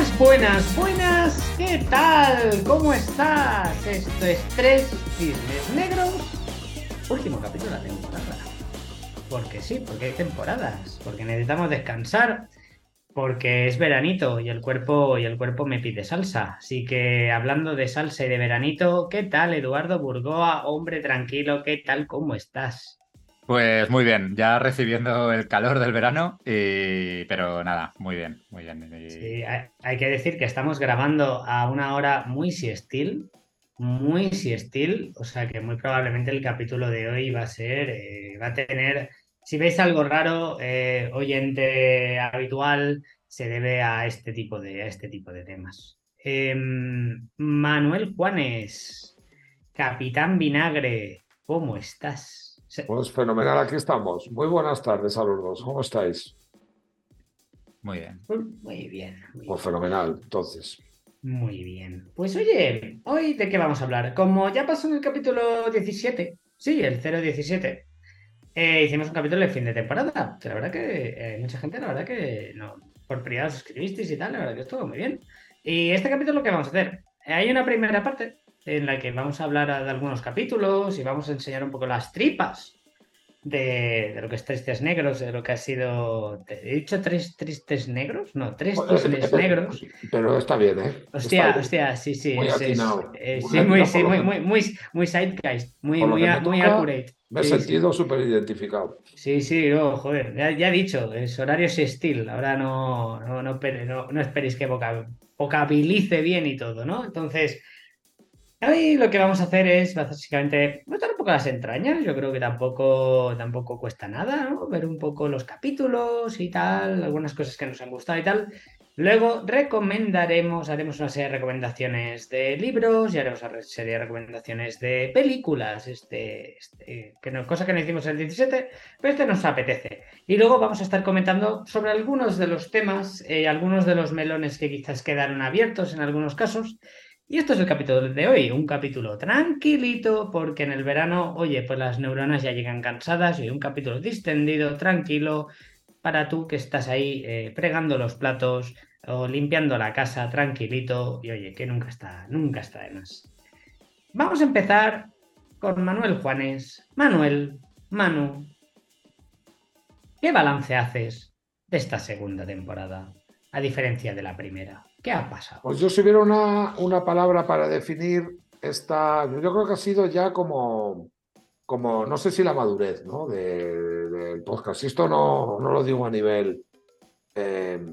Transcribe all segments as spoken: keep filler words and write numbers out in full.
Buenas, buenas, buenas, ¿qué tal? ¿Cómo estás? Esto es Tres Cisnes Negros, último capítulo de la temporada. Porque sí, porque hay temporadas, porque necesitamos descansar, porque es veranito y el cuerpo y el cuerpo me pide salsa. Así que hablando de salsa y de veranito, ¿qué tal, Eduardo Burgoa? Hombre tranquilo, ¿qué tal? ¿Cómo estás? Pues muy bien, ya recibiendo el calor del verano, y... pero nada, muy bien, muy bien. Y- Sí, hay, hay que decir que estamos grabando a una hora muy siestil, muy siestil, o sea que muy probablemente el capítulo de hoy va a ser, eh, va a tener, si veis algo raro, eh, oyente habitual, se debe a este tipo de, a este tipo de temas. Em, Manuel Juanes, Capitán Vinagre, ¿cómo estás? Se- Pues fenomenal, aquí estamos. Muy buenas tardes a los dos. ¿Cómo estáis? Muy bien. Muy bien, muy Pues bien. fenomenal, entonces. Muy bien. Pues oye, ¿hoy de qué vamos a hablar? Como ya pasó en el capítulo diecisiete, sí, el cero diecisiete, eh, hicimos un capítulo de fin de temporada. Que La verdad que eh, mucha gente, la verdad que no, por privado os escribisteis y tal, la verdad que estuvo muy bien. Y este capítulo, ¿qué vamos a hacer? Hay una primera parte en la que vamos a hablar de algunos capítulos y vamos a enseñar un poco las tripas de, de lo que es Tristes Negros, de lo que ha sido... ¿He dicho tres tristes negros? No, tres cisnes negros. Pero está bien, ¿eh? Está Hostia, bien. hostia, sí, sí, Muy es, es atinado. eh, Muy sí, muy, atinado por sí, lo muy, que, muy, muy, muy zeitgeist, muy, por lo muy, que a- me muy toca, accurate. me he Sí, sí, sentido súper identificado. sí, sí, no, joder, ya, ya he dicho, es horario sextil, ahora no, no, no, pere- no, no esperéis que voca- vocabilice bien y todo, ¿no? Entonces, hoy lo que vamos a hacer es básicamente notar un poco las entrañas, yo creo que tampoco, tampoco cuesta nada, ¿no? Ver un poco los capítulos y tal, algunas cosas que nos han gustado y tal. Luego recomendaremos, haremos una serie de recomendaciones de libros y haremos una serie de recomendaciones de películas, este, este, que no, cosa que no hicimos en el diecisiete, pero este nos apetece. Y luego vamos a estar comentando sobre algunos de los temas, eh, algunos de los melones que quizás quedaron abiertos en algunos casos. Y esto es el capítulo de hoy, un capítulo tranquilito, porque en el verano, oye, pues las neuronas ya llegan cansadas y un capítulo distendido, tranquilo, para tú que estás ahí eh, fregando los platos o limpiando la casa tranquilito y oye, que nunca está, nunca está de más. Vamos a empezar con Manuel Juanes. Manuel, Manu, ¿qué balance haces de esta segunda temporada? A diferencia de la primera, ¿qué ha pasado? Pues yo si hubiera una, una palabra para definir esta, yo creo que ha sido ya como, como no sé si la madurez, ¿no? de- del podcast. Y esto no, no lo digo a nivel eh,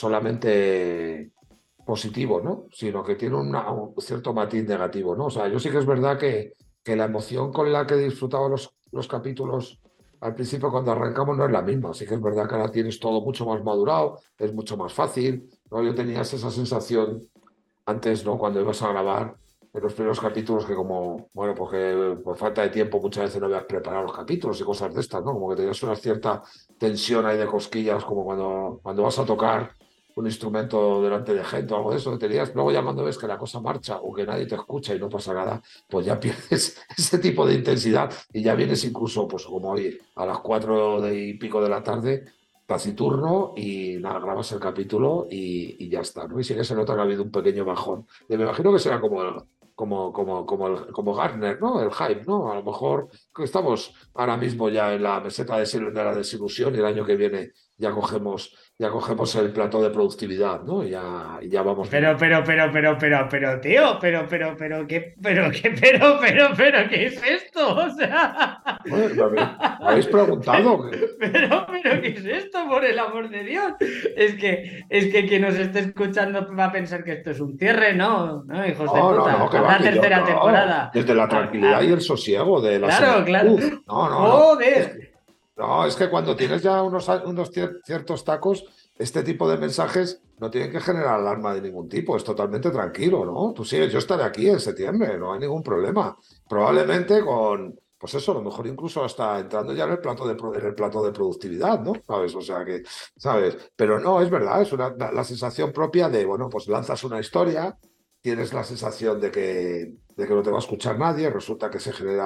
solamente positivo, ¿no? Sino que tiene una- un cierto matiz negativo, ¿no? O sea, yo sí que es verdad que, que la emoción con la que disfrutaba los, los capítulos al principio cuando arrancamos no es la misma. Sí que es verdad que ahora tienes todo mucho más madurado, es mucho más fácil, ¿no? Yo tenía esa sensación antes, ¿no? Cuando ibas a grabar en los primeros capítulos que como, bueno, porque por falta de tiempo muchas veces no habías preparado los capítulos y cosas de estas, ¿no? Como que tenías una cierta tensión ahí de cosquillas, como cuando, cuando vas a tocar un instrumento delante de gente o algo de eso que tenías. Luego ya cuando ves que la cosa marcha o que nadie te escucha y no pasa nada, pues ya pierdes ese tipo de intensidad y ya vienes incluso, pues como hoy, a las cuatro de y pico de la tarde taciturno y nada, grabas el capítulo y, y ya está, ¿no? Y sí que se nota que ha habido un pequeño bajón. Y me imagino que será como, el- como, como, como, el- como Gartner, ¿no? El hype, ¿no? A lo mejor que estamos ahora mismo ya en la meseta de, sil- de la desilusión y el año que viene ya cogemos, ya cogemos el plato de productividad, ¿no? Y ya, y ya vamos Pero, bien. pero, pero, pero, pero, pero, tío, pero, pero, pero, ¿qué, pero, qué, pero, pero, pero, ¿qué es esto? O sea, Bueno, me habéis, me habéis preguntado. pero, pero, ¿qué es esto? Por el amor de Dios. Es que, es que quien nos esté escuchando va a pensar que esto es un cierre, ¿no? No, hijos de No, no, puta. no, que va, Habrá que yo tercera no. temporada. Desde la Ha- tranquilidad y ha- el sosiego de la claro, claro. serenidad. No, no, no. Es Joder. que, no, es que cuando tienes ya unos, unos cier- ciertos tacos, este tipo de mensajes no tienen que generar alarma de ningún tipo. Es totalmente tranquilo, ¿no? Tú sigues, yo estaré aquí en septiembre, no hay ningún problema. Probablemente con, pues eso, a lo mejor incluso hasta entrando ya en el plato de, pro- en el plato de productividad, ¿no? ¿Sabes? O sea que, ¿sabes? Pero no, es verdad, es una, la la sensación propia de, bueno, pues lanzas una historia, tienes la sensación de que, de que no te va a escuchar nadie, resulta que se genera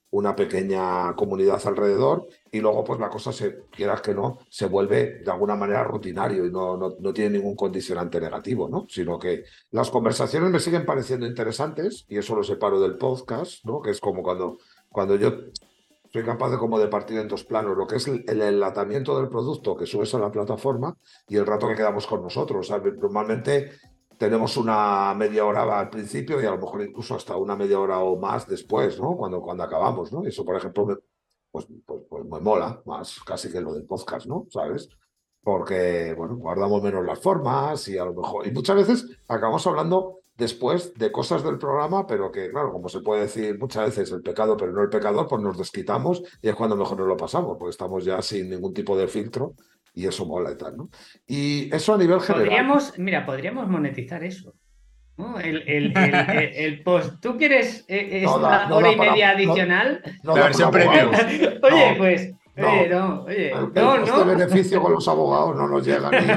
una pequeña comunidad alrededor y luego pues la cosa, se, quieras que no, se vuelve de alguna manera rutinario y no, no, no tiene ningún condicionante negativo, ¿no? Sino que las conversaciones me siguen pareciendo interesantes y eso lo separo del podcast, ¿no? Que es como cuando, cuando yo soy capaz de como de partir en dos planos, lo que es el, el enlatamiento del producto que subes a la plataforma y el rato que quedamos con nosotros. ¿Sabes? Normalmente tenemos una media hora al principio y a lo mejor incluso hasta una media hora o más después, ¿no? Cuando, cuando acabamos, ¿no? Eso, por ejemplo, me, pues, pues, pues me mola más casi que lo del podcast, ¿no? ¿Sabes? Porque, bueno, guardamos menos las formas y a lo mejor... Y muchas veces acabamos hablando después de cosas del programa, pero que, claro, como se puede decir muchas veces el pecado, pero no el pecador, pues nos desquitamos y es cuando mejor nos lo pasamos, porque estamos ya sin ningún tipo de filtro y eso mola y tal, ¿no? Y eso a nivel general... Podríamos, mira, podríamos monetizar eso, ¿no? El, el, el, el, el post. ¿Tú quieres eh, No da- esta no hora da y para- media no- adicional? no La da versión para premium. abogados. Oye, No, pues, no. oye, no, oye, El, no, el no. coste-beneficio con los abogados no nos llega ni...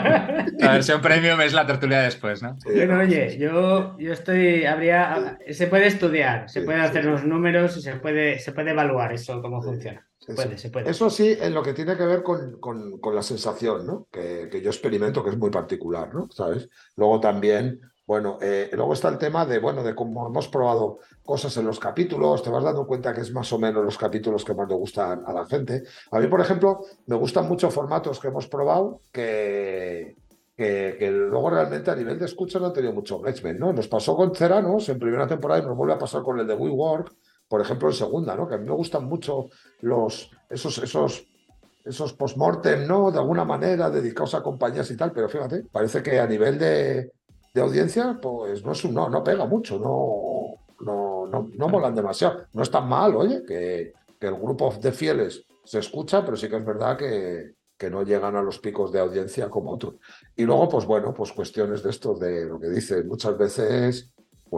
La versión premium es la tertulia después, ¿no? Sí, Bueno, no, oye, sí, yo, yo estoy, habría, se puede estudiar, se sí, puede sí, hacer sí. los números y se puede, se puede evaluar eso, cómo Sí, funciona. Se eso. puede, se puede. Eso sí, en lo que tiene que ver con, con, con la sensación, ¿no? Que, que yo experimento, que es muy particular, ¿no? ¿Sabes? Luego también, bueno, eh, luego está el tema de, bueno, de cómo hemos probado cosas en los capítulos, te vas dando cuenta que es más o menos los capítulos que más le gustan a la gente. A mí, por ejemplo, me gustan mucho formatos que hemos probado que, que, que luego realmente a nivel de escucha no han tenido mucho engagement, ¿no? Nos pasó con Ceranos en primera temporada y nos vuelve a pasar con el de WeWork, por ejemplo, en segunda, ¿no? Que a mí me gustan mucho los, esos, esos, esos post-mortem, ¿no? De alguna manera, dedicados a compañías y tal, pero fíjate, parece que a nivel de, de audiencia, pues no es un, no, no pega mucho, no, no, no, no molan demasiado. No es tan mal, oye, que, que el grupo de fieles se escucha, pero sí que es verdad que, que no llegan a los picos de audiencia como otros. Y luego, pues bueno, pues cuestiones de estos, de lo que dices, muchas veces,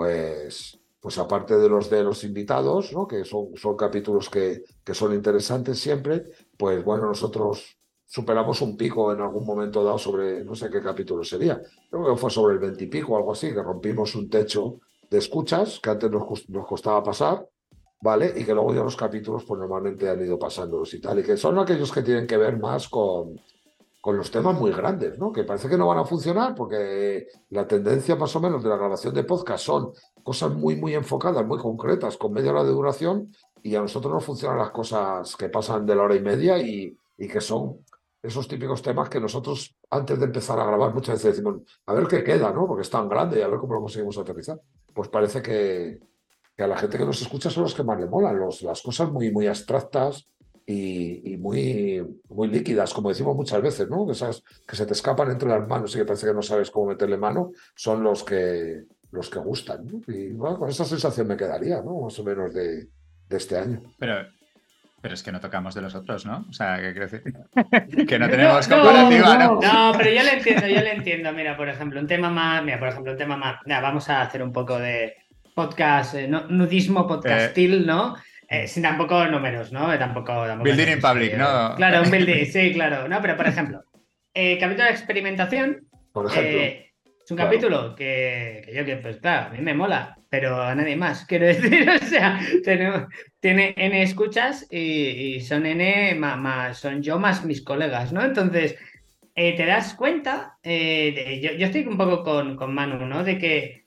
pues pues aparte de los de los invitados, ¿no? Que son, son capítulos que, que son interesantes siempre, pues bueno, nosotros superamos un pico en algún momento dado sobre, no sé qué capítulo sería, creo que fue sobre el veintipico o algo así, que rompimos un techo de escuchas que antes nos, nos costaba pasar, ¿vale? Y que luego ya los capítulos pues normalmente han ido pasándolos y tal, y que son aquellos que tienen que ver más con con los temas muy grandes, ¿no? Que parece que no van a funcionar porque la tendencia más o menos de la grabación de podcast son cosas muy, muy enfocadas, muy concretas, con media hora de duración, y a nosotros nos funcionan las cosas que pasan de la hora y media y, y que son esos típicos temas que nosotros, antes de empezar a grabar, muchas veces decimos, a ver qué queda, ¿no? Porque es tan grande y a ver cómo lo conseguimos aterrizar. Pues parece que, que a la gente que nos escucha son los que más le molan, los, las cosas muy, muy abstractas y, y muy, muy líquidas, como decimos muchas veces, ¿no? Que, esas, que se te escapan entre las manos y que parece que no sabes cómo meterle mano, son los que, los que gustan, ¿no? Y bueno, con esa sensación me quedaría, ¿no? Más o menos de, de este año. Pero, pero es que no tocamos de los otros, ¿no? O sea, ¿qué quiero decir? Que no No, tenemos no, comparativa, ¿no? no, pero yo le entiendo, yo le entiendo. Mira, por ejemplo, un tema más, mira, por ejemplo, un tema más, mira, vamos a hacer un poco de podcast, eh, no, nudismo podcastil, ¿no? Eh, sin tampoco números, ¿no? Tampoco, tampoco Building es in public, necesario. ¿no? Claro, un building, sí, claro. No, pero por ejemplo, eh, capítulo de experimentación. Por ejemplo. eh, es un Claro. capítulo que, que yo que, pues claro, a mí me mola, pero a nadie más, quiero decir, o sea, tenemos, tiene N escuchas y, y son N más, más, son yo más mis colegas, ¿no? Entonces, eh, te das cuenta, eh, de- yo, yo estoy un poco con, con Manu, ¿no? De que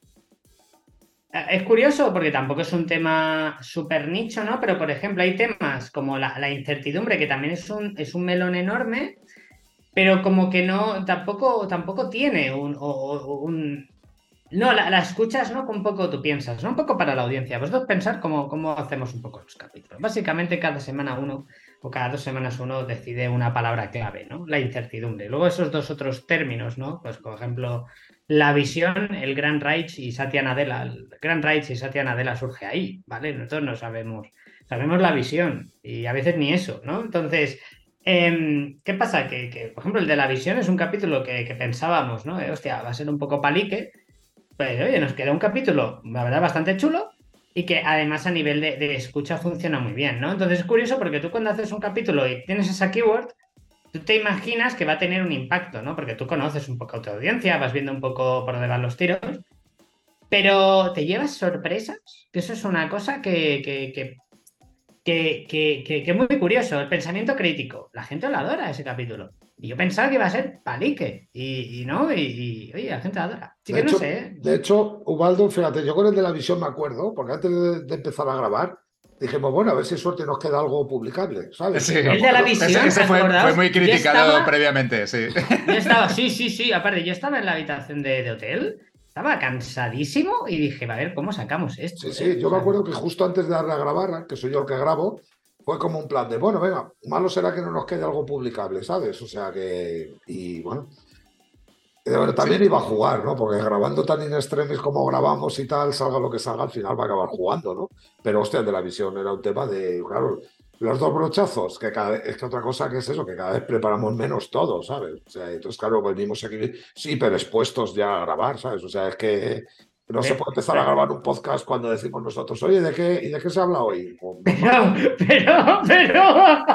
eh, es curioso porque tampoco es un tema súper nicho, ¿no? Pero, por ejemplo, hay temas como la, la incertidumbre, que también es un, es un melón enorme, pero como que no, tampoco, tampoco tiene un, o- o- un... No, la, la escuchas, ¿no? Un poco tú piensas, ¿no? Un poco para la audiencia. Vosotros pensar cómo, cómo hacemos un poco los capítulos. Básicamente cada semana uno o cada dos semanas uno decide una palabra clave, ¿no? La incertidumbre. Luego esos dos otros términos, ¿no? Pues por ejemplo, la visión, el Gran Reich y Satya Nadella. El Gran Reich y Satya Nadella surge ahí, ¿vale? Nosotros no sabemos, sabemos la visión y a veces ni eso, ¿no? Entonces... Eh, ¿qué pasa? Que, que, por ejemplo, el de la visión es un capítulo que, que pensábamos, ¿no? Eh, hostia, va a ser un poco palique, pues oye, nos queda un capítulo, la verdad, bastante chulo y que además a nivel de, de escucha funciona muy bien, ¿no? Entonces es curioso porque tú cuando haces un capítulo y tienes esa keyword, tú te imaginas que va a tener un impacto, ¿no? Porque tú conoces un poco a tu audiencia, vas viendo un poco por dónde van los tiros, pero te llevas sorpresas, que eso es una cosa que, que, que que, que, que, que muy curioso, el pensamiento crítico. La gente lo adora ese capítulo. Y yo pensaba que iba a ser palique. Y, y no, y, y, oye, la gente lo adora. Así De que no hecho, sé, ¿eh? de hecho, Ubaldo, fíjate, yo con el de la visión me acuerdo, porque antes de, de empezar a grabar, dijimos, bueno, a ver si suerte nos queda algo publicable, ¿sabes? Sí, Y me El de la acuerdo, ese, visión, ese fue, fue acordaos, muy yo criticado estaba, previamente, sí. yo estaba, sí, sí, sí, aparte, yo estaba en la habitación de, de hotel, estaba cansadísimo y dije, a ver, ¿cómo sacamos sí, esto, sí, eh? O yo me sea, acuerdo que justo antes de darle a grabar, que soy yo el que grabo, fue como un plan de, bueno, venga, malo será que no nos quede algo publicable, ¿sabes? O sea que, y bueno, eh, bueno, Sí. también iba a jugar, ¿no? Porque grabando tan in extremis como grabamos y tal, salga lo que salga, al final va a acabar jugando, ¿no? Pero hostia, el de la visión era un tema de, claro, los dos brochazos, que cada vez, es que otra cosa que es eso, que cada vez preparamos menos todo, ¿sabes? O sea, entonces, claro, venimos aquí sí, pero expuestos ya a grabar, ¿sabes? O sea, es que no se pe- puede empezar a pe- grabar un podcast cuando decimos nosotros, oye, ¿de qué, ¿y de qué se habla hoy? Pues normal. pero, pero, pero,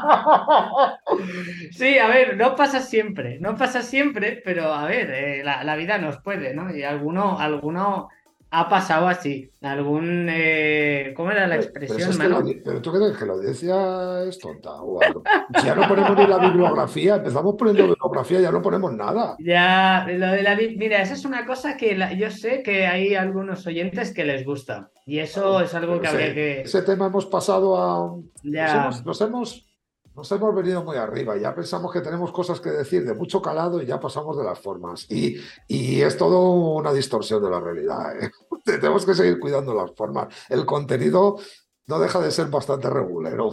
sí, a ver, no pasa siempre, no pasa siempre, pero a ver, eh, la, la vida nos puede, ¿no? Y alguno, alguno ha pasado así, algún, eh, ¿cómo era la Pero, pero si expresión, es que la, Manu? audi- pero tú crees que la audiencia es tonta, Ubaldo. Si ya no ponemos ni la bibliografía, empezamos poniendo bibliografía, ya no ponemos nada. Ya, lo de la... vi- Mira, esa es una cosa que la- yo sé que hay algunos oyentes que les gusta. Y eso Claro, es algo pero que habría ese, que... ese tema hemos pasado a... Nos hemos, Ya... nos hemos, nos hemos venido muy arriba, ya pensamos que tenemos cosas que decir de mucho calado y ya pasamos de las formas. Y, y es todo una distorsión de la realidad, ¿eh? Tenemos que seguir cuidando las formas. El contenido no deja de ser bastante regulero.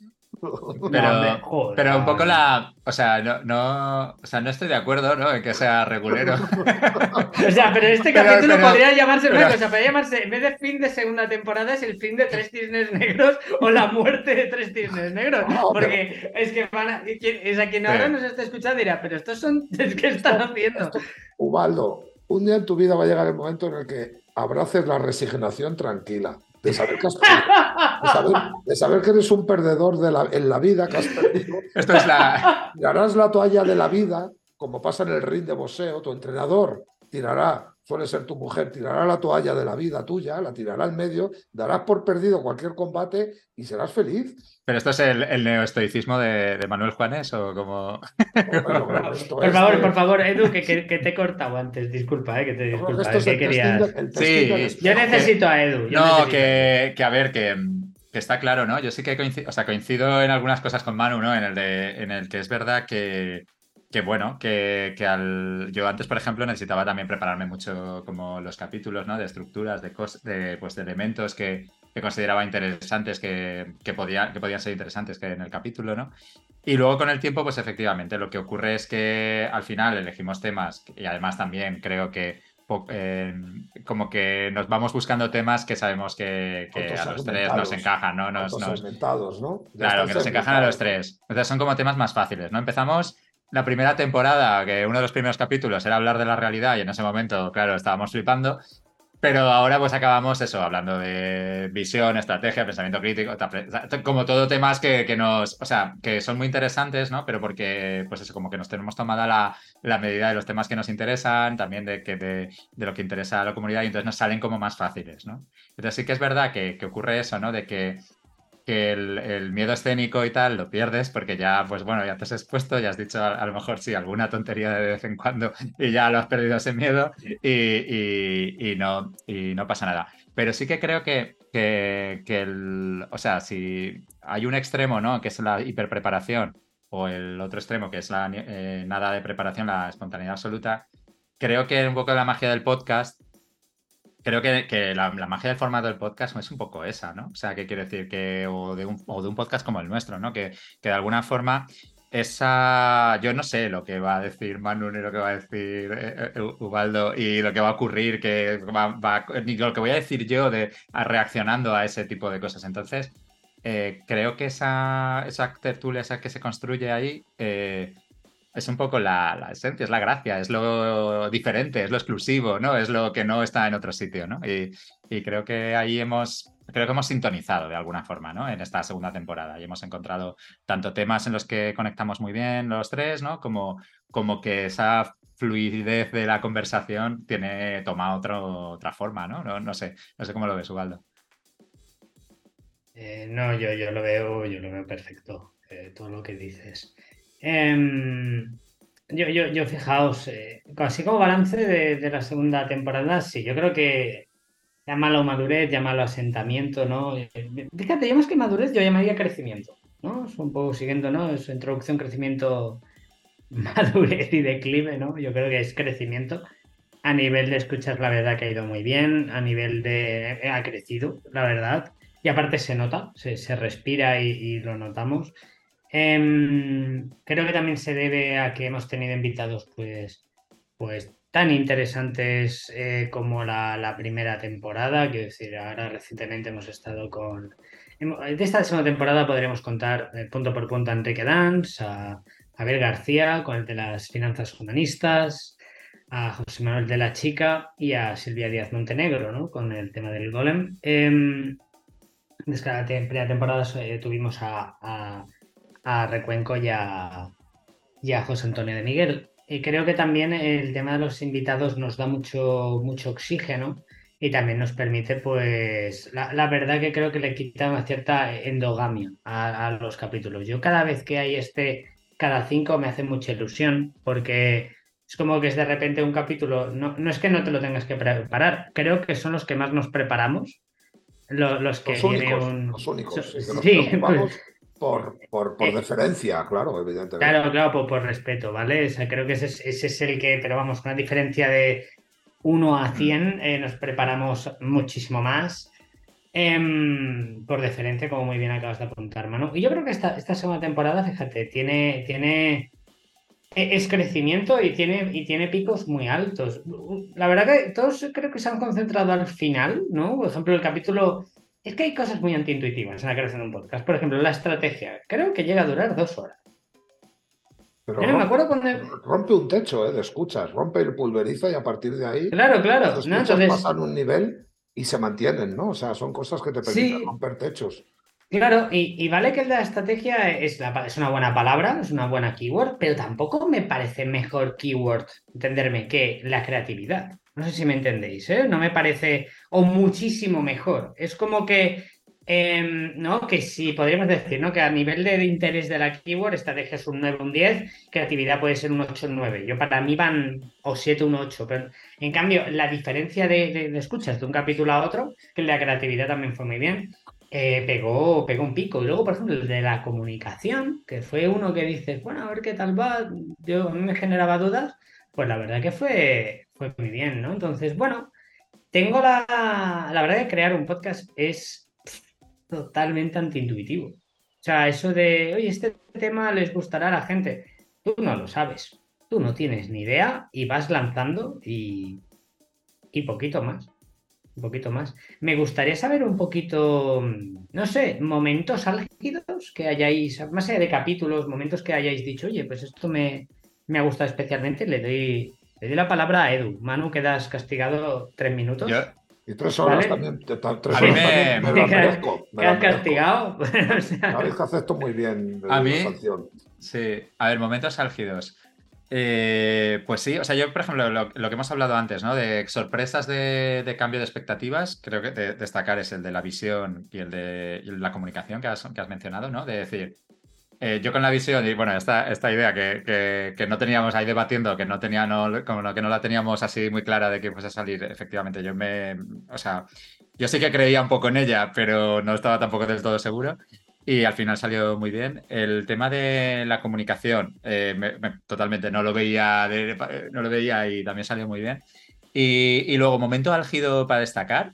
No, hombre, Pero, joder, pero un va, poco no. la. O sea, no, no, o sea, no estoy de acuerdo, ¿no? En que sea regulero. O sea, pero este Pero, capítulo pero, podría llamarse una pero. cosa, podría llamarse, en vez de fin de segunda temporada, es el fin de tres cisnes negros o la muerte de tres cisnes negros. No, pero Porque es que van a, quien, es a quien Sí. ahora nos está escuchando dirá, pero estos son, ¿qué están esto, haciendo? esto, Ubaldo, un día en tu vida va a llegar el momento en el que abraces la resignación tranquila, de saber que has perdido, de saber, de saber que eres un perdedor de la, en la vida, que has perdido, Esto es la. tirarás la toalla de la vida, como pasa en el ring de boxeo, tu entrenador tirará, suele ser tu mujer, tirará la toalla de la vida tuya, la tirará al medio, darás por perdido cualquier combate y serás feliz. Pero esto es el, el neoestoicismo de, de Manuel Juanes, o como. No, yo creo que esto Por es favor, de, por favor, Edu, que, que, que te he cortado antes. Disculpa, eh, que te yo creo que disculpa. esto Es es que el testing, de- querías. el testing del Sí, Yo espejo. necesito a Edu. Yo no, necesito a Edu. que, que a ver, que, que está claro, ¿no? Yo sí que coincido, o sea, coincido en algunas cosas con Manu, ¿no? En el de, en el que es verdad que, que bueno, que, que al, yo antes, por ejemplo, necesitaba también prepararme mucho como los capítulos, ¿no? De estructuras, de, cos, de, pues, de elementos que, que consideraba interesantes, que, que, podía, que podían ser interesantes que en el capítulo, ¿no? Y luego con el tiempo, pues efectivamente, lo que ocurre es que al final elegimos temas y además también creo que po- eh, como que nos vamos buscando temas que sabemos que, que a los tres nos Autosegmentados, encajan, ¿no? Nos, nos, autosegmentados, ¿no? Ya claro, están que nos encajan a los segmentados, ¿no? tres. Entonces son como temas más fáciles, ¿no? Empezamos la primera temporada, que uno de los primeros capítulos era hablar de la realidad y en ese momento, claro, estábamos flipando. Pero ahora pues acabamos eso, hablando de visión, estrategia, pensamiento crítico, ta- como todo temas que, que nos, o sea, que son muy interesantes, ¿no? Pero porque, pues eso, como que nos tenemos tomada la, la medida de los temas que nos interesan, también de, que de, de lo que interesa a la comunidad y entonces nos salen como más fáciles, ¿no? Entonces sí que es verdad que, que ocurre eso, ¿no? De que que el, el miedo escénico y tal lo pierdes porque ya, pues bueno, ya te has expuesto, ya has dicho a, a lo mejor sí alguna tontería de vez en cuando y ya lo has perdido ese miedo y, y- y no, y no pasa nada. Pero sí que creo que, que, que el, o sea, si hay un extremo, ¿no? Que es la hiperpreparación o el otro extremo que es la eh, nada de preparación, la espontaneidad absoluta, creo que un poco la magia del podcast. Creo que, que la, la magia del formato del podcast es un poco esa, ¿no? O sea, ¿qué quiere decir? Que, o, de un, o de un podcast como el nuestro, ¿no? Que, que de alguna forma esa... Yo no sé lo que va a decir Manu ni lo que va a decir eh, eh, Ubaldo y lo que va a ocurrir, que va, va- ni lo que voy a decir yo de a- reaccionando a ese tipo de cosas. Entonces, eh, creo que esa, esa tertulia esa que se construye ahí... eh, es un poco la, la esencia, es la gracia, es lo diferente, es lo exclusivo, ¿no? Es lo que no está en otro sitio, ¿no? Y, y creo que ahí hemos, creo que hemos sintonizado de alguna forma, ¿no? En esta segunda temporada y hemos encontrado tanto temas en los que conectamos muy bien los tres, ¿no? Como, como que esa fluidez de la conversación tiene, toma otro, otra forma, ¿no? ¿no? No sé, no sé cómo lo ves, Ubaldo. Eh, no, yo, yo lo veo, yo lo veo perfecto, eh, todo lo que dices. Em, yo, yo, yo, fijaos, eh, así como balance de, de la segunda temporada, sí, yo creo que llámalo madurez, llámalo asentamiento, ¿no? Eh, Fíjate, yo más que madurez, yo llamaría crecimiento, ¿no? Es un poco siguiendo, ¿no? Su introducción, crecimiento, madurez y declive, ¿no? Yo creo que es crecimiento. A nivel de escuchar, la verdad que ha ido muy bien. A nivel de... eh, ha crecido, la verdad. Y aparte se nota, se, se respira y, y lo notamos. Em, creo que también se debe a que hemos tenido invitados, pues, pues tan interesantes eh, como la, la primera temporada. Quiero decir, ahora recientemente hemos estado con... hemo- De esta segunda temporada podríamos contar eh, punto por punto a Enrique Dans, a Abel García con el de las finanzas humanistas, a José Manuel de la Chica y a Silvia Díaz Montenegro, ¿no? Con el tema del golem. Em, desde la te- primera temporada eh, tuvimos a, a- a Recuenco y a, y a José Antonio de Miguel. Y creo que también el tema de los invitados nos da mucho, mucho oxígeno y también nos permite, pues, la, la verdad que creo que le quita una cierta endogamia a, a los capítulos. Yo cada vez que hay este, cada cinco me hace mucha ilusión porque es como que es de repente un capítulo, no, no es que no te lo tengas que preparar, creo que son los que más nos preparamos, lo- los que Los viene únicos, un... los so- únicos, sí, que nos sí, pues, preocupamos por, por, por eh, deferencia, claro, evidentemente. claro, claro, por, por respeto, ¿vale? O sea, creo que ese es, ese es el que, pero vamos, con una diferencia de uno a Mm. cien eh, nos preparamos muchísimo más. Em, por deferencia, como muy bien acabas de apuntar, Manu. Y yo creo que esta, esta segunda temporada, fíjate, tiene, tiene, e- es crecimiento y tiene, y tiene picos muy altos. La verdad que todos creo que se han concentrado al final, ¿no? Por ejemplo, el capítulo... Es que hay cosas muy antiintuitivas en la creación de un podcast. Por ejemplo, la estrategia. Creo que llega a durar dos horas. Pero Yo no me rompe, acuerdo cuando... rompe un techo, ¿eh? De escuchas, rompe y pulveriza y a partir de ahí Claro, las claro, ¿no? escuchas Entonces, pasan un nivel y se mantienen, ¿no? O sea, son cosas que te permiten sí, romper techos. claro, y, y vale que el de la estrategia es, la pa- es una buena palabra, es una buena keyword, pero tampoco me parece mejor keyword, entenderme, que la creatividad. No sé si me entendéis, ¿eh? No me parece, o muchísimo mejor. Es como que, em, ¿no? Que si podríamos decir, ¿no? Que a nivel de interés de la keyword, estrategia es un nueve, un diez, creatividad puede ser un ocho, un nueve. Yo para mí van o siete, un ocho, pero en cambio, la diferencia de, de de escuchas de un capítulo a otro, que el de la creatividad también fue muy bien eh, pegó, pegó un pico. Y luego, por ejemplo, el de la comunicación, que fue uno que dices, bueno, a ver qué tal va, yo, a mí me generaba dudas, pues la verdad que fue, fue muy bien, ¿no? Entonces, bueno, tengo la, la verdad que crear un podcast es totalmente antiintuitivo. O sea, eso de, oye, este tema les gustará a la gente, tú no lo sabes, tú no tienes ni idea y vas lanzando y, y poquito más. Un poquito más. Me gustaría saber un poquito, mm, no sé, momentos álgidos que hayáis, más allá de capítulos, momentos que hayáis dicho, oye, pues esto me, me ha gustado especialmente. Le doy, le doy la palabra a Edu. Manu, quedas castigado tres Yo, minutos, Y tres horas ¿vale? también, te- ta- tres a mí horas Sí, también me me, las quedas, merezco, me las quedas merezco. castigado. O Sabéis sea, que acepto muy bien a la mí, sanción. sí, a ver, momentos álgidos. Eh, pues sí, o sea, yo, por ejemplo, lo, lo que hemos hablado antes, ¿no? De sorpresas de, de cambio de expectativas, creo que de- destacar es el de la visión y el de y la comunicación que has, que has mencionado, ¿no? De decir, eh, yo con la visión y bueno, esta, esta idea que, que- que no teníamos ahí debatiendo, que no tenía, no, como no- que no la teníamos así muy clara de que fuese a salir, efectivamente, yo me, o sea, yo sí que creía un poco en ella, pero no estaba tampoco del todo seguro. Y al final salió muy bien. El tema de la comunicación, eh, me- me- totalmente no lo veía, de- no lo veía y también salió muy bien. Y, y luego, momento álgido para destacar.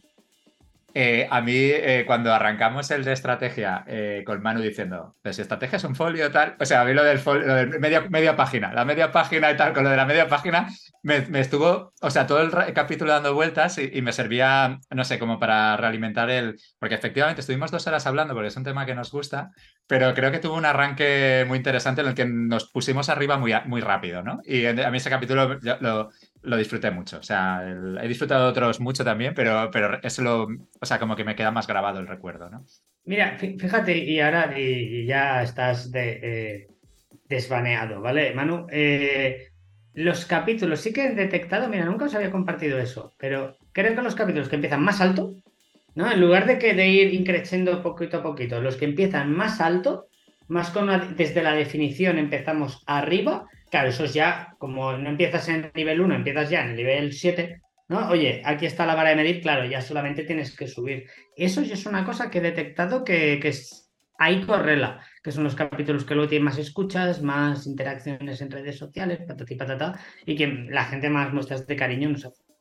Eh, a mí, eh, cuando arrancamos el de estrategia eh, con Manu diciendo, pues si estrategia es un folio tal, o sea, a mí lo del folio, lo del media, media página, la media página y tal, con lo de la media página, me, me estuvo, o sea, todo el ra- capítulo dando vueltas y, y me servía, no sé, como para realimentar el, porque efectivamente estuvimos dos horas hablando porque es un tema que nos gusta, pero creo que tuvo un arranque muy interesante en el que nos pusimos arriba muy, a- muy rápido, ¿no? Y a mí ese capítulo yo lo, lo disfruté mucho, o sea, el- he disfrutado de otros mucho también, pero, pero eso lo, o sea, como que me queda más grabado el recuerdo, ¿no? mira, fí- fíjate, y ahora y, y ya estás de, eh, desbaneado, ¿vale, Manu? Eh, los capítulos, sí que he detectado, mira, nunca os había compartido eso, pero creo que los capítulos que empiezan más alto, ¿no? En lugar de que de ir increciendo poquito a poquito, los que empiezan más alto, más con una- desde la definición empezamos arriba, claro, eso es ya, como no empiezas en el nivel uno, empiezas ya en el nivel siete, ¿no? Oye, aquí está la vara de medir, claro, ya solamente tienes que subir. Eso ya es una cosa que he detectado que, que es, ahí correla, que son los capítulos que luego tienen más escuchas, más interacciones en redes sociales, patati patata, y que la gente más muestras de cariño nos hace.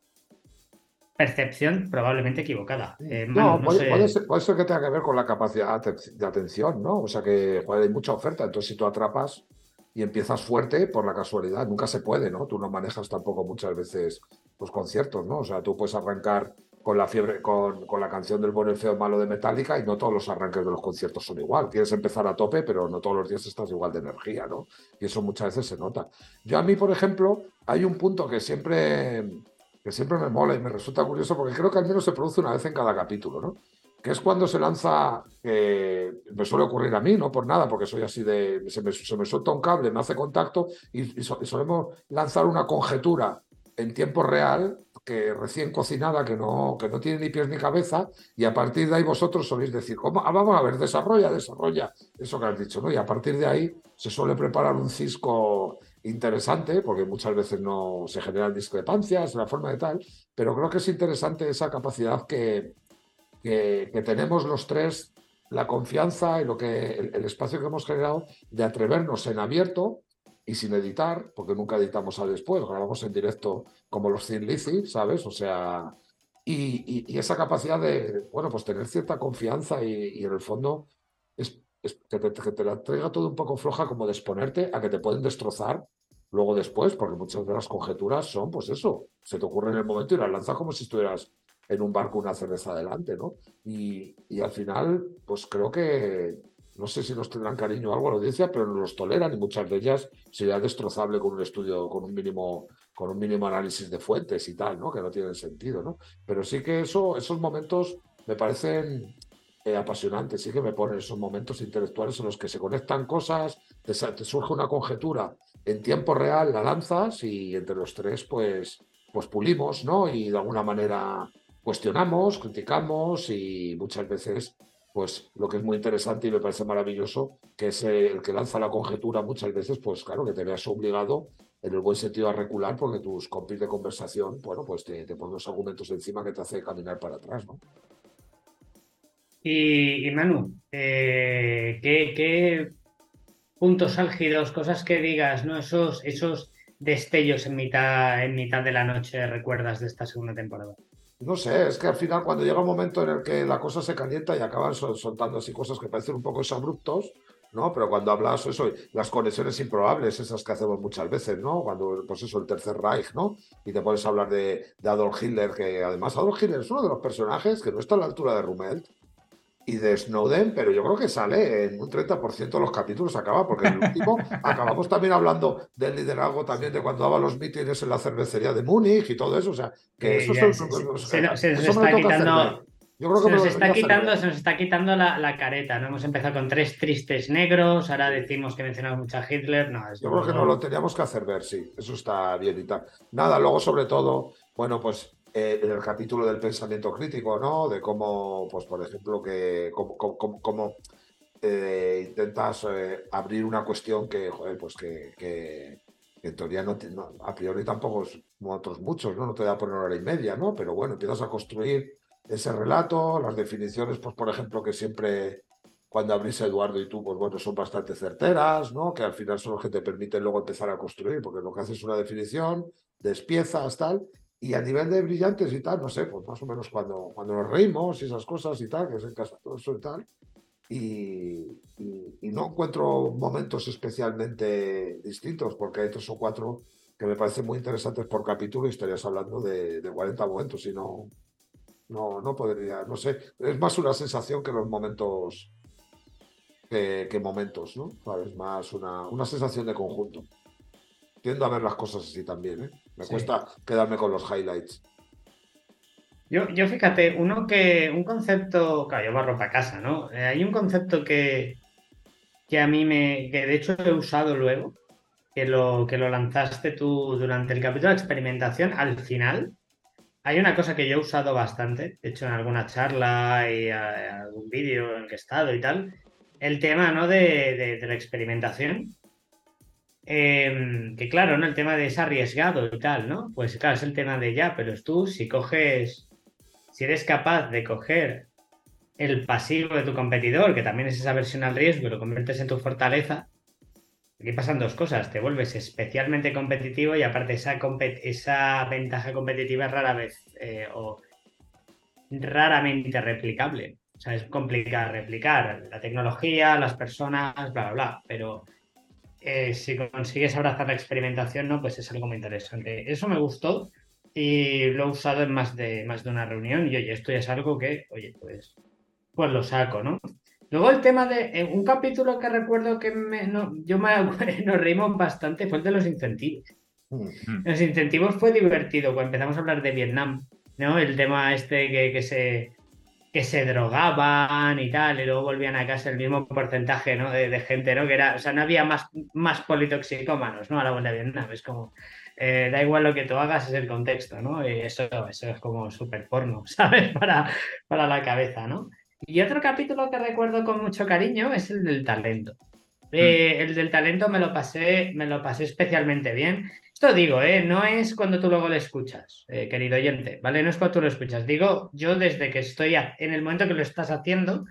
Percepción probablemente equivocada. Eh, Manu, No, no puede, puede sé. ser, puede ser que tenga que ver con la capacidad de aten- de atención, ¿no? O sea que joder, hay mucha oferta, entonces si tú atrapas y empiezas fuerte por la casualidad, nunca se puede, ¿no? Tú no manejas tampoco muchas veces los conciertos, ¿no? O sea, tú puedes arrancar con la fiebre, con, con la canción del bueno, el feo, malo de Metallica y no todos los arranques de los conciertos son igual. Quieres empezar a tope, pero no todos los días estás igual de energía, ¿no? Y eso muchas veces se nota. Yo a mí, por ejemplo, hay un punto que siempre que siempre me mola y me resulta curioso porque creo que al menos se produce una vez en cada capítulo, ¿no? Que es cuando se lanza, que me suele ocurrir a mí, no por nada, porque soy así de, se me, se me suelta un cable, me hace contacto y, y, so, y solemos lanzar una conjetura en tiempo real, que recién cocinada, que no, que no tiene ni pies ni cabeza, y a partir de ahí vosotros soléis decir, ¿cómo? Ah, vamos a ver, desarrolla, desarrolla eso que has dicho, ¿no? Y a partir de ahí se suele preparar un cisco interesante, porque muchas veces no se generan discrepancias en la forma de tal, pero creo que es interesante esa capacidad que, que, que tenemos los tres, la confianza y lo que, el, el espacio que hemos generado de atrevernos en abierto y sin editar, porque nunca editamos a después, grabamos en directo como los Thin Lizzy, ¿sabes? O sea, y, y, y, esa capacidad de, bueno, pues tener cierta confianza y, y en el fondo es, es que, te, que, te, la traiga todo un poco floja como de exponerte a que te pueden destrozar luego después, porque muchas de las conjeturas son, pues eso, se te ocurre en el momento y las lanzas como si estuvieras en un barco una cerveza adelante, ¿no? Y, y al final, pues creo que, no sé si nos tendrán cariño o algo a la audiencia, pero no los toleran y muchas de ellas sería destrozable con un estudio, con un mínimo, con un mínimo análisis de fuentes y tal, ¿no? Que no tienen sentido, ¿no? Pero sí que eso, esos momentos me parecen eh, apasionantes, sí que me ponen esos momentos intelectuales en los que se conectan cosas, te, te surge una conjetura en tiempo real, la lanzas y entre los tres, pues, pues pulimos, ¿no? Y de alguna manera cuestionamos, criticamos y muchas veces, pues lo que es muy interesante y me parece maravilloso, que es el que lanza la conjetura muchas veces, pues claro, que te veas obligado en el buen sentido a recular porque tus compis de conversación, bueno, pues te, te ponen los argumentos encima que te hace caminar para atrás, ¿no? Y, y Manu, eh, ¿qué, qué puntos álgidos, cosas que digas, ¿no? Esos, esos destellos en mitad, en mitad de la noche recuerdas de esta segunda temporada? No sé, es que al final cuando llega un momento en el que la cosa se calienta y acaban sol- soltando así cosas que parecen un poco abruptos, ¿no? Pero cuando hablas eso, las conexiones improbables, esas que hacemos muchas veces, ¿no? Cuando, pues eso, el Tercer Reich, ¿no? Y te pones a hablar de, de Adolf Hitler, que además Adolf Hitler es uno de los personajes que no está a la altura de Rommel y de Snowden, pero yo creo que sale en un treinta por ciento de los capítulos acaba, porque en el último acabamos también hablando del liderazgo también de cuando daba los mítines en la cervecería de Múnich y todo eso, o sea, que Eh, eso, es ya el- se, se- se nos, se nos eso me lo está tengo que hacer ver. quitando, Yo creo que se me nos lo está debería hacer quitando, ver. se nos está quitando la, la careta, ¿no? Hemos empezado con tres tristes negros, ahora Sí. decimos que mencionamos mucho a Hitler, no, es Yo creo que nos lo luego. teníamos que hacer ver, sí, eso está bien y tal. Nada, luego sobre todo, bueno, pues eh, en el capítulo del pensamiento crítico, ¿no? De cómo, pues por ejemplo, que cómo, cómo- cómo, eh, intentas eh, abrir una cuestión que, joder, pues que, que- que en teoría no, te- no- a priori tampoco es como otros muchos, ¿no? No te voy a poner hora y media, ¿no? Pero bueno, empiezas a construir ese relato, las definiciones, pues por ejemplo, que siempre cuando abrís Eduardo y tú, pues bueno, son bastante certeras, ¿no? Que al final son los que te permiten luego empezar a construir, porque lo que haces es una definición, despiezas, tal, y a nivel de brillantes y tal, no sé, pues más o menos cuando, cuando nos reímos y esas cosas y tal, que se encasa todo eso y tal, y, y- y no encuentro momentos especialmente distintos, porque hay tres o cuatro que me parecen muy interesantes por capítulo y estarías hablando de, de cuarenta momentos y no, no, no podría, no sé, es más una sensación que los momentos, que, que momentos, ¿no? ¿Sabes? Más una, una sensación de conjunto. Tiendo a ver las cosas así también, ¿eh? Me Sí. cuesta quedarme con los highlights. Yo, yo fíjate, uno que, un concepto, claro, yo barro para casa, ¿no? Eh, hay un concepto que, que a mí me, que de hecho he usado luego, que lo, que lo lanzaste tú durante el capítulo de experimentación, al final. hay una cosa que yo he usado bastante, de hecho en alguna charla y a- algún vídeo en el que he estado y tal, el tema, ¿no? de, de- de la experimentación. Eh, que claro, ¿no? El tema de es arriesgado y tal, ¿no? Pues claro, es el tema de ya, pero es tú, si coges, si eres capaz de coger el pasivo de tu competidor, que también es esa versión al riesgo, y lo conviertes en tu fortaleza, aquí pasan dos cosas, te vuelves especialmente competitivo y aparte esa, compet- esa ventaja competitiva es rara vez eh, o raramente replicable. O sea, es complicado replicar la tecnología, las personas, bla, bla, bla, pero eh, si consigues abrazar la experimentación, ¿no? Pues es algo muy interesante. Eso me gustó y lo he usado en más de, más de una reunión y oye, esto ya es algo que, oye, pues, pues lo saco, ¿no? Luego el tema de eh, un capítulo que recuerdo que me, no, yo me, nos reímos bastante fue el de los incentivos. Mm. Mm. Los incentivos fue divertido cuando empezamos a hablar de Vietnam, ¿no? El tema este que, que se que se drogaban y tal, y luego volvían a casa el mismo porcentaje, ¿no? de, de gente, ¿no? Que era, o sea, no había más, más politoxicómanos, ¿no? A la vuelta de Vietnam. Es como, eh, da igual lo que tú hagas, es el contexto, ¿no? Y eso, eso es como súper porno, ¿sabes? Para, para la cabeza, ¿no? Y otro capítulo que recuerdo con mucho cariño es el del talento. Mm. Eh, el del talento me lo pasé, me lo pasé especialmente bien. Esto digo, ¿eh? No es cuando tú luego lo escuchas, eh, querido oyente, ¿vale? No es cuando tú lo escuchas. Digo, yo desde que estoy a- en el momento que lo estás haciendo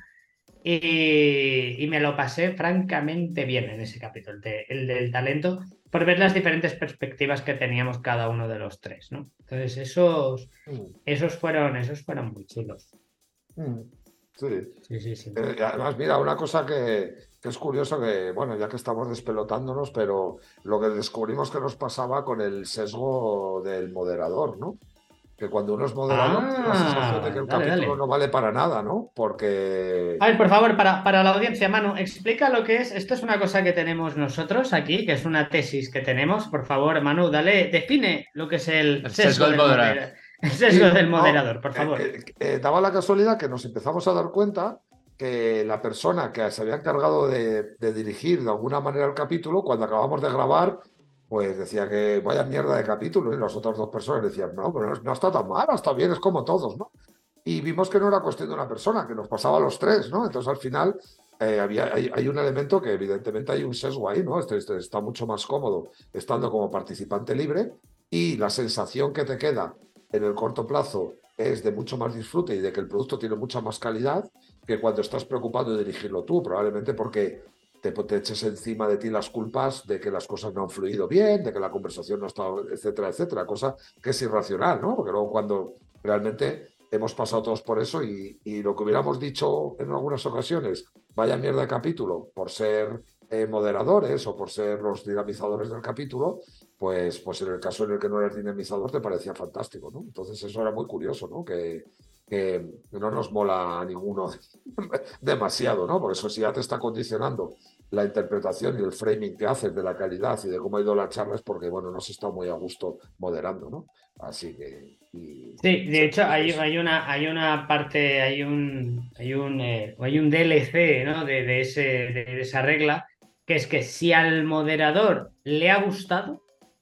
y, y me lo pasé francamente bien en ese capítulo, el, de- el del talento, por ver las diferentes perspectivas que teníamos cada uno de los tres, ¿no? Entonces, esos, Mm. esos fueron, esos fueron muy chulos. Mm. Sí. Sí, sí, sí. Eh, y además, mira, una cosa que, que es curioso, que, bueno, ya que estamos despelotándonos, pero lo que descubrimos que nos pasaba con el sesgo del moderador, ¿no? Que cuando uno es moderador tiene la sensación de que Ah, el dale, capítulo dale. no vale para nada, ¿no? Porque... A ver, por favor, para, para la audiencia, Manu, explica lo que es. Esto es una cosa que tenemos nosotros aquí, que es una tesis que tenemos. Por favor, Manu, dale, define lo que es el El sesgo sesgo del del moderador. moderador. El Sí, sesgo no, del no, moderador, por eh, favor. eh, eh, daba la casualidad que nos empezamos a dar cuenta que la persona que se había encargado de, de dirigir de alguna manera el capítulo, cuando acabamos de grabar, pues decía que vaya mierda de capítulo, y las otras dos personas decían, no, pero no, no está tan mal, está bien, es como todos, ¿no? Y vimos que no era cuestión de una persona, que nos pasaba a los tres, ¿no? Entonces al final eh, había, hay, hay un elemento que evidentemente hay un sesgo ahí, ¿no? Este, este está mucho más cómodo estando como participante libre y la sensación que te queda en el corto plazo es de mucho más disfrute y de que el producto tiene mucha más calidad que cuando estás preocupado de dirigirlo tú, probablemente porque te, te eches encima de ti las culpas de que las cosas no han fluido bien, de que la conversación no ha estado, etcétera, etcétera, cosa que es irracional, ¿no? Porque luego cuando realmente hemos pasado todos por eso y, y lo que hubiéramos dicho en algunas ocasiones, vaya mierda de capítulo, por ser eh, moderadores o por ser los dinamizadores del capítulo, pues, pues en el caso en el que no eres dinamizador te parecía fantástico, ¿no? Entonces eso era muy curioso, ¿no? Que, que no nos mola a ninguno demasiado, ¿no? Por eso si ya te está condicionando la interpretación y el framing que haces de la calidad y de cómo ha ido la charla es porque, bueno, no se está muy a gusto moderando, ¿no? Así que... Y, Sí, de hecho hay, eso. hay una, hay una parte, hay un, hay un, eh, hay un D L C, ¿no? de, de ese, de, de esa regla, que es que si al moderador le ha gustado,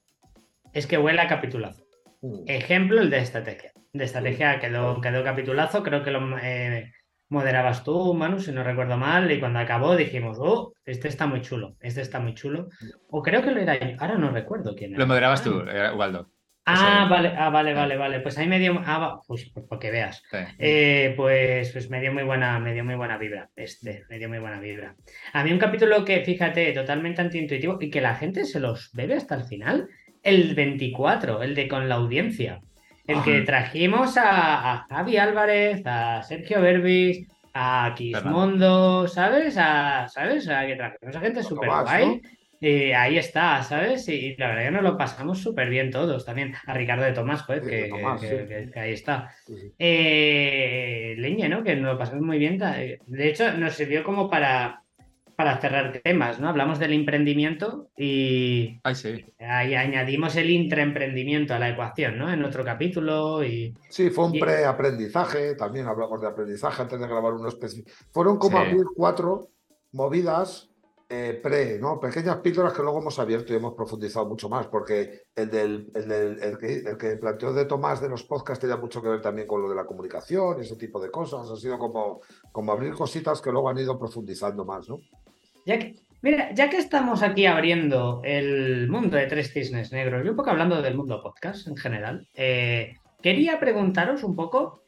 es que huele a capitulazo. Mm, Ejemplo, el de estrategia. De sí, estrategia quedó, claro. quedó capitulazo, creo que lo eh, moderabas tú, Manu, si no recuerdo mal, y cuando acabó dijimos, oh, este está muy chulo, este está muy chulo. O creo que lo era yo, ahora no recuerdo quién Lo era. moderabas Ahora tú, no. eh, Waldo. Ah, Ese, vale, ah, vale, eh, vale, vale. Pues ahí me dio, ah, va- pues, pues porque veas. sí. Mm, Eh, pues, pues me dio muy buena, me dio muy buena vibra. Este, me dio muy buena vibra. A mí un capítulo que, fíjate, totalmente antiintuitivo y que la gente se los bebe hasta el final. El veinticuatro, el de con la audiencia. El ah, que Mm. trajimos a, a Javi Álvarez, a Sergio Berbis, a Fernando. Quismondo, ¿sabes? A, ¿sabes? A que trajimos a gente a súper Tomás, guay. ¿no? Y ahí está, ¿sabes? Y la verdad que nos lo pasamos súper bien todos. También a Ricardo de Tomás, joder, Sí, de que, que- Tomás, sí. que- que- que ahí está. Sí, sí. Eh, Leñe, ¿no? Que nos lo pasamos muy bien. De hecho, nos sirvió como para, para cerrar temas, ¿no? Hablamos del emprendimiento y Ay, sí. ahí añadimos el intraemprendimiento a la ecuación, ¿no? En otro capítulo y, Sí, fue un y- preaprendizaje, también hablamos de aprendizaje antes de grabar uno específico. Fueron como Sí. abrir cuatro movidas eh, pre, ¿no? Pequeñas píldoras que luego hemos abierto y hemos profundizado mucho más, porque el, del, el, del, el, que, el que planteó de Tomás de los podcasts tenía mucho que ver también con lo de la comunicación y ese tipo de cosas. Ha sido como, como abrir cositas que luego han ido profundizando más, ¿no? Ya que, mira, ya que estamos aquí abriendo el mundo de Tres Cisnes Negros y un poco hablando del mundo podcast en general, eh, quería preguntaros un poco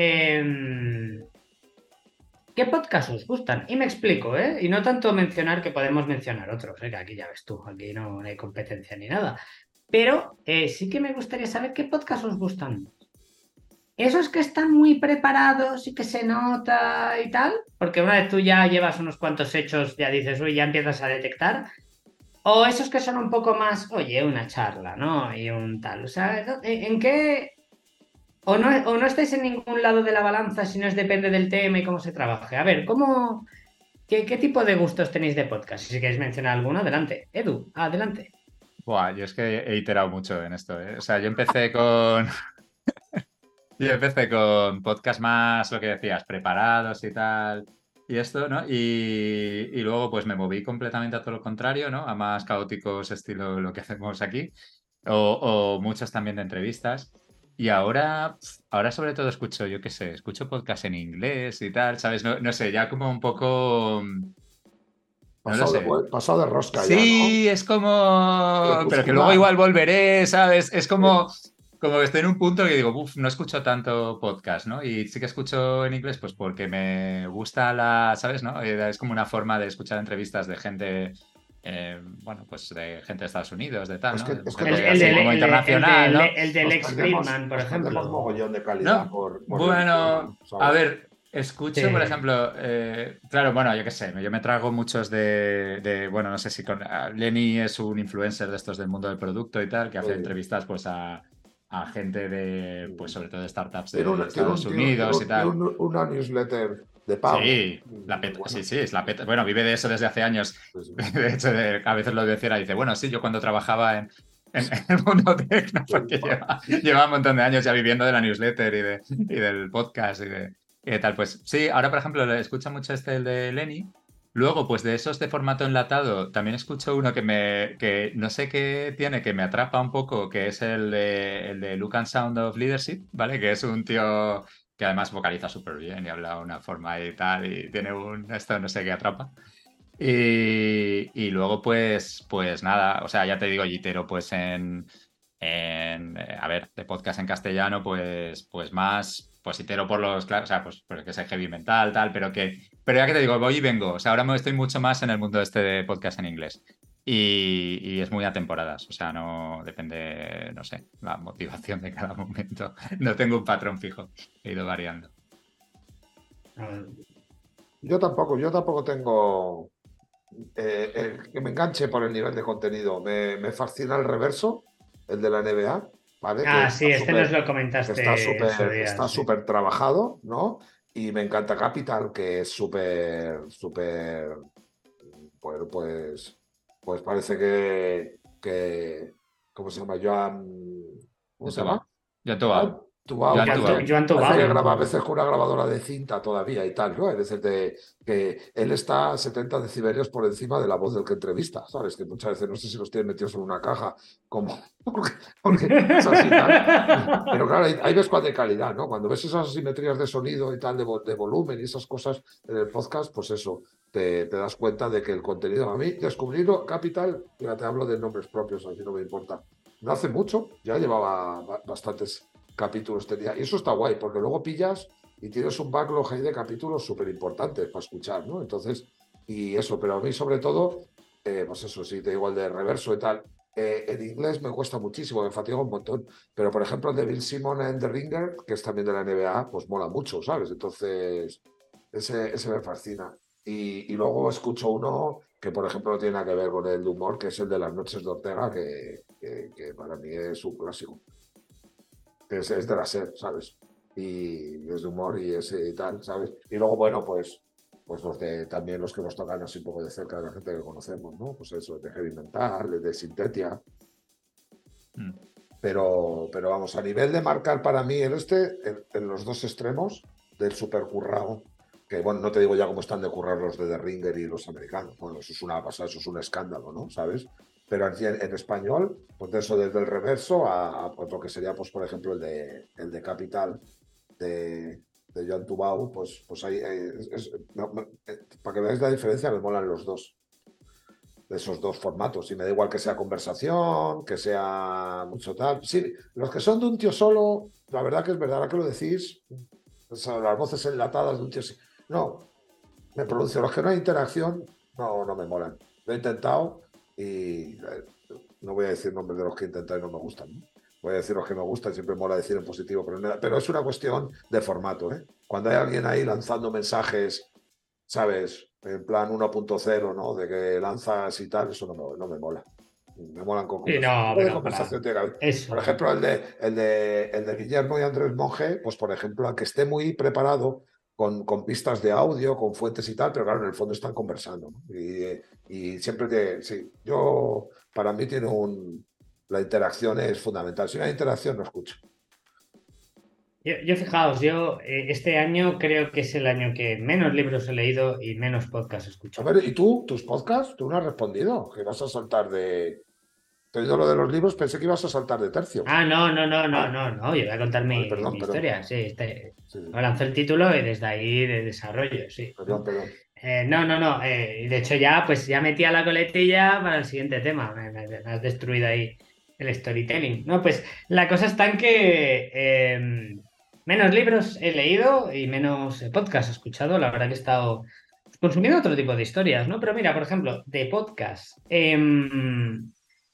eh, ¿qué podcast os gustan? Y me explico, ¿eh? Y no tanto mencionar que podemos mencionar otros, ¿eh? Que aquí ya ves tú, aquí no, no hay competencia ni nada. Pero eh, sí que me gustaría saber qué podcast os gustan. Esos que están muy preparados y que se nota y tal, porque una vez tú ya llevas unos cuantos hechos, ya dices, uy, ya empiezas a detectar. O esos que son un poco más, oye, una charla, ¿no? Y un tal. O sea, ¿en, en qué? O no, o no estáis en ningún lado de la balanza, si no es depende del tema y cómo se trabaje. A ver, ¿cómo, qué, qué tipo de gustos tenéis de podcast? Si queréis mencionar alguno, adelante. Edu, adelante. Buah, yo es que he iterado mucho en esto, ¿eh? O sea, yo empecé con. Yo empecé con podcast más, lo que decías, preparados y tal, y esto, ¿no? Y, y luego pues me moví completamente a todo lo contrario, ¿no? A más caóticos estilo lo que hacemos aquí, o, o muchos también de entrevistas. Y ahora, ahora sobre todo escucho, yo qué sé, escucho podcast en inglés y tal, ¿sabes? No, no sé, ya como un poco, no lo Pasado sé. de, pasado de rosca ya, ¿no? Sí, es como. Pero que luego Crepuscular. igual volveré, ¿sabes? Es como. Sí. Como que estoy en un punto que digo, uff, no escucho tanto podcast, ¿no? Y sí que escucho en inglés, pues porque me gusta la, ¿sabes? ¿No? Eh, Es como una forma de escuchar entrevistas de gente, eh, bueno, pues de gente de Estados Unidos, de tal, Es que, ¿no? es que El, nos Gente el, así del, como perdemos, el, de- el, internacional, del, ¿no? el del nos ex perdemos, Friedman, por nos perdemos ejemplo. mogollón de calidad No, por, por el idioma, bueno, a ¿sabes? ver, escucho, por Sí. ejemplo, eh, claro, bueno, yo qué sé, yo me trago muchos de, de, bueno, no sé si con, ah, Lenny es un influencer de estos del mundo del producto y tal, que hace Sí. entrevistas pues a, a gente de, pues sobre todo de startups Tiene, de una, tiene, Estados un, tiene, tiene Unidos y un- tiene tal. un- una newsletter de pago Sí, la muy peta, buena. sí, sí, es la peta. Bueno, vive de eso desde hace años. Sí, sí. De hecho, de- a veces lo decía, dice, bueno, sí, yo cuando trabajaba en, en, en el mundo tecno, porque lleva, lleva un montón de años ya viviendo de la newsletter y, de, y del podcast y de, y de tal. Pues sí, ahora, por ejemplo, le escucho mucho este, el de Lenny. Luego, pues de esos de formato enlatado, también escucho uno que me, que no sé qué tiene, que me atrapa un poco, que es el de, el de Look and Sound of Leadership, ¿vale? Que es un tío que además vocaliza súper bien y habla de una forma y tal, y tiene un esto no sé qué atrapa. Y, y luego, pues, pues nada, o sea, ya te digo, Gitero, pues en, en, eh, a ver, de podcast en castellano, pues, pues más, pues itero por los, claro, o sea, pues, pues que es heavy mental, tal, pero que, pero ya que te digo, voy y vengo, o sea, ahora me estoy mucho más en el mundo este de podcast en inglés. Y, y es muy a temporadas, o sea, no depende, no sé, la motivación de cada momento. No tengo un patrón fijo, he ido variando. Yo tampoco, yo tampoco tengo eh, el que me enganche por el nivel de contenido. Me, me fascina el reverso, el de la N B A, ¿vale? Que Ah, está sí, este nos súper, lo que está comentaste en su súper, día, está sí. súper trabajado, ¿no? Y me encanta Capital, que es súper, súper, pues, pues, pues parece que, que, ¿cómo se llama? Joan, ¿cómo Yo se te va, llama? yo te va, Joan Tubau, Joan Joan, parece, Tu- Tubau. Joan parece que Tubau. graba a veces con una grabadora de cinta todavía y tal, ¿no? Es decir, de- que él está a setenta decibelios por encima de la voz del que entrevista, ¿sabes? Que muchas veces no sé si los tiene metidos en una caja, como, porque, porque es así tal. Pero claro, ahí, ahí ves cuál de calidad, ¿no? Cuando ves esas asimetrías de sonido y tal, de, vo- de volumen y esas cosas en el podcast, pues eso, te, te das cuenta de que el contenido, a mí, descubrirlo, Capital, mira, te hablo de nombres propios, así no me importa. No hace mucho, ya llevaba ba- bastantes capítulos tenía. Y eso está guay, porque luego pillas y tienes un backlog ahí de capítulos súper importantes para escuchar, ¿no? Entonces, y eso, pero a mí sobre todo, eh, pues eso, sí, te digo el de reverso y tal. Eh, en inglés me cuesta muchísimo, me fatiga un montón. Pero, por ejemplo, el de Bill Simon en The Ringer, que es también de la N B A, pues mola mucho, ¿sabes? Entonces, ese, ese me fascina. Y, y luego escucho uno que, por ejemplo, no tiene nada que ver con el de humor, que es el de Las Noches de Ortega, que, que, que para mí es un clásico. Que es, es de la SER, ¿sabes? Y es de humor y ese y tal, ¿sabes? Y luego, bueno, pues, pues los de, también los que nos tocan así un poco de cerca de la gente que conocemos, ¿no? Pues eso, de Heavy Mental, de Sintetia. Mm. Pero, pero vamos, a nivel de marcar para mí el este, en, en los dos extremos del super currao, que bueno, no te digo ya cómo están de currar los de The Ringer y los americanos. Bueno, eso es una pasada, eso es un escándalo, ¿no? ¿Sabes? Pero en, en español, pues de eso desde el reverso a, a pues, lo que sería, pues por ejemplo, el de, el de Capital de, de Joan Tubau, pues, pues ahí, es, es, no, no, eh, para que veáis la diferencia, me molan los dos, de esos dos formatos. Y me da igual que sea conversación, que sea mucho tal. Sí, los que son de un tío solo, la verdad que es verdad, ahora que lo decís, son las voces enlatadas de un tío. No, me pronuncio. Los que no hay interacción, no, no me molan. Lo he intentado y eh, no voy a decir nombres de los que he intentado y no me gustan, ¿no? Voy a decir los que me gustan, siempre mola decir en positivo, pero, no, pero es una cuestión de formato, ¿eh? Cuando hay alguien ahí lanzando mensajes, ¿sabes? En plan uno punto cero, ¿no? De que lanzas y tal, eso no me, no me mola. Me molan con Sí, conversación. no, Algo de pero para conversación tiene que haber. Por eso. ejemplo, el de, el, de, el de Guillermo y Andrés Monge, pues por ejemplo, aunque esté muy preparado con, con pistas de audio, con fuentes y tal, pero claro, en el fondo están conversando, ¿no? Y, y siempre te, sí, yo, para mí tiene un, la interacción es fundamental. Si no hay interacción, no escucho. Yo, yo fijaos, yo eh, este año creo que es el año que menos libros he leído y menos podcasts he A escuchado. ver, ¿y tú, tus podcasts? Tú no has respondido, que vas a saltar de... Te he oído lo de los libros, pensé que ibas a saltar de tercio. Ah, no, no, no, no, Ah, no, no, yo voy a contar vale, mi, perdón, mi perdón. historia, sí, este, Sí, sí, me lanzó el título y desde ahí de desarrollo, sí, perdón, ¿no? perdón. Eh, no, no, no, eh, de hecho ya, pues ya metí a la coletilla para el siguiente tema, me, me- me has destruido ahí el storytelling. No, pues la cosa está en que eh, menos libros he leído y menos eh, podcasts he escuchado, la verdad que he estado consumiendo otro tipo de historias, ¿no? Pero mira, por ejemplo, de podcast. em,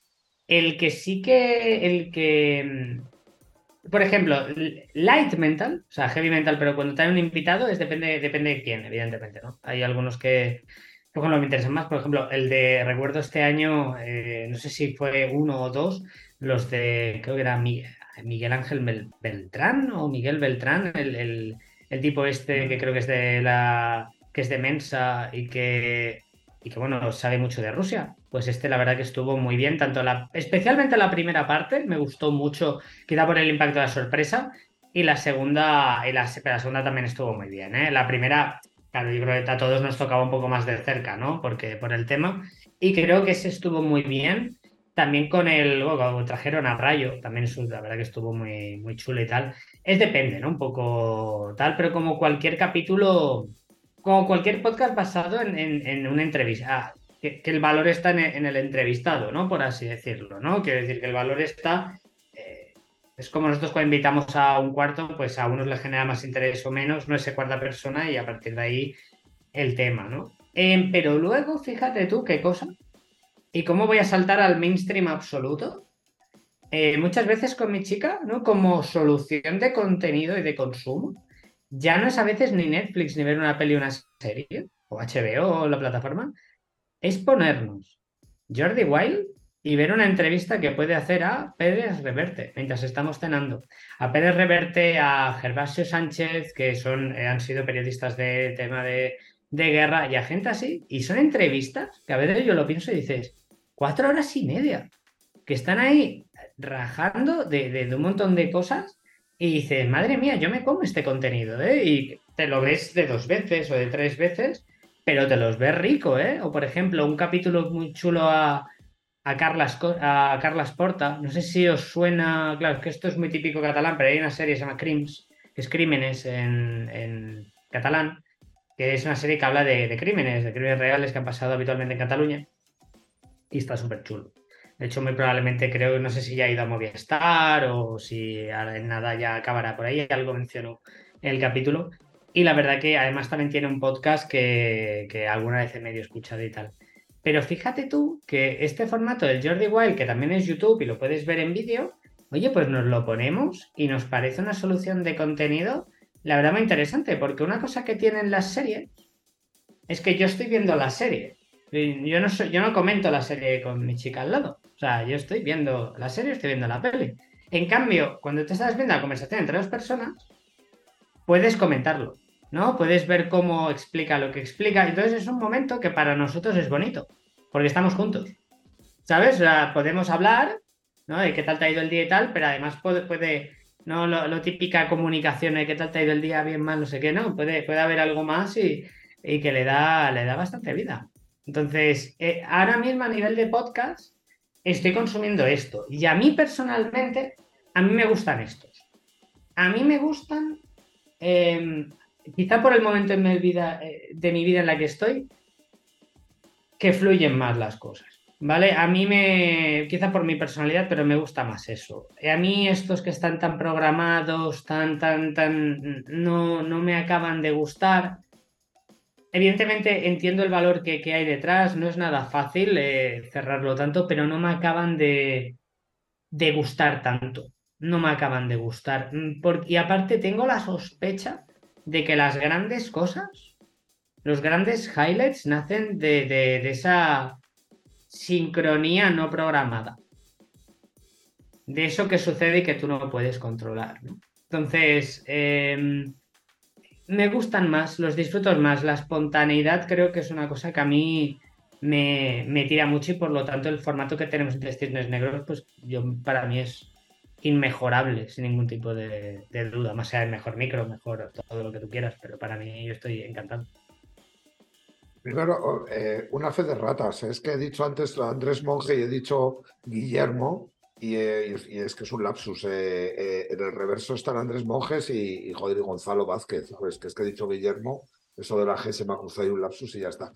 el que sí que, el que, em, por ejemplo, l- light mental, o sea, heavy mental, pero cuando trae un invitado es depende, depende de quién, evidentemente, ¿no? Hay algunos que, que por ejemplo, me interesan más. Por ejemplo, el de, recuerdo este año, eh, no sé si fue uno o dos, los de, creo que era Mi- Miguel Ángel Bel- Beltrán o Miguel Beltrán, el, el, el tipo este que creo que es de la, que es de Mensa y que, y que, bueno, sabe mucho de Rusia. Pues este, la verdad que estuvo muy bien, tanto la, especialmente la primera parte, me gustó mucho, quizá por el impacto de la sorpresa. Y la segunda, y la, pero la segunda también estuvo muy bien, ¿eh? La primera, claro, yo creo que a todos nos tocaba un poco más de cerca, ¿no? Porque por el tema. Y creo que ese estuvo muy bien. También con el, bueno, cuando trajeron a Rayo, también eso, la verdad que estuvo muy, muy chulo y tal. Es depende, ¿no? Un poco tal, pero como cualquier capítulo, como cualquier podcast basado en, en, en una entrevista. Ah, que, que el valor está en el, en el entrevistado, ¿no? Por así decirlo, ¿no? Quiero decir que el valor está eh, es como nosotros cuando invitamos a un cuarto, pues a unos les genera más interés o menos, no esa cuarta persona y a partir de ahí el tema, ¿no? Eh, pero luego, fíjate tú qué cosa, y cómo voy a saltar al mainstream absoluto. Eh, muchas veces con mi chica, ¿no? Como solución de contenido y de consumo, ya no es a veces ni Netflix ni ver una peli o una serie, o H B O o la plataforma, es ponernos Jordi Wild y ver una entrevista que puede hacer a Pérez Reverte mientras estamos cenando. A Pérez Reverte, a Gervasio Sánchez, que son, eh, han sido periodistas de tema de, de guerra, y a gente así. Y son entrevistas que a veces yo lo pienso y dices, cuatro horas y media, que están ahí rajando de, de, de un montón de cosas. Y dices, madre mía, yo me como este contenido, ¿eh? Y te lo ves de dos veces o de tres veces, pero te los ves rico, ¿eh? O por ejemplo, un capítulo muy chulo a, a Carlas, Co- a Carlas Porta. No sé si os suena, claro, es que esto es muy típico catalán, pero hay una serie que se llama Crims, que es Crímenes en, en catalán, que es una serie que habla de, de crímenes, de crímenes reales que han pasado habitualmente en Cataluña y está súper chulo. De hecho, muy probablemente creo, no sé si ya ha ido a Movistar o si ahora en nada ya acabará por ahí, algo mencionó en el capítulo. Y la verdad que además también tiene un podcast que, que alguna vez he medio escuchado y tal. Pero fíjate tú que este formato del Jordi Wild, que también es YouTube y lo puedes ver en vídeo, oye, pues nos lo ponemos y nos parece una solución de contenido, la verdad, muy interesante, porque una cosa que tienen las series es que yo estoy viendo la serie. Y Yo no, soy- yo no comento la serie con mi chica al lado. O sea, yo estoy viendo la serie, estoy viendo la peli. En cambio, cuando te estás viendo la conversación entre dos personas, puedes comentarlo, ¿no? Puedes ver cómo explica lo que explica. Entonces es un momento que para nosotros es bonito, porque estamos juntos, ¿sabes? O sea, podemos hablar, ¿no? De qué tal te ha ido el día y tal, pero además puede, puede No lo, lo típica comunicación, ¿eh? ¿Qué tal te ha ido el día? Bien, mal, no sé qué, no. Puede, puede haber algo más y, y que le da, le da bastante vida. Entonces, eh, ahora mismo a nivel de podcast, estoy consumiendo esto. Y a mí personalmente, a mí me gustan estos. A mí me gustan, eh, quizá por el momento en mi vida, eh, de mi vida en la que estoy, que fluyen más las cosas. ¿Vale? A mí me, quizá por mi personalidad, pero me gusta más eso. A mí estos que están tan programados, tan, tan, tan, no, no me acaban de gustar. Evidentemente entiendo el valor que, que hay detrás, no es nada fácil eh, cerrarlo tanto, pero no me acaban de, de gustar tanto. No me acaban de gustar. Mm, por- y aparte tengo la sospecha de que las grandes cosas, los grandes highlights nacen de, de de esa sincronía no programada, de eso que sucede y que tú no puedes controlar, ¿no? Entonces, eh, me gustan más, los disfruto más. La espontaneidad creo que es una cosa que a mí me, me tira mucho y por lo tanto el formato que tenemos de Cisnes Negros, pues yo, para mí es inmejorable, sin ningún tipo de, de duda. Más sea el mejor micro, mejor todo lo que tú quieras, pero para mí yo estoy encantado. Primero, eh, una fe de ratas. Es que he dicho antes Andrés Monge y he dicho Guillermo, y, eh, y- y es que es un lapsus. eh, eh, en el reverso están Andrés Monjes y, y, joder, y Gonzalo Vázquez. ¿Sabes? Que es que he dicho Guillermo, eso de la G se me ha cruzado y un lapsus y ya está.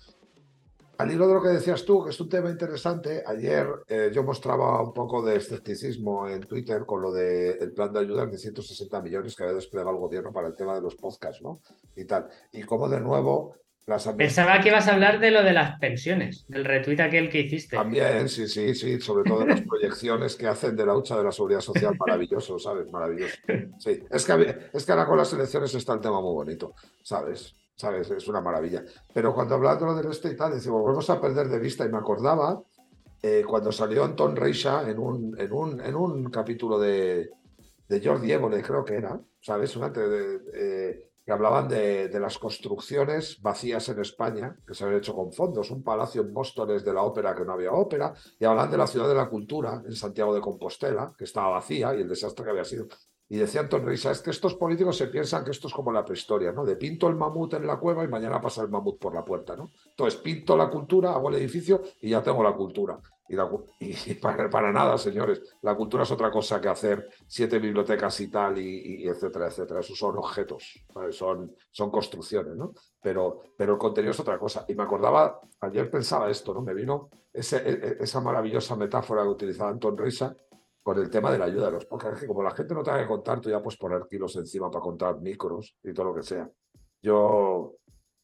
Al hilo de lo que decías tú, que es un tema interesante, ayer eh, yo mostraba un poco de escepticismo en Twitter con lo del plan de ayudas de ciento sesenta millones que había desplegado el gobierno para el tema de los podcasts, ¿no? Y tal. Y como de nuevo las Pensaba que administraciones ibas a hablar de lo de las pensiones, del retweet aquel que hiciste. también, sí, sí, sí, sobre todo las proyecciones que hacen de la hucha de la seguridad social, maravilloso, ¿sabes? Maravilloso. Sí, es que, había- es que ahora con las elecciones está el tema muy bonito, ¿sabes? ¿Sabes? Es una maravilla. Pero cuando hablando de lo del este y tal, decimos, volvemos a perder de vista y me acordaba eh, cuando salió Anton Reixa en un, en un, en un capítulo de, de Jordi Évole, creo que era, ¿sabes? Una, de, de, eh, que hablaban de, de, las construcciones vacías en España, que se habían hecho con fondos. Un palacio en Boston es de la ópera, que no había ópera, y hablan de la ciudad de la cultura, en Santiago de Compostela, que estaba vacía y el desastre que había sido. Y decía Anton Reixa, es que estos políticos se piensan que esto es como la prehistoria, ¿no? De pinto el mamut en la cueva y mañana pasa el mamut por la puerta, ¿no? Entonces pinto la cultura, hago el edificio y ya tengo la cultura. Y, la, y para, para, nada, señores, la cultura es otra cosa que hacer siete bibliotecas y tal, y, y etcétera, etcétera. Esos son objetos, ¿vale? son, son construcciones, ¿no? Pero, pero el contenido es otra cosa. Y me acordaba, ayer pensaba esto, ¿no? Me vino ese, esa maravillosa metáfora que utilizaba Anton Reixa con el tema de la ayuda de los podcasts, que como la gente no te haga contar, tú ya puedes poner kilos encima para contar micros y todo lo que sea. Yo,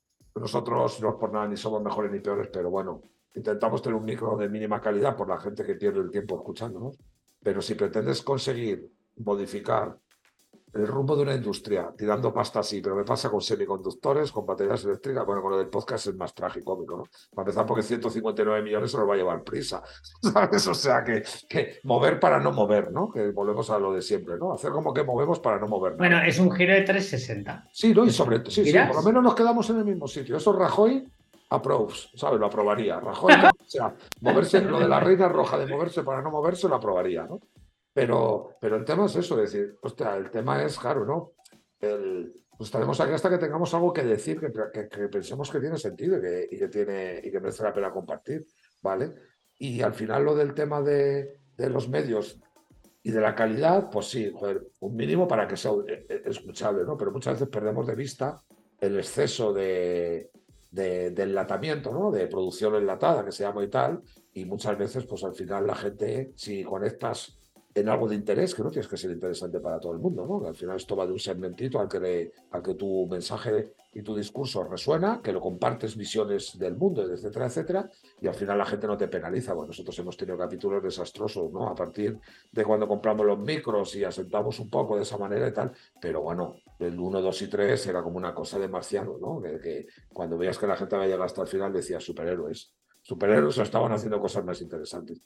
nosotros no es por nada ni somos mejores ni peores, pero bueno, intentamos tener un micro de mínima calidad por la gente que pierde el tiempo escuchándonos. Pero si pretendes conseguir modificar el rumbo de una industria, tirando pasta así, pero me pasa con semiconductores, con baterías eléctricas, bueno, con lo del podcast es más tragicómico, ¿no? Para empezar, porque ciento cincuenta y nueve millones se los va a llevar prisa, ¿sabes? O sea, que, que mover para no mover, ¿no? Que volvemos a lo de siempre, ¿no? Hacer como que movemos para no mover Bueno, nada. es un giro de trescientos sesenta. Sí, ¿no? Y Eso, sobre sí, sí, por lo ¿giras? menos nos quedamos en el mismo sitio. Eso Rajoy approves, ¿sabes? Lo aprobaría. Rajoy, o sea, moverse, lo de la reina roja de moverse para no moverse, lo aprobaría, ¿no? Pero, pero el tema es eso, es decir, hostia, el tema es, claro, ¿no? El, pues estaremos aquí hasta que tengamos algo que decir, que, que, que pensemos que tiene sentido y que, y que, tiene, y que merece la pena compartir, ¿vale? Y al final lo del tema de, de los medios y de la calidad, pues sí, joder, un mínimo para que sea eh, eh, escuchable, ¿no? Pero muchas veces perdemos de vista el exceso de, de, de enlatamiento, ¿no? De producción enlatada, que se llama y tal, y muchas veces, pues al final la gente, si conectas en algo de interés, que no tienes que ser interesante para todo el mundo, ¿no? Que al final esto va de un segmentito al que, le, al que tu mensaje y tu discurso resuena, que lo compartes visiones del mundo, etcétera, etcétera, y al final la gente no te penaliza. Bueno, nosotros hemos tenido capítulos desastrosos, ¿no? A partir de cuando compramos los micros y asentamos un poco de esa manera y tal, pero bueno, el uno, dos y tres era como una cosa de marciano, ¿no? Que, que cuando veías que la gente había llegado hasta el final decías superhéroes. Superhéroes o estaban haciendo cosas más interesantes.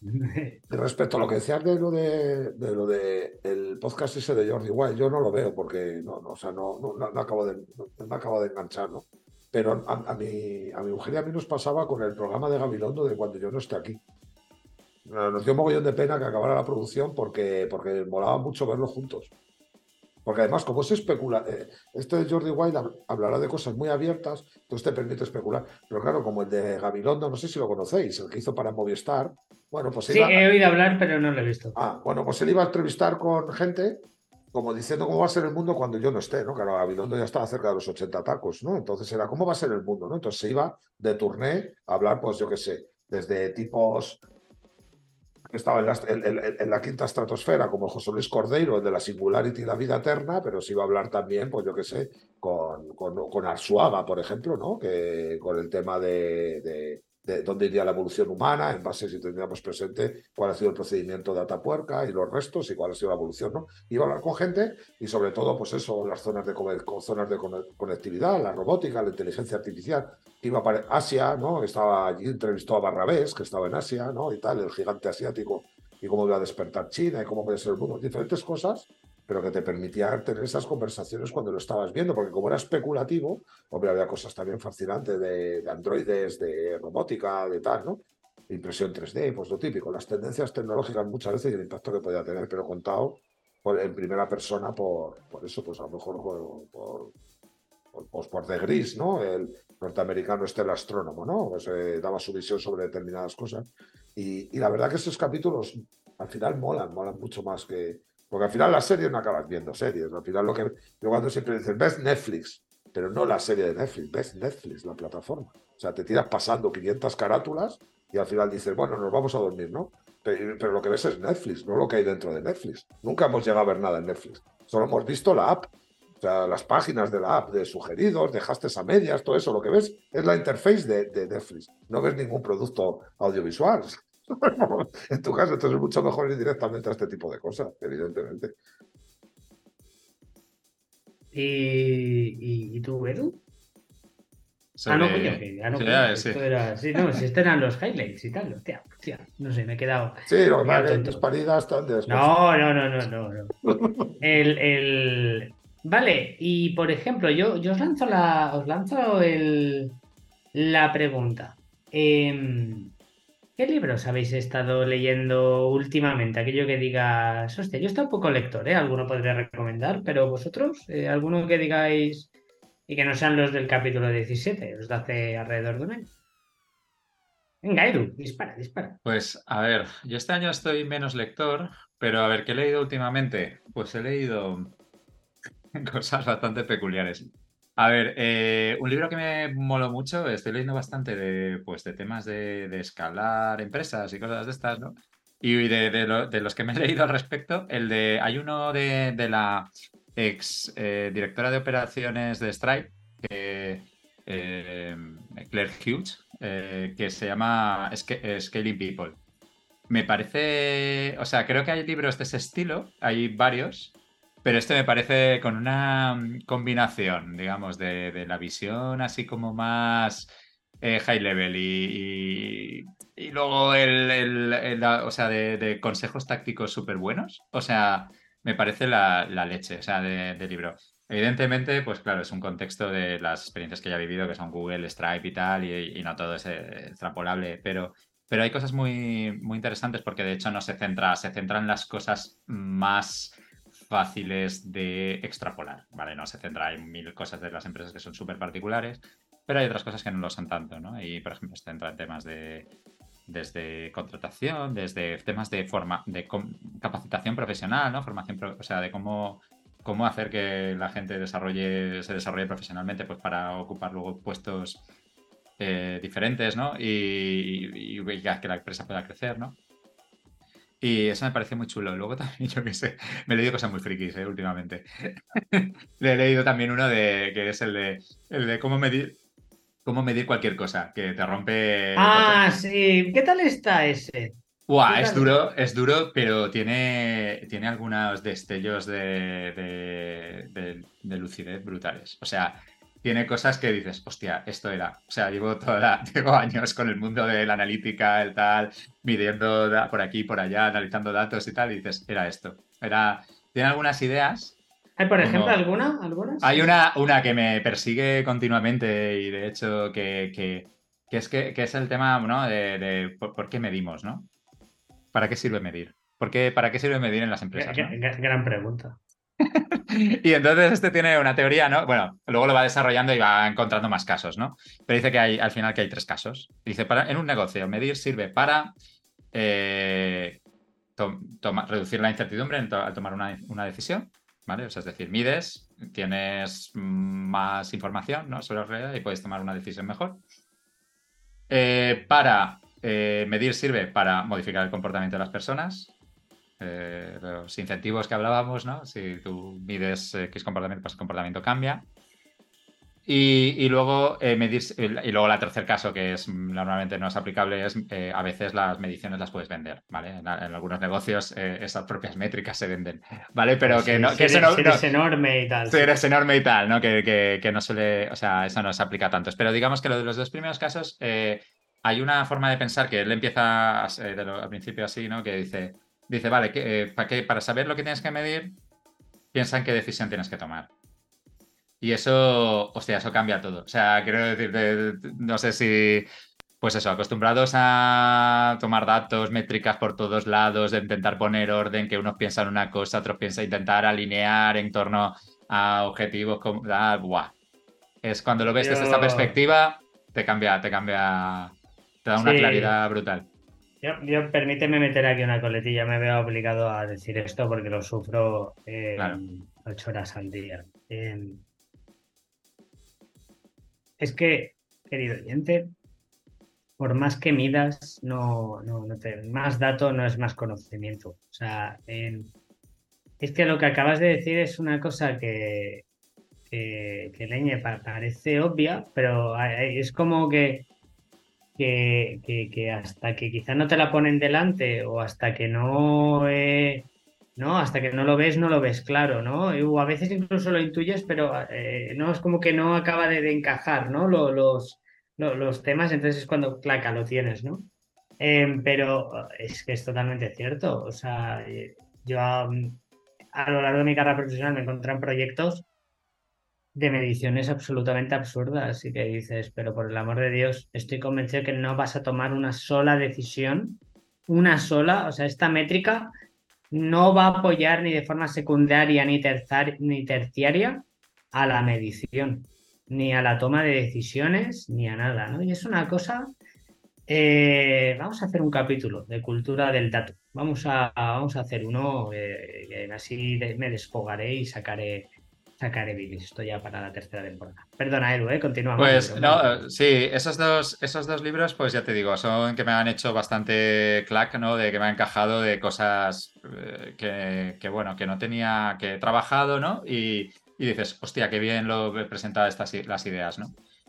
Respecto a lo que decías de lo de, de lo de el podcast ese de Jordi Wild, yo no lo veo porque no, no, o sea, no, no, no acabo de, no me acabo de enganchar, ¿no? Pero a, a, mi, a mi mujer y a mí nos pasaba con el programa de Gabilondo de cuando yo no esté aquí. Nos dio un mogollón de pena que acabara la producción porque, porque molaba mucho verlos juntos. Porque además, como es especula, eh, este de Jordi Wild hablará de cosas muy abiertas, entonces te permite especular. Pero claro, como el de Gabilondo, no sé si lo conocéis, el que hizo para Movistar, bueno, pues Sí, iba, he oído hablar, pero no lo he visto. ah, bueno, pues él iba a entrevistar con gente como diciendo cómo va a ser el mundo cuando yo no esté, ¿no? Claro, Gabilondo ya estaba cerca de los ochenta tacos, ¿no? Entonces era, ¿cómo va a ser el mundo, ¿no? Entonces se iba de turné a hablar, pues yo qué sé, desde tipos que estaba en la, en, en, en la quinta estratosfera, como José Luis Cordeiro, el de la Singularity y la vida eterna, pero se iba a hablar también, pues yo qué sé, con, con, con Arzuaga, por ejemplo, ¿no? Que con el tema de, de, de dónde iría la evolución humana, en base si tendríamos presente cuál ha sido el procedimiento de Atapuerca y los restos y cuál ha sido la evolución, ¿no? Iba a hablar con gente y sobre todo, pues eso, las zonas de, zonas de conectividad, la robótica, la inteligencia artificial. Iba para Asia, ¿no? Estaba allí, entrevistó a Barrabés, que estaba en Asia, ¿no? Y tal, el gigante asiático, y cómo iba a despertar China, y cómo puede ser el mundo, diferentes cosas, pero que te permitía tener esas conversaciones cuando lo estabas viendo, porque como era especulativo, hombre, había cosas también fascinantes de, de androides, de robótica, de tal, ¿no? Impresión tres D, pues lo típico, las tendencias tecnológicas muchas veces y el impacto que podía tener, pero contado por, en primera persona por, por eso, pues a lo mejor por, por pues por The Gris, ¿no? El norteamericano este, el astrónomo, ¿no? Pues eh, daba su visión sobre determinadas cosas. Y, y, la verdad que esos capítulos al final molan, molan mucho más que... Porque al final las series no acabas viendo series. Al final lo que... Yo cuando siempre dicen, ves Netflix, pero no la serie de Netflix, ves Netflix, la plataforma. O sea, te tiras pasando quinientas carátulas y al final dices, bueno, nos vamos a dormir, ¿no? Pero, pero lo que ves es Netflix, no lo que hay dentro de Netflix. Nunca hemos llegado a ver nada en Netflix. Solo hemos visto la app. O sea, las páginas de la app de sugeridos, dejaste a medias, todo eso. Lo que ves es la interface de, de Netflix. No ves ningún producto audiovisual. En tu caso, entonces es mucho mejor ir directamente a este tipo de cosas, evidentemente. ¿Y, y, y tú, Edu? Sobre... Ah, no, coño, que, ah, no, Sí, coño, que sí. esto era. Sí, no, si estos eran los highlights y tal, hostia, hostia, no sé, me he quedado, Sí, lo me que he pasa quedado es que hay tonto. disparidas tan de No, no, no, no, no, no. El, el... Vale, y por ejemplo, yo, yo os lanzo la, os lanzo el, la pregunta. Em, ¿qué libros habéis estado leyendo últimamente? Aquello que digas, hostia, yo estoy un poco lector, ¿eh? Alguno podría recomendar, pero vosotros, eh, alguno que digáis y que no sean los del capítulo diecisiete, los de hace alrededor de un año. Venga, Edu, dispara, dispara. Pues a ver, yo este año estoy menos lector, pero a ver, ¿qué he leído últimamente? Pues he leído cosas bastante peculiares. A ver, eh, un libro que me moló mucho, estoy leyendo bastante de, pues, de temas de, de escalar empresas y cosas de estas, ¿no? Y de, de, lo- de los que me he leído al respecto, el de, hay uno de, de la ex eh, directora de operaciones de Stripe, que, eh, Claire Hughes, eh, que se llama Sca- Scaling People. Me parece, o sea, creo que hay libros de ese estilo, hay varios, pero este me parece con una mm, combinación, digamos, de, de la visión así como más eh, high level y, y, y luego el, el- el- la- o sea, de, de consejos tácticos súper buenos. O sea, me parece la, la leche, o sea, de, de libro. Evidentemente, pues claro, es un contexto de las experiencias que ya he vivido, que son Google, Stripe y tal, y, y no todo es eh, extrapolable, pero... Pero hay cosas muy, muy interesantes porque de hecho no se centra, se centra en las cosas más fáciles de extrapolar, ¿vale? No se centra en mil cosas de las empresas que son súper particulares, pero hay otras cosas que no lo son tanto, ¿no? Y, por ejemplo, se centra en temas de desde contratación, desde temas de forma, de com- capacitación profesional, ¿no? Formación, pro- o sea, de cómo, cómo hacer que la gente desarrolle, se desarrolle profesionalmente, pues para ocupar luego puestos eh, diferentes, ¿no? Y, y, y que la empresa pueda crecer, ¿no? Y eso me parece muy chulo. Luego también, yo qué sé, me he leído cosas muy frikis, ¿eh? Últimamente. Le he leído también uno de, que es el de, el de cómo medir, cómo medir cualquier cosa, que te rompe cualquier... Ah, sí, ¿qué tal está ese? ¿Qué Buah, es tal está? duro, es duro, pero tiene, tiene algunos destellos de, de, de- de lucidez brutales. O sea, tiene cosas que dices, hostia, esto era. O sea, llevo toda la- llevo años con el mundo de la analítica, el tal, midiendo da- por aquí, por allá, analizando datos y tal, y dices, era esto. Era, tiene algunas ideas, ¿Hay, por ejemplo, como alguna? ¿Alguna? hay Sí. una, una que me persigue continuamente y de hecho que, que, que es que, que es el tema, ¿no? De, de por, por qué medimos, ¿no? ¿Para qué sirve medir? ¿Por qué, ¿Para qué sirve medir en las empresas? ¿no? Gran pregunta. Y entonces este tiene una teoría, ¿no? Bueno, luego lo va desarrollando y va encontrando más casos, ¿no? Pero dice que hay, al final que hay tres casos. Dice, para, en un negocio, medir sirve para eh, to toma, reducir la incertidumbre en to al tomar una, una decisión, ¿vale? O sea, es decir, mides, tienes más información, ¿no?, sobre la realidad y puedes tomar una decisión mejor. Eh, para eh, medir sirve para modificar el comportamiento de las personas. Eh, los incentivos que hablábamos, ¿no? Si tú mides X comportamiento, pues el comportamiento cambia. Y, y luego eh, medir, y luego el tercer caso, que es normalmente no es aplicable, es eh, a veces las mediciones las puedes vender, ¿vale? En, en algunos negocios eh, esas propias métricas se venden, ¿vale? Pero pues que sí, no, si que eres, eso no, si eres no, enorme y tal. si eres sí. enorme y tal, ¿no? Que, que, que no suele, o sea, eso no se aplica tanto. Pero digamos que lo de los dos primeros casos, eh, hay una forma de pensar que él empieza eh, de lo, al principio así, ¿no? Que dice, dice, vale, que, eh, ¿para qué? Para saber lo que tienes que medir, piensa en qué decisión tienes que tomar. Y eso, hostia, eso cambia todo. O sea, quiero decirte, no sé si, pues eso, acostumbrados a tomar datos, métricas por todos lados, de intentar poner orden, que unos piensan una cosa, otros piensan intentar alinear en torno a objetivos, como, ah, buah. Es cuando lo ves Yo... desde esta perspectiva, te cambia, te cambia, te da una sí. claridad brutal. Yo, yo, permíteme meter aquí una coletilla, me veo obligado a decir esto porque lo sufro eh, Claro. ocho horas al día. Eh, es que, querido oyente, por más que midas, no, no, no te, más dato no es más conocimiento. O sea, eh, es que lo que acabas de decir es una cosa que, que, que leñe, parece obvia, pero es como que Que, que, que hasta que quizá no te la ponen delante o hasta que no, eh, no, hasta que no lo ves, no lo ves claro, ¿no? O a veces incluso lo intuyes, pero eh, no es como que no acaba de, de encajar, ¿no? Lo- los, lo- los temas, entonces es cuando, claca, lo tienes, ¿no? Eh, pero es que es totalmente cierto. O sea, eh, yo a, a lo largo de mi carrera profesional me encontré en proyectos de mediciones absolutamente absurdas y que dices, pero por el amor de Dios, estoy convencido que no vas a tomar una sola decisión, una sola, o sea, esta métrica no va a apoyar ni de forma secundaria ni, terzar, ni terciaria a la medición, ni a la toma de decisiones, ni a nada, ¿no? Y es una cosa, eh, vamos a hacer un capítulo de cultura del dato, vamos a, vamos a hacer uno, eh, así de, me desfogaré y sacaré sacaré bilis, esto ya para la tercera temporada. Perdona, Edu, ¿eh? Continúa. Pues libro, no, libro. sí, esos dos, esos dos libros, pues ya te digo, son que me han hecho bastante clac, ¿no? De que me han encajado de cosas eh, que, que, bueno, que no tenía, que he trabajado, ¿no? Y, y dices, hostia, qué bien lo he presentado estas las ideas, ¿no?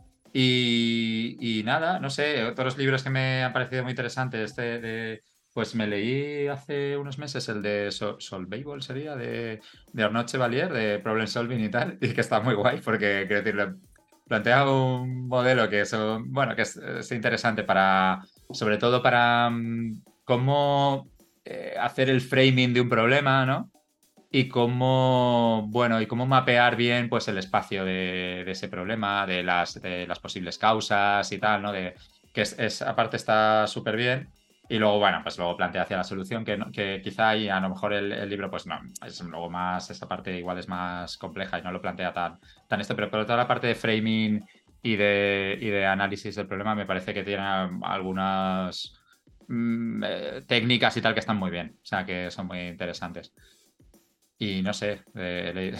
Y, y nada, no sé, otros libros que me han parecido muy interesantes, este de, pues me leí hace unos meses el de Sol, Solvable, sería, de, de Arnaud Chevalier, de Problem Solving y tal, y que está muy guay porque, quiero decir, plantea un modelo que, son, bueno, que es, es interesante para, sobre todo para um, cómo eh, hacer el framing de un problema, ¿no? Y cómo, bueno, y cómo mapear bien pues, el espacio de, de ese problema, de las, de las posibles causas y tal, ¿no? De, que es, es aparte está súper bien. Y luego, bueno, pues luego plantea hacia la solución, que, que quizá y a lo mejor el, el libro, pues no, es luego más, esta parte igual es más compleja y no lo plantea tan, tan esto, pero por toda la parte de framing y de, y de análisis del problema me parece que tiene algunas mmm, eh, técnicas y tal que están muy bien, o sea, que son muy interesantes. Y no sé, eh,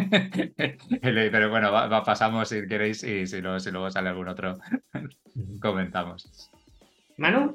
pero bueno, va, va, pasamos si queréis y si, no, si luego sale algún otro, comentamos. ¿Manu?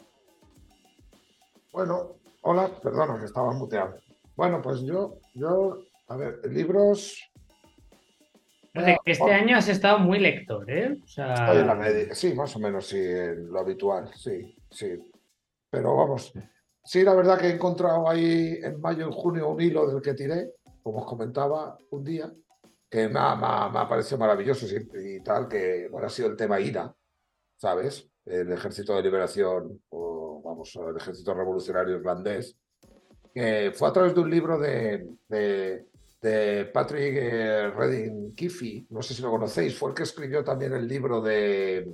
Bueno, hola, perdona, que estaba muteado. Bueno, pues yo, yo, a ver, libros... Desde que este año has estado muy lector, ¿eh? O sea... Estoy en la media, sí, más o menos, sí, en lo habitual, sí, sí. Pero vamos... Sí, la verdad que he encontrado ahí en mayo, en junio, un hilo del que tiré, como os comentaba un día, que me ha, me ha, me ha parecido maravilloso y, y tal, que bueno, ha sido el tema I R A, ¿sabes? El Ejército de Liberación, o vamos, el Ejército Revolucionario Irlandés, que fue a través de un libro de, de, de Patrick eh, Redding Keefe, no sé si lo conocéis, fue el que escribió también el libro de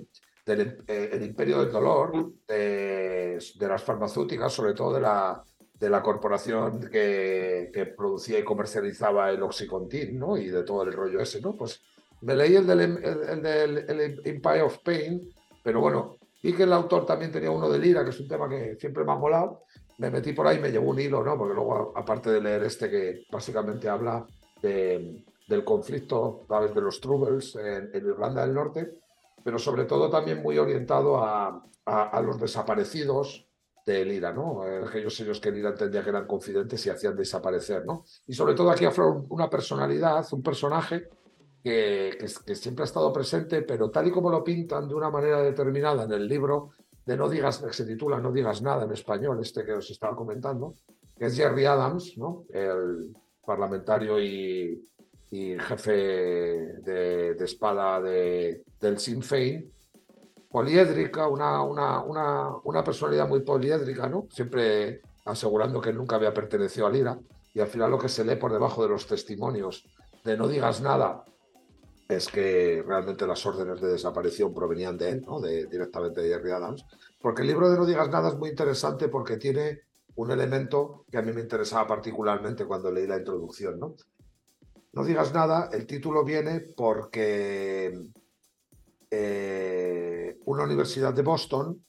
del eh, el imperio del dolor, de, de las farmacéuticas, sobre todo de la, de la corporación que, que producía y comercializaba el Oxycontin, ¿no? Y de todo el rollo ese, ¿no? Pues me leí el del, el, el del el Empire of Pain, pero bueno, vi que el autor también tenía uno de Lira, que es un tema que siempre me ha molado. Me metí por ahí, me llevó un hilo, ¿no? Porque luego, aparte de leer este que básicamente habla de, del conflicto, ¿sabes? De los Troubles en, en Irlanda del Norte, pero sobre todo también muy orientado a, a, a los desaparecidos de Lira, ¿no? Aquellos ellos que Lira entendía que eran confidentes y hacían desaparecer, ¿no? Y sobre todo aquí aflora una personalidad, un personaje que, que, que siempre ha estado presente, pero tal y como lo pintan de una manera determinada en el libro de No digas, que se titula No digas nada en español, este que os estaba comentando, que es Jerry Adams, ¿no? El parlamentario y, y jefe de, de espada de, del Sinn Féin, poliédrica, una, una, una, una personalidad muy poliédrica, ¿no? Siempre asegurando que nunca había pertenecido al IRA, y al final lo que se lee por debajo de los testimonios de No digas nada es que realmente las órdenes de desaparición provenían de él, ¿no? De, directamente de Jerry Adams, porque el libro de No digas nada es muy interesante porque tiene un elemento que a mí me interesaba particularmente cuando leí la introducción, ¿no? No digas nada, el título viene porque eh, una universidad de Boston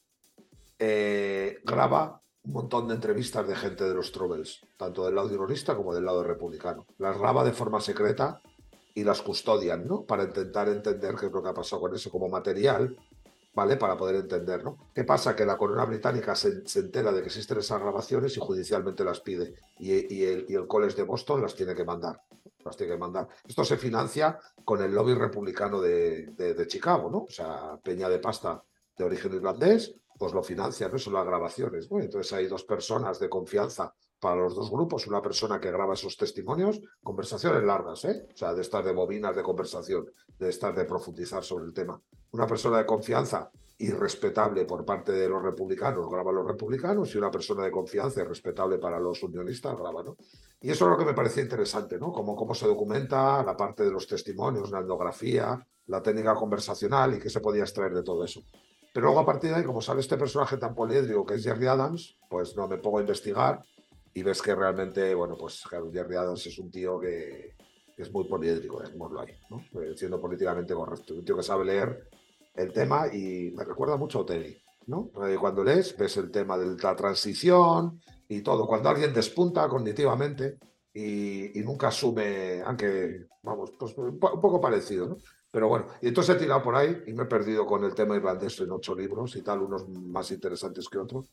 eh, graba un montón de entrevistas de gente de los Troubles, tanto del lado unionista como del lado republicano. Las graba de forma secreta y las custodian, ¿no? Para intentar entender qué es lo que ha pasado con eso como material, ¿vale? Para poder entender, ¿no? ¿Qué pasa? Que la corona británica se, se entera de que existen esas grabaciones y judicialmente las pide. Y, y, el, y el College de Boston las tiene que mandar. Las tiene que mandar. Esto se financia con el lobby republicano de, de, de Chicago, ¿no? O sea, peña de pasta de origen irlandés, pues lo financian, ¿no? Son las grabaciones, ¿no? Entonces hay dos personas de confianza para los dos grupos, una persona que graba esos testimonios, conversaciones largas, ¿eh? O sea, de estas de bobinas de conversación, de estas de profundizar sobre el tema. Una persona de confianza y respetable por parte de los republicanos, graba a los republicanos, y una persona de confianza y respetable para los unionistas, graba, ¿no? Y eso es lo que me parecía interesante, ¿no? Cómo, cómo se documenta la parte de los testimonios, la etnografía, la técnica conversacional y qué se podía extraer de todo eso. Pero luego a partir de ahí, como sale este personaje tan poliédrico que es Jerry Adams, pues no me pongo a investigar y ves que realmente, bueno, pues claro, Jerry Adams es un tío que, que es muy poliédrico, dejémoslo ahí, ¿no? Eh, siendo políticamente correcto. Un tío que sabe leer el tema y me recuerda mucho a Otegi, ¿no? Eh, cuando lees, ves el tema de la transición y todo. Cuando alguien despunta cognitivamente y, y nunca asume, aunque, vamos, pues un, po un poco parecido, ¿no? Pero bueno, y entonces he tirado por ahí y me he perdido con el tema irlandés en ocho libros y tal, unos más interesantes que otros.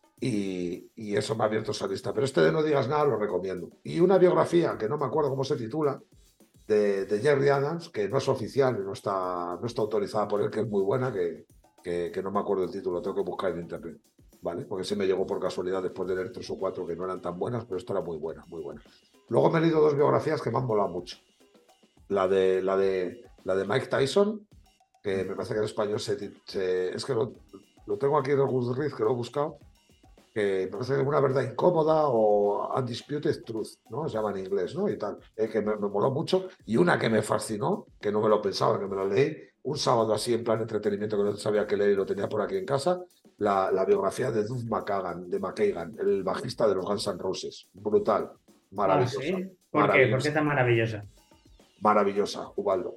Y, y eso me ha abierto esa lista. Pero este de No digas nada lo recomiendo. Y una biografía, que no me acuerdo cómo se titula, de, de Jerry Adams, que no es oficial, no está, no está autorizada por él, que es muy buena, que, que, que no me acuerdo el título, tengo que buscar en internet, ¿vale? Porque se me llegó por casualidad después de leer tres o cuatro que no eran tan buenas, pero esta era muy buena, muy buena. Luego me he leído dos biografías que me han molado mucho. La de, la de, la de Mike Tyson, que me parece que en español se, se es que lo, lo tengo aquí en el Goodreads, que lo he buscado, que me parece que es Una verdad incómoda o Undisputed Truth, ¿no? Se llama en inglés, ¿no? Y tal, eh, que me, me moló mucho. Y una que me fascinó, que no me lo pensaba, que me lo leí un sábado así en plan entretenimiento, que no sabía qué leer y lo tenía por aquí en casa, la, la biografía de Duff McKagan, de McKagan, el bajista de los Guns N' Roses. Brutal, Ah, maravillosa, ¿sí? ¿Por qué? ¿Por qué maravillosa, tan maravillosa? maravillosa, Ubaldo.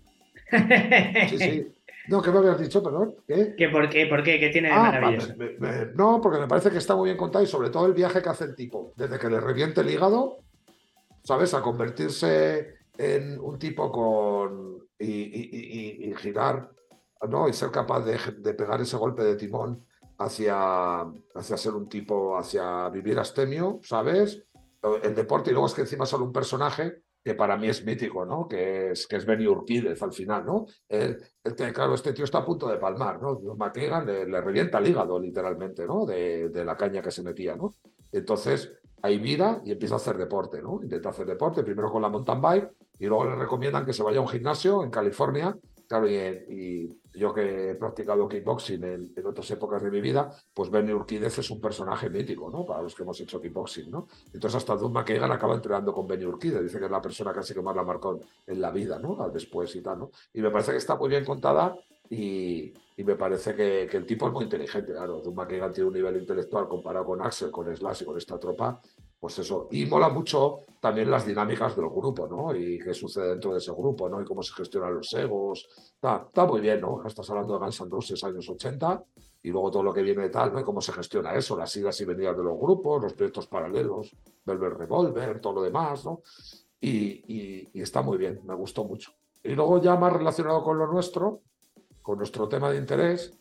Sí, sí. No, ¿qué me habías dicho, perdón? ¿Qué? ¿Qué por qué? ¿Por qué? ¿Qué tiene de Ah, maravilloso? me, me, no, porque me parece que está muy bien contado y sobre todo el viaje que hace el tipo, desde que le reviente el hígado, ¿sabes? A convertirse en un tipo con... y, y, y, y girar, ¿no? Y ser capaz de, de, pegar ese golpe de timón hacia, hacia ser un tipo, hacia vivir astemio, ¿sabes? El deporte y luego es que encima sale un personaje que para mí es mítico, ¿no? Que es, que es Benny Urquídez al final, ¿no? El, el, claro, este tío está a punto de palmar, ¿no? McKagan le, le revienta el hígado, literalmente, ¿no? De, de la caña que se metía, ¿no? Entonces, ahí vira y empieza a hacer deporte, ¿no? Intenta hacer deporte, primero con la mountain bike y luego le recomiendan que se vaya a un gimnasio en California. Claro, y, y yo que he practicado kickboxing en, en otras épocas de mi vida, pues Benny Urquídez es un personaje mítico, ¿no? Para los que hemos hecho kickboxing, ¿no? Entonces hasta Doug McKagan acaba entrenando con Benny Urquídez, dice que es la persona casi que más la marcó en la vida, ¿no? Al después y tal, ¿no? Y me parece que está muy bien contada y, y me parece que, que el tipo es muy inteligente, claro. Doug McKagan tiene un nivel intelectual comparado con Axel, con Slash y con esta tropa, pues eso. Y mola mucho también las dinámicas del grupo, ¿no? Y qué sucede dentro de ese grupo, ¿no? Y cómo se gestionan los egos. Está, está muy bien, ¿no? Estás hablando de Guns N' Roses años ochenta y luego todo lo que viene de tal, ¿no? Y cómo se gestiona eso, las idas y venidas de los grupos, los proyectos paralelos, Velvet Revolver, todo lo demás, ¿no? Y, y, y está muy bien, me gustó mucho. Y luego ya más relacionado con lo nuestro, con nuestro tema de interés,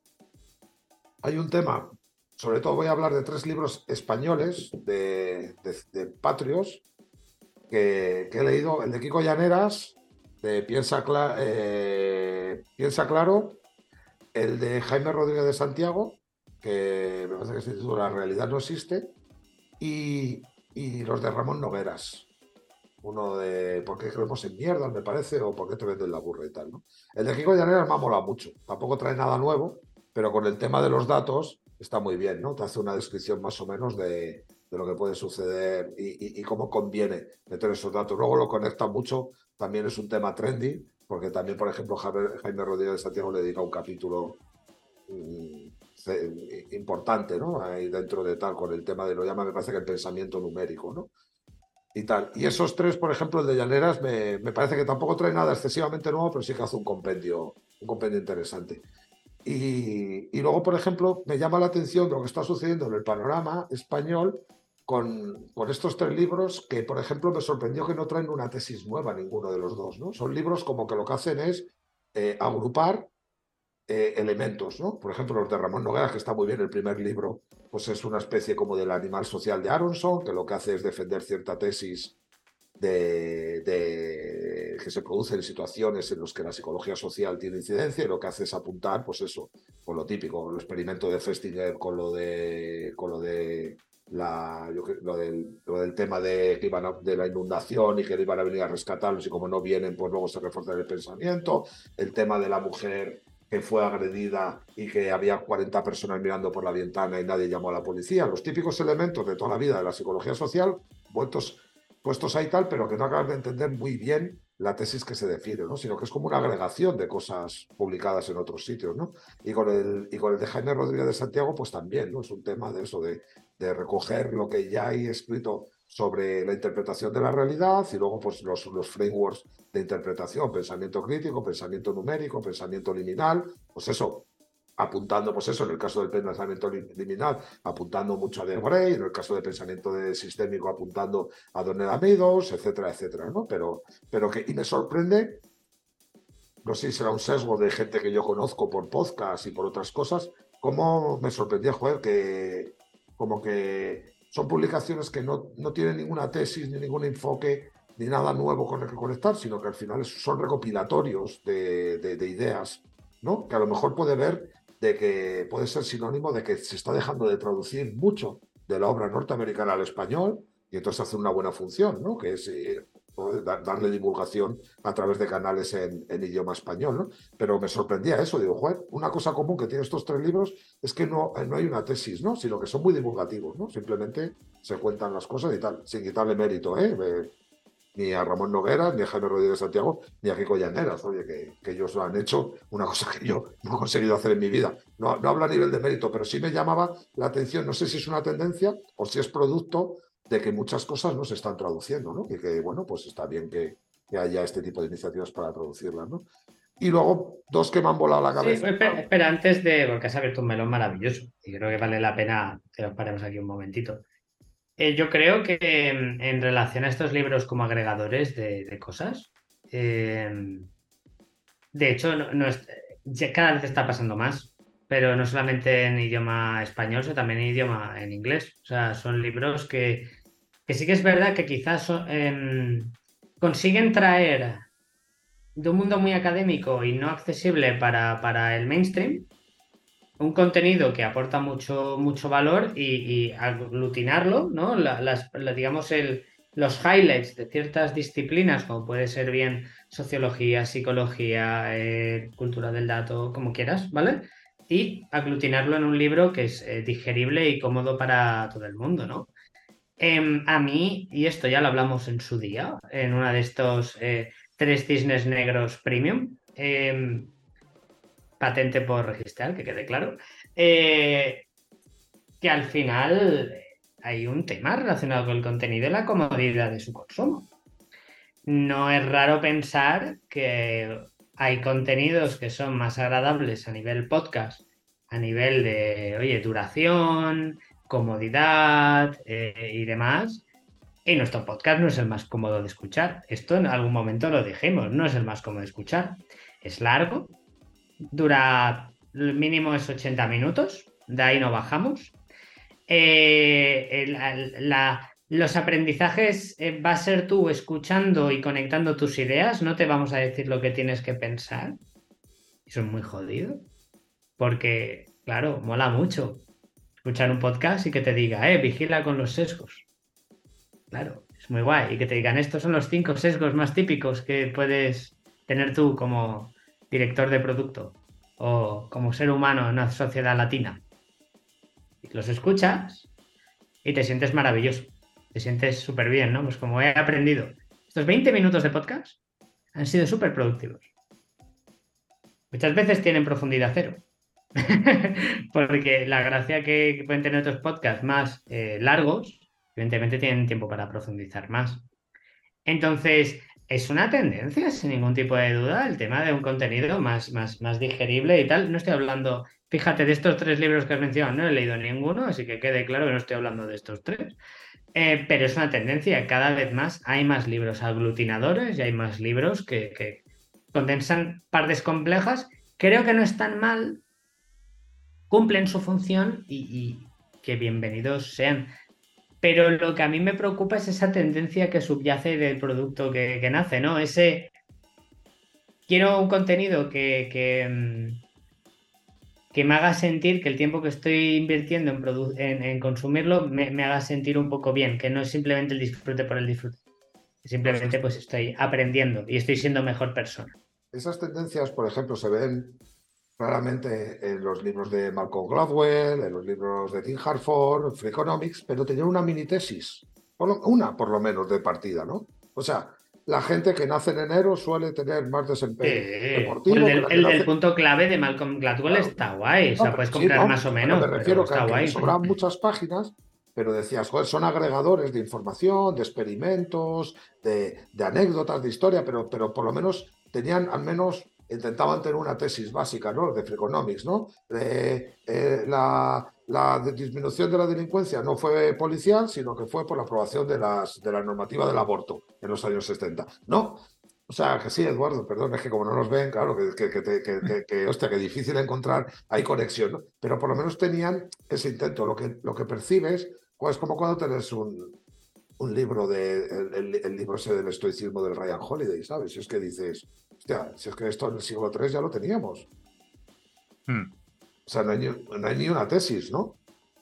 hay un tema, sobre todo voy a hablar de tres libros españoles de, de, de patrios que, que he leído, el de Kiko Llaneras, de Piensa, Cla eh, Piensa Claro, el de Jaime Rodríguez de Santiago, que me parece que se titula La realidad no existe, y, y los de Ramón Nogueras. Uno de ¿por qué creemos en mierda, me parece? O ¿por qué te venden la burra y tal, ¿no? El de Kiko Llaneras me ha molado mucho. Tampoco trae nada nuevo, pero con el tema de los datos está muy bien, ¿no? Te hace una descripción más o menos de, de lo que puede suceder y, y, y cómo conviene meter esos datos. Luego lo conecta mucho, también es un tema trendy, porque también, por ejemplo, Jaime, Jaime Rodríguez de Santiago le dedica un capítulo mm, importante, ¿no? Ahí dentro de tal, con el tema de lo llama, me parece que el pensamiento numérico, ¿no? Y tal. Y esos tres, por ejemplo, el de Llaneras, me, me parece que tampoco trae nada excesivamente nuevo, pero sí que hace un compendio, un compendio interesante. Y, y luego, por ejemplo, me llama la atención lo que está sucediendo en el panorama español con, con estos tres libros que, por ejemplo, me sorprendió que no traen una tesis nueva ninguno de los dos, ¿no? Son libros como que lo que hacen es eh, agrupar eh, elementos, ¿no? Por ejemplo, los de Ramón Nogueras, que está muy bien el primer libro, pues es una especie como del animal social de Aronson, que lo que hace es defender cierta tesis de, de, que se producen situaciones en las que la psicología social tiene incidencia y lo que hace es apuntar, pues eso, con lo típico, el experimento de Festinger con lo de, con lo de la, yo, lo, del, lo del tema de, que iban a, de la inundación y que iban a venir a rescatarlos y como no vienen, pues luego se refuerza el pensamiento, el tema de la mujer que fue agredida y que había cuarenta personas mirando por la ventana y nadie llamó a la policía, los típicos elementos de toda la vida de la psicología social, vueltos puestos ahí tal, pero que no acaban de entender muy bien la tesis que se define, ¿no? Sino que es como una agregación de cosas publicadas en otros sitios, ¿no? Y con el, y con el de Jaime Rodríguez de Santiago, pues también, ¿no? Es un tema de eso, de, de recoger lo que ya hay escrito sobre la interpretación de la realidad y luego pues los, los frameworks de interpretación, pensamiento crítico, pensamiento numérico, pensamiento liminal, pues eso, apuntando, pues eso, en el caso del pensamiento liminal, apuntando mucho a De Grey, en el caso del pensamiento de sistémico, apuntando a Donald Meadows, etcétera, etcétera, ¿no? Pero, pero que, y me sorprende, no sé si será un sesgo de gente que yo conozco por podcast y por otras cosas, cómo me sorprendía, joder, que como que son publicaciones que no, no tienen ninguna tesis, ni ningún enfoque, ni nada nuevo con el que conectar, sino que al final son recopilatorios de, de, de ideas, ¿no? Que a lo mejor puede ver de que puede ser sinónimo de que se está dejando de traducir mucho de la obra norteamericana al español y entonces hace una buena función, ¿no? Que es eh, darle divulgación a través de canales en, en idioma español, ¿no? Pero me sorprendía eso, digo, joder, una cosa común que tiene estos tres libros es que no, no hay una tesis, ¿no? Sino que son muy divulgativos, ¿no? Simplemente se cuentan las cosas y tal, sin quitarle mérito, ¿eh? Ni a Ramón Nogueras, ni a Jaime Rodríguez de Santiago, ni a Kiko Llaneras, oye, que, que ellos han hecho una cosa que yo no he conseguido hacer en mi vida. No, no hablo a nivel de mérito, pero sí me llamaba la atención, no sé si es una tendencia o si es producto de que muchas cosas no se están traduciendo, ¿no? Y que, bueno, pues está bien que, que haya este tipo de iniciativas para traducirlas, ¿no? Y luego, dos que me han volado la Sí, cabeza. espera, espera, antes de, porque has abierto un melón maravilloso y creo que vale la pena que nos paremos aquí un momentito. Eh, yo creo que en, en relación a estos libros como agregadores de, de cosas, eh, de hecho, no, no es- ya cada vez está pasando más, pero no solamente en idioma español, sino también en idioma en inglés. O sea, son libros que, que sí que es verdad que quizás son, em, consiguen traer de un mundo muy académico y no accesible para, para el mainstream, un contenido que aporta mucho, mucho valor y, y aglutinarlo, ¿no? La- las, la- digamos, el, los highlights de ciertas disciplinas, como puede ser bien sociología, psicología, eh, cultura del dato, como quieras, ¿vale? Y aglutinarlo en un libro que es eh, digerible y cómodo para todo el mundo, ¿no? Em, a mí, y esto ya lo hablamos en su día, en una de estos eh, tres cisnes negros premium, em, patente por registrar, que quede claro, eh, que al final hay un tema relacionado con el contenido y la comodidad de su consumo. No es raro pensar que hay contenidos que son más agradables a nivel podcast, a nivel de, oye, duración, comodidad eh, y demás. Y nuestro podcast no es el más cómodo de escuchar. Esto en algún momento lo dijimos, no es el más cómodo de escuchar. Es largo, dura, el mínimo es ochenta minutos, de ahí no bajamos. Eh, el- la, los aprendizajes eh, va a ser tú escuchando y conectando tus ideas, no te vamos a decir lo que tienes que pensar. Eso es muy jodido, porque, claro, mola mucho escuchar un podcast y que te diga, eh, vigila con los sesgos. Claro, es muy guay. Y que te digan, estos son los cinco sesgos más típicos que puedes tener tú como director de producto o como ser humano en una sociedad latina. Y los escuchas y te sientes maravilloso. Te sientes súper bien, ¿no? Pues como he aprendido. Estos veinte minutos de podcast han sido súper productivos. Muchas veces tienen profundidad cero. Porque la gracia que, que pueden tener otros podcasts más eh, largos, evidentemente tienen tiempo para profundizar más. Entonces, es una tendencia, sin ningún tipo de duda, el tema de un contenido más, más, más digerible y tal. No estoy hablando, fíjate, de estos tres libros que has mencionado, no he leído ninguno, así que quede claro que no estoy hablando de estos tres. Eh, pero es una tendencia, cada vez más hay más libros aglutinadores y hay más libros que, que condensan partes complejas. Creo que no están mal, cumplen su función y, y que bienvenidos sean. Pero lo que a mí me preocupa es esa tendencia que subyace del producto que, que nace, ¿no? Ese. Quiero un contenido que, que, mm, que me haga sentir que el tiempo que estoy invirtiendo en, produ- en, en consumirlo me, me haga sentir un poco bien, que no es simplemente el disfrute por el disfrute. Simplemente pues estoy aprendiendo y estoy siendo mejor persona. Esas tendencias, por ejemplo, se ven claramente en los libros de Malcolm Gladwell, en los libros de Tim Harford, Freakonomics, pero tenían una mini tesis, por lo- una por lo menos de partida, ¿no? O sea, la gente que nace en enero suele tener más desempeño Sí. deportivo El que del, la que el del nace... punto clave de Malcolm Gladwell Claro. está guay. O No, sea, pero puedes sí, comprar no, más o pero me menos, pero refiero que, está que le guay. sobran muchas páginas, pero decías, joder, son agregadores de información, de experimentos, de, de anécdotas, de historia, pero, pero por lo menos tenían, al menos intentaban tener una tesis básica, ¿no? De Freakonomics, ¿no? De, eh, la, la de disminución de la delincuencia no fue policial, sino que fue por la aprobación de, las, de la normativa del aborto en los años setenta. No, o sea, que sí, Eduardo, perdón, es que como no nos ven, claro, que, que, que, que, que, que hostia, que difícil encontrar, hay conexión, ¿no? Pero por lo menos tenían ese intento. Lo que, lo que percibes, pues es como cuando tenés un, un libro de, el, el, el libro ese del estoicismo del Ryan Holiday, ¿sabes? Si es que dices, hostia, si es que esto en el siglo tres ya lo teníamos. Hmm. O sea, no hay, ni, no hay ni una tesis, ¿no?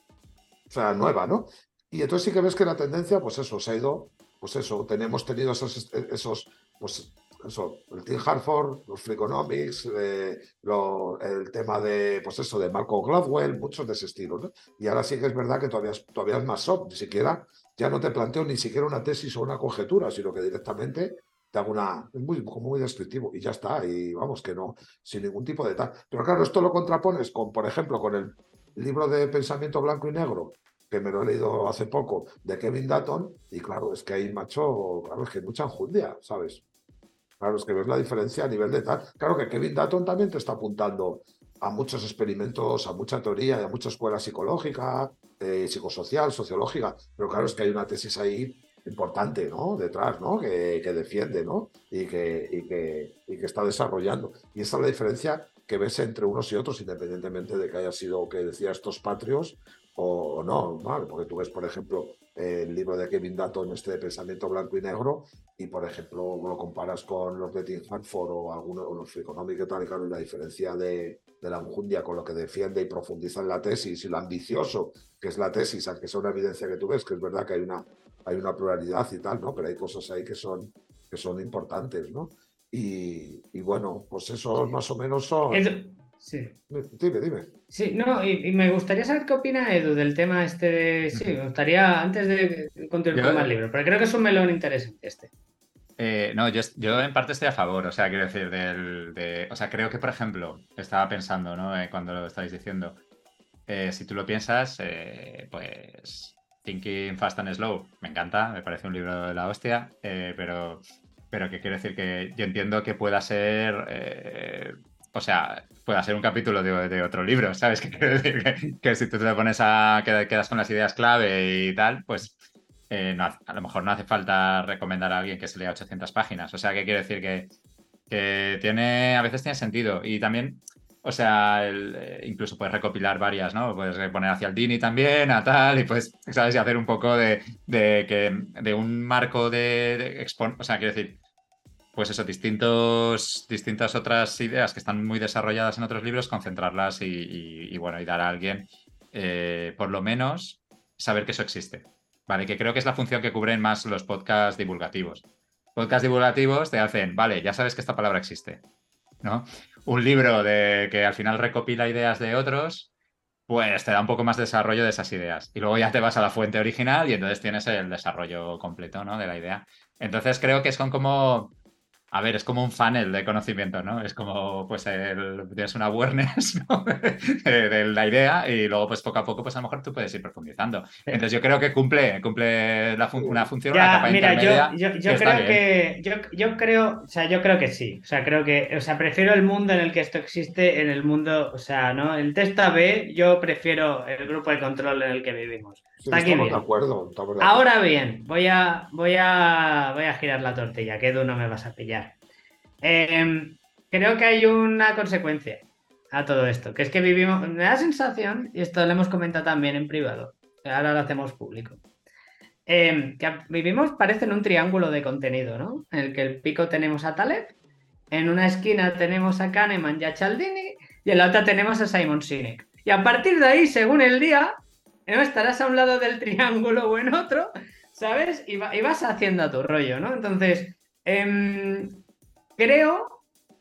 O sea, nueva, ¿no? Y entonces sí que ves que la tendencia, pues eso, se ha ido, pues eso, tenemos tenido esos, esos pues eso, el Tim Harford, los Freakonomics, eh, lo, el tema de, pues eso, de Malcolm Gladwell, muchos de ese estilo, ¿no? Y ahora sí que es verdad que todavía es, todavía es más soft, ni siquiera, ya no te planteo ni siquiera una tesis o una conjetura, sino que directamente te hago una, es muy, como muy descriptivo y ya está, y vamos, que no, sin ningún tipo de tal. Pero claro, esto lo contrapones con, por ejemplo, con el libro de pensamiento blanco y negro, que me lo he leído hace poco, de Kevin Dutton, y claro, es que hay macho, claro, es que hay mucha enjundia, ¿sabes? Claro, es que ves la diferencia a nivel de tal. Claro que Kevin Dutton también te está apuntando a muchos experimentos, a mucha teoría, a mucha escuela psicológica, eh, psicosocial, sociológica, pero claro, es que hay una tesis ahí importante, ¿no? Detrás, ¿no? Que, que defiende, ¿no? Y que, y, que, y que está desarrollando. Y esa es la diferencia que ves entre unos y otros, independientemente de que haya sido, que decía, estos patrios o, o no, ¿vale? Porque tú ves, por ejemplo, el libro de Kevin Dutton, este de pensamiento blanco y negro, y por ejemplo lo comparas con los de Tim Harford o algunos o los Freakonomics y tal, y claro, y la diferencia de, de la enjundia con lo que defiende y profundiza en la tesis y lo ambicioso que es la tesis, aunque sea una evidencia que tú ves, que es verdad que hay una, hay una pluralidad y tal, ¿no? Pero hay cosas ahí que son, que son importantes, ¿no? Y, y bueno, pues esos más o menos son... Edu, sí. Dime, dime. Sí, no, y, y me gustaría saber qué opina Edu del tema este de... Sí, me gustaría, antes de continuar Yo, con más libros, porque creo que es un melón interesante este. Eh, no, yo, yo en parte estoy a favor, o sea, quiero decir, del, de, o sea, creo que, por ejemplo, estaba pensando, ¿no? Eh, cuando lo estáis diciendo, eh, si tú lo piensas, eh, pues Thinking Fast and Slow, me encanta, me parece un libro de la hostia, eh, pero, pero que quiero decir que yo entiendo que pueda ser, eh, o sea, pueda ser un capítulo de, de otro libro, ¿sabes? Que quiero decir que, que si tú te pones a, que quedas con las ideas clave y tal, pues eh, no, a lo mejor no hace falta recomendar a alguien que se lea ochocientas páginas. O sea, que quiero decir que, que tiene, a veces tiene sentido. Y también, o sea, el, eh, incluso puedes recopilar varias, ¿no? Puedes poner hacia el Dini también, a tal, y pues, ¿sabes? Y hacer un poco de, de, que, de un marco de, de expon- o sea, quiero decir, pues eso, distintos, distintas otras ideas que están muy desarrolladas en otros libros, concentrarlas y, y, y bueno, y dar a alguien, eh, por lo menos, saber que eso existe. ¿Vale? Que creo que es la función que cubren más los podcasts divulgativos. Podcasts divulgativos te hacen, vale, ya sabes que esta palabra existe, ¿no? Un libro de que al final recopila ideas de otros, pues te da un poco más desarrollo de esas ideas. Y luego ya te vas a la fuente original y entonces tienes el desarrollo completo, ¿no? De la idea. Entonces creo que son como a ver, es como un funnel de conocimiento, ¿no? Es como, pues, el, tienes una awareness, ¿no? de, de la idea y luego, pues, poco a poco, pues, a lo mejor tú puedes ir profundizando. Entonces, yo creo que cumple, cumple la fun- una función, una Ya, capa mira, yo, intermedia yo, que yo está creo bien. que, yo, yo creo, o sea, yo creo que sí. O sea, creo que, o sea, prefiero el mundo en el que esto existe, en el mundo, o sea, ¿no? El test A B, yo prefiero el grupo de control en el que vivimos. Sí, Está aquí estamos de bien. acuerdo, estamos de acuerdo. Ahora bien, voy a, voy a, voy a girar la tortilla, que tú no me vas a pillar. Eh, creo que hay una consecuencia a todo esto, que es que vivimos, me da la sensación, y esto lo hemos comentado también en privado, ahora lo hacemos público, eh, que vivimos, parece en un triángulo de contenido, ¿no? En el que el pico tenemos a Taleb, en una esquina tenemos a Kahneman y a Cialdini, y en la otra tenemos a Simon Sinek. Y a partir de ahí, según el día, ¿no? Estarás a un lado del triángulo o en otro, ¿sabes? Y, va, y vas haciendo a tu rollo, ¿no? Entonces, eh, creo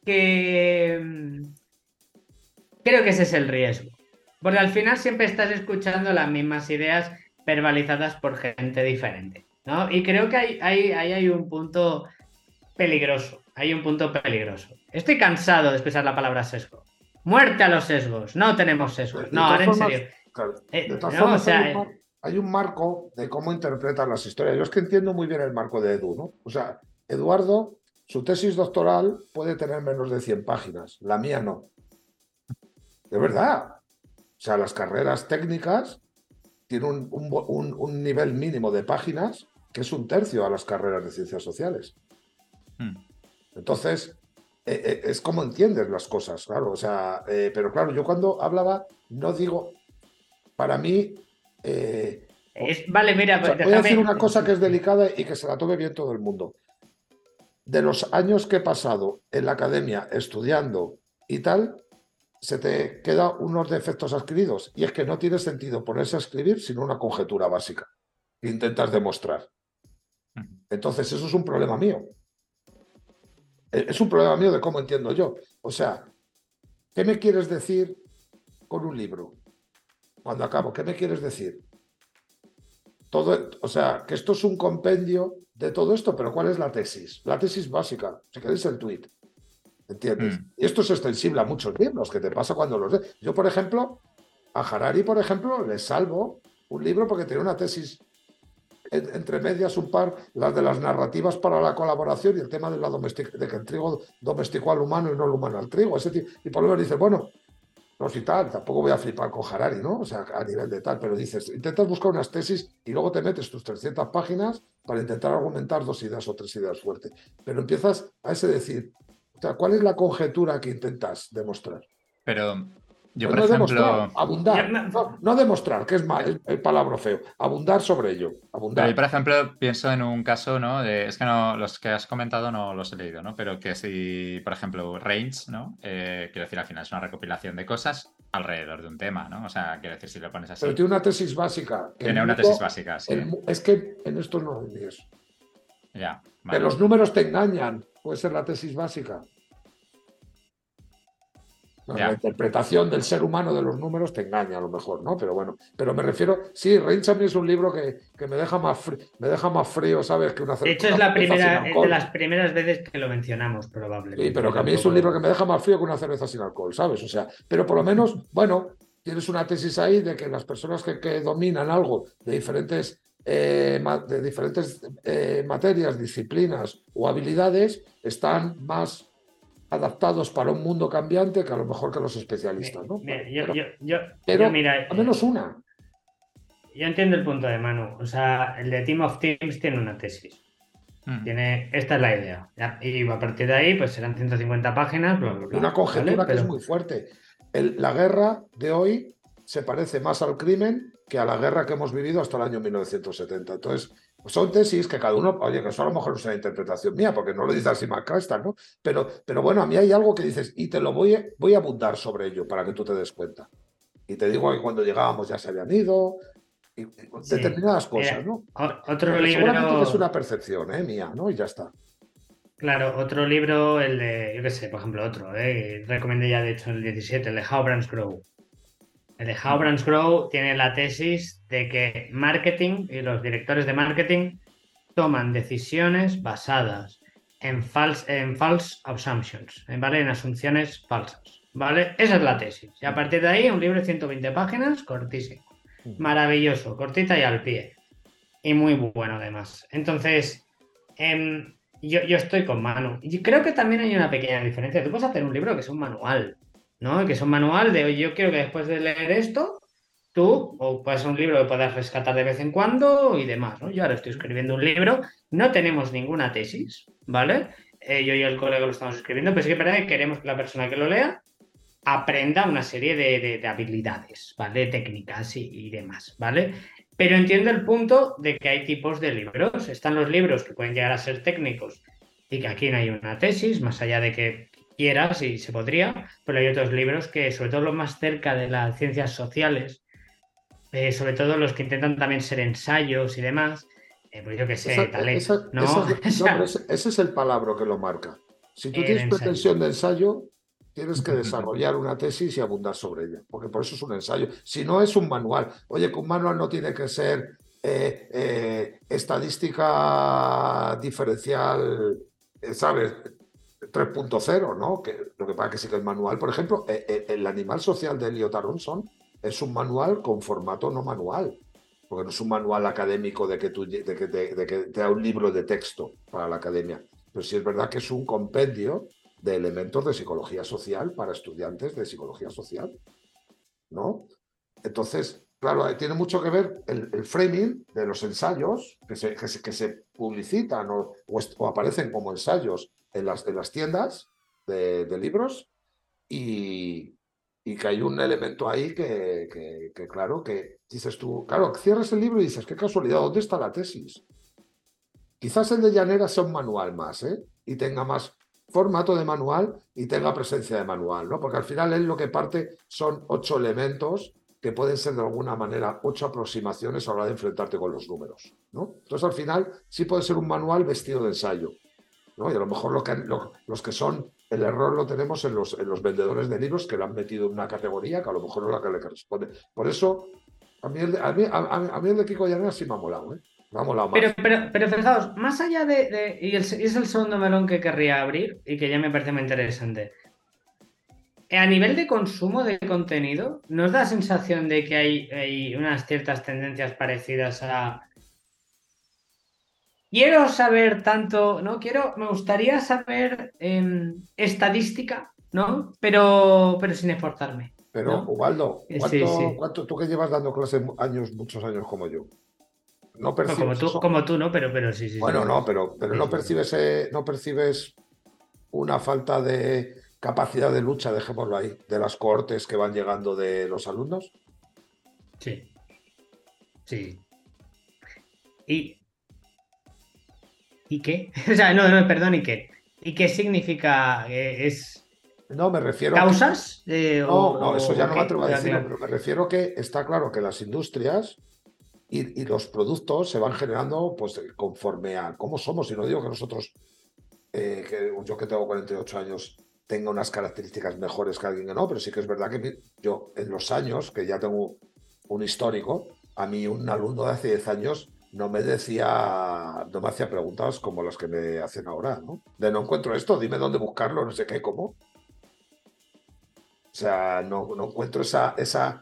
que... Creo que ese es el riesgo. Porque al final siempre estás escuchando las mismas ideas verbalizadas por gente diferente, ¿no? Y creo que ahí hay, hay, hay un punto peligroso. Hay un punto peligroso. Estoy cansado de escuchar la palabra sesgo. Muerte a los sesgos. No tenemos De, sesgos. de No, todas ahora en serio. formas, claro, de Eh, todas no, o formas hay sea, un, mar- eh, hay un marco de cómo interpretan las historias. Yo es que entiendo muy bien el marco de Edu, ¿no? O sea, Eduardo, su tesis doctoral puede tener menos de cien páginas, la mía no. De verdad. O sea, las carreras técnicas tienen un, un bo- un- un nivel mínimo de páginas que es un tercio a las carreras de ciencias sociales. Hmm. Entonces, eh, eh, es como entiendes las cosas, claro. O sea, eh, pero claro, yo cuando hablaba, no digo, para mí, eh, o es, vale, mira, sea, pues voy a decir déjame. una cosa que es delicada y que se la tome bien todo el mundo. De los años que he pasado en la academia estudiando y tal, se te quedan unos defectos adquiridos. Y es que no tiene sentido ponerse a escribir sin una conjetura básica que intentas demostrar. Entonces, eso es un problema mío. Es un problema mío de cómo entiendo yo. O sea, ¿qué me quieres decir con un libro? Cuando acabo, ¿qué me quieres decir? Todo, o sea, que esto es un compendio de todo esto, pero ¿cuál es la tesis? La tesis básica, si queréis el tweet, ¿entiendes? Hmm. Y esto es extensible a muchos libros, que te pasa cuando los lees. Yo, por ejemplo, a Harari, por ejemplo, le salvo un libro porque tiene una tesis en, entre medias, un par, las de las narrativas para la colaboración y el tema de, la domestic, de que el trigo domesticó al humano y no el humano al trigo. Ese tipo, y por lo menos dice, bueno, no, si tal, tampoco voy a flipar con Harari, ¿no? O sea, a nivel de tal, pero dices, intentas buscar unas tesis y luego te metes tus trescientas páginas para intentar argumentar dos ideas o tres ideas fuertes. Pero empiezas a ese decir, o sea, ¿cuál es la conjetura que intentas demostrar? Pero yo, Pues por no demostrar, ejemplo, Yo, abundar. No, no demostrar, que es mal, el, el palabra feo. Abundar sobre ello, Pero yo, abundar. por ejemplo, pienso en un caso, ¿no? De, es que no, los que has comentado no los he leído, ¿no? Pero que si, por ejemplo, Range, ¿no? Eh, quiero decir, al final es una recopilación de cosas alrededor de un tema, ¿no? O sea, quiero decir, si lo pones Pero así, tiene una tesis básica, que el tiene una tesis mundo, básica, sí. el, es que en esto no hay eso. Ya, Que vale. los números te engañan, puede ser la tesis básica. No, Ya. la interpretación del ser humano de los números te engaña a lo mejor, ¿no? Pero bueno, pero me refiero, sí, Range a mí es un libro que, que me deja más frío, me deja más frío, ¿sabes? Que una, De cer- hecho, una es la cerveza sin primera, es de alcohol. las primeras veces que lo mencionamos, Sí, probablemente. pero Yo que a mí es un libro que tampoco. me deja más frío que una cerveza sin alcohol, ¿sabes? O sea, pero por lo menos, bueno, tienes una tesis ahí de que las personas que, que dominan algo de diferentes, eh, ma- de diferentes eh, materias, disciplinas o habilidades están más adaptados para un mundo cambiante que a lo mejor que los Mi- especialistas, ¿no? Mira, Bueno, yo, pero, yo, yo, yo, pero mira, al eh, menos una. yo entiendo el punto de Manu. O sea, el de Team of Teams tiene una tesis. Mm. Tiene, esta es la idea. ¿Ya? Y a partir de ahí, pues serán ciento cincuenta páginas, bla, bla, Y una bla. ¿Vale? conjetura que es Pero muy fuerte. El- la guerra de hoy se parece más al crimen que a la guerra que hemos vivido hasta el año mil novecientos setenta. Entonces, son tesis que cada uno, oye, que eso a lo mejor es una interpretación mía, porque no lo dice así McChrystal, ¿no? Pero, pero bueno, a mí hay algo que dices, y te lo voy, a- voy a abundar sobre ello para que tú te des cuenta. Y te digo que cuando llegábamos ya se habían ido, y, y sí. determinadas cosas, Mira, ¿no? o- otro Pero seguramente que es libro, una percepción, ¿eh? Mía, ¿no? Y ya está. claro, otro libro, el de, yo qué sé, por ejemplo, otro, ¿eh? Recomendé ya de hecho el diecisiete, el de How Brands Grow. El de How Brands Grow tiene la tesis de que marketing y los directores de marketing toman decisiones basadas en false, en false assumptions, ¿vale? En asunciones falsas, ¿vale? Esa es la tesis. Y a partir de ahí, un libro de ciento veinte páginas, cortísimo. Maravilloso, cortita y al pie. Y muy bueno además. Entonces, em, yo, yo estoy con Manu. Y creo que también hay una pequeña diferencia. Tú puedes hacer un libro que es un manual, ¿no? Que es un manual de, oye, yo quiero que después de leer esto, tú, o puede ser un libro que puedas rescatar de vez en cuando y demás, ¿no? Yo ahora estoy escribiendo un libro, no tenemos ninguna tesis, ¿vale? Eh, yo y el colega lo estamos escribiendo, pero sí que es verdad que queremos que la persona que lo lea aprenda una serie de, de- de habilidades, ¿vale? Técnicas y, y demás, ¿vale? Pero entiendo el punto de que hay tipos de libros. Están los libros que pueden llegar a ser técnicos y que aquí no hay una tesis, más allá de que quieras y se podría, pero hay otros libros que, sobre todo los más cerca de las ciencias sociales, eh, sobre todo los que intentan también ser ensayos y demás, eh, pues yo qué sé, Esa, Taleb, esa- esa ¿no? es la- O no, pero sea, ese, ese es el palabra que lo marca. Si tú el tienes ensayo. pretensión de ensayo, tienes que desarrollar una tesis y abundar sobre ella, porque por eso es un ensayo. Si no es un manual, oye, que un manual no tiene que ser eh, eh, estadística diferencial, eh, ¿sabes? tres punto cero, ¿no? Que, lo que pasa es que sí que el manual, por ejemplo, eh, eh, el animal social de Elliot Aronson es un manual con formato no manual, porque no es un manual académico de que, tú, de que, te, de que te da un libro de texto para la academia, pero sí es verdad que es un compendio de elementos de psicología social para estudiantes de psicología social, ¿no? Entonces, claro, tiene mucho que ver el, el framing de los ensayos que se, que se, que se publicitan o, o, o, aparecen como ensayos en las, en las tiendas de, de libros y, y, que hay un elemento ahí que, que, que, claro, que dices tú, claro, cierras el libro y dices, qué casualidad, ¿dónde está la tesis? Quizás el de Llanera sea un manual más, ¿eh? Y tenga más formato de manual y tenga presencia de manual, ¿no? Porque al final él lo que parte son ocho elementos que pueden ser de alguna manera ocho aproximaciones a la hora de enfrentarte con los números, ¿no? Entonces al final sí puede ser un manual vestido de ensayo, ¿no? Y a lo mejor lo que, lo, los que son, el error lo tenemos en los, en los vendedores de libros que lo han metido en una categoría que a lo mejor no es la que le corresponde. Por eso, a mí el de, a mí, a, a mí el de Kiko Llanera sí me ha molado, ¿eh? Me ha molado Pero, más. pero, pero fijaos, más allá de, de- y, el- y es el segundo melón que querría abrir y que ya me parece muy interesante. A nivel de consumo de contenido, ¿nos da la sensación de que hay, hay unas ciertas tendencias parecidas a quiero saber tanto, ¿no? Quiero, me gustaría saber em, estadística, ¿no? Pero, pero sin esforzarme, Pero, ¿no? Ubaldo, Eh, Sí, ¿cuánto, sí. cuánto, tú que llevas dando clases años, muchos años como yo, no Bueno, como percibes tú, eso? como tú, ¿no? Pero, pero sí, sí, sí. Bueno, no, pero, pero Sí, no sí, sí. percibes, eh, no percibes una falta de capacidad de lucha, dejémoslo ahí, de las cohortes que van llegando de los alumnos. Sí, sí. ¿Y, ¿y qué? O sea, no, no, perdón, ¿y qué? ¿Y qué significa? Eh, ¿Es No, me refiero a que, causas? Eh, o, no, no, eso o- ya o no me qué? atrevo O a sea, decirlo, claro. pero me refiero que está claro que las industrias y, y los productos se van generando pues conforme a cómo somos. Y no digo que nosotros, eh, que yo que tengo cuarenta y ocho años, tenga unas características mejores que alguien que no, pero sí que es verdad que mi, yo en los años, que ya tengo un histórico, a mí un alumno de hace diez años no me decía, no me hacía preguntas como las que me hacen ahora, ¿no? De no encuentro esto, dime dónde buscarlo, no sé qué, cómo. O sea, no, no encuentro esa, esa,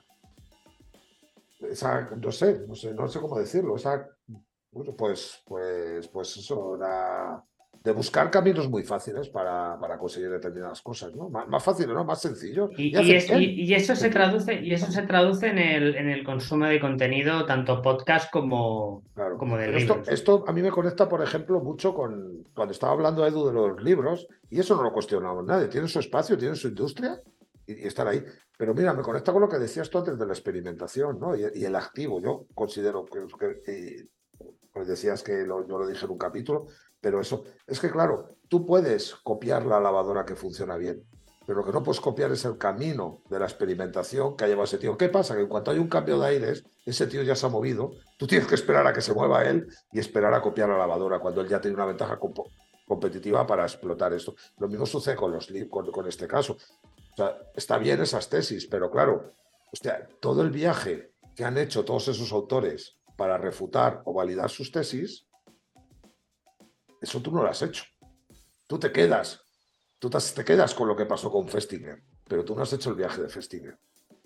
esa, no sé, no sé, no sé cómo decirlo, esa, bueno, pues, pues, pues eso, era de buscar caminos muy fáciles para, para conseguir determinadas cosas, ¿no? Más, más fáciles, ¿no? Más sencillos. Y Y, y, hace es, y, bien. y eso Hace se bien. traduce, y eso se traduce en el, en el consumo de contenido, tanto podcast como, Claro, como de pero esto, libros. esto a mí me conecta, por ejemplo, mucho con cuando estaba hablando Edu de los libros, y eso no lo cuestionamos nadie, tienen su espacio, tienen su industria y, y están ahí. Pero mira, me conecta con lo que decías tú antes de la experimentación, ¿no? Y, y el activo. Yo considero que, que y, pues decías que lo, yo lo dije en un capítulo, pero eso, es que claro, tú puedes copiar la lavadora que funciona bien, pero lo que no puedes copiar es el camino de la experimentación que ha llevado ese tío. ¿Qué pasa? Que en cuanto hay un cambio de aires, ese tío ya se ha movido, tú tienes que esperar a que se mueva él y esperar a copiar la lavadora cuando él ya tiene una ventaja comp competitiva para explotar esto. Lo mismo sucede con, los, con, con este caso. O sea, está bien esas tesis, pero claro, hostia, todo el viaje que han hecho todos esos autores para refutar o validar sus tesis, eso tú no lo has hecho. Tú te quedas, tú te, te quedas con lo que pasó con Festinger, pero tú no has hecho el viaje de Festinger.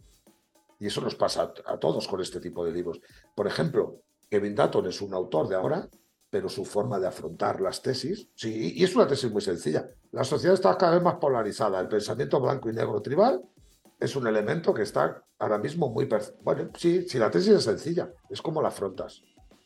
Y eso nos pasa a, a todos con este tipo de libros. Por ejemplo, Kevin Dutton es un autor de ahora, pero su forma de afrontar las tesis, sí, y es una tesis muy sencilla. La sociedad está cada vez más polarizada. El pensamiento blanco y negro tribal es un elemento que está ahora mismo muy... Bueno, sí, sí, la tesis es sencilla, es como la afrontas.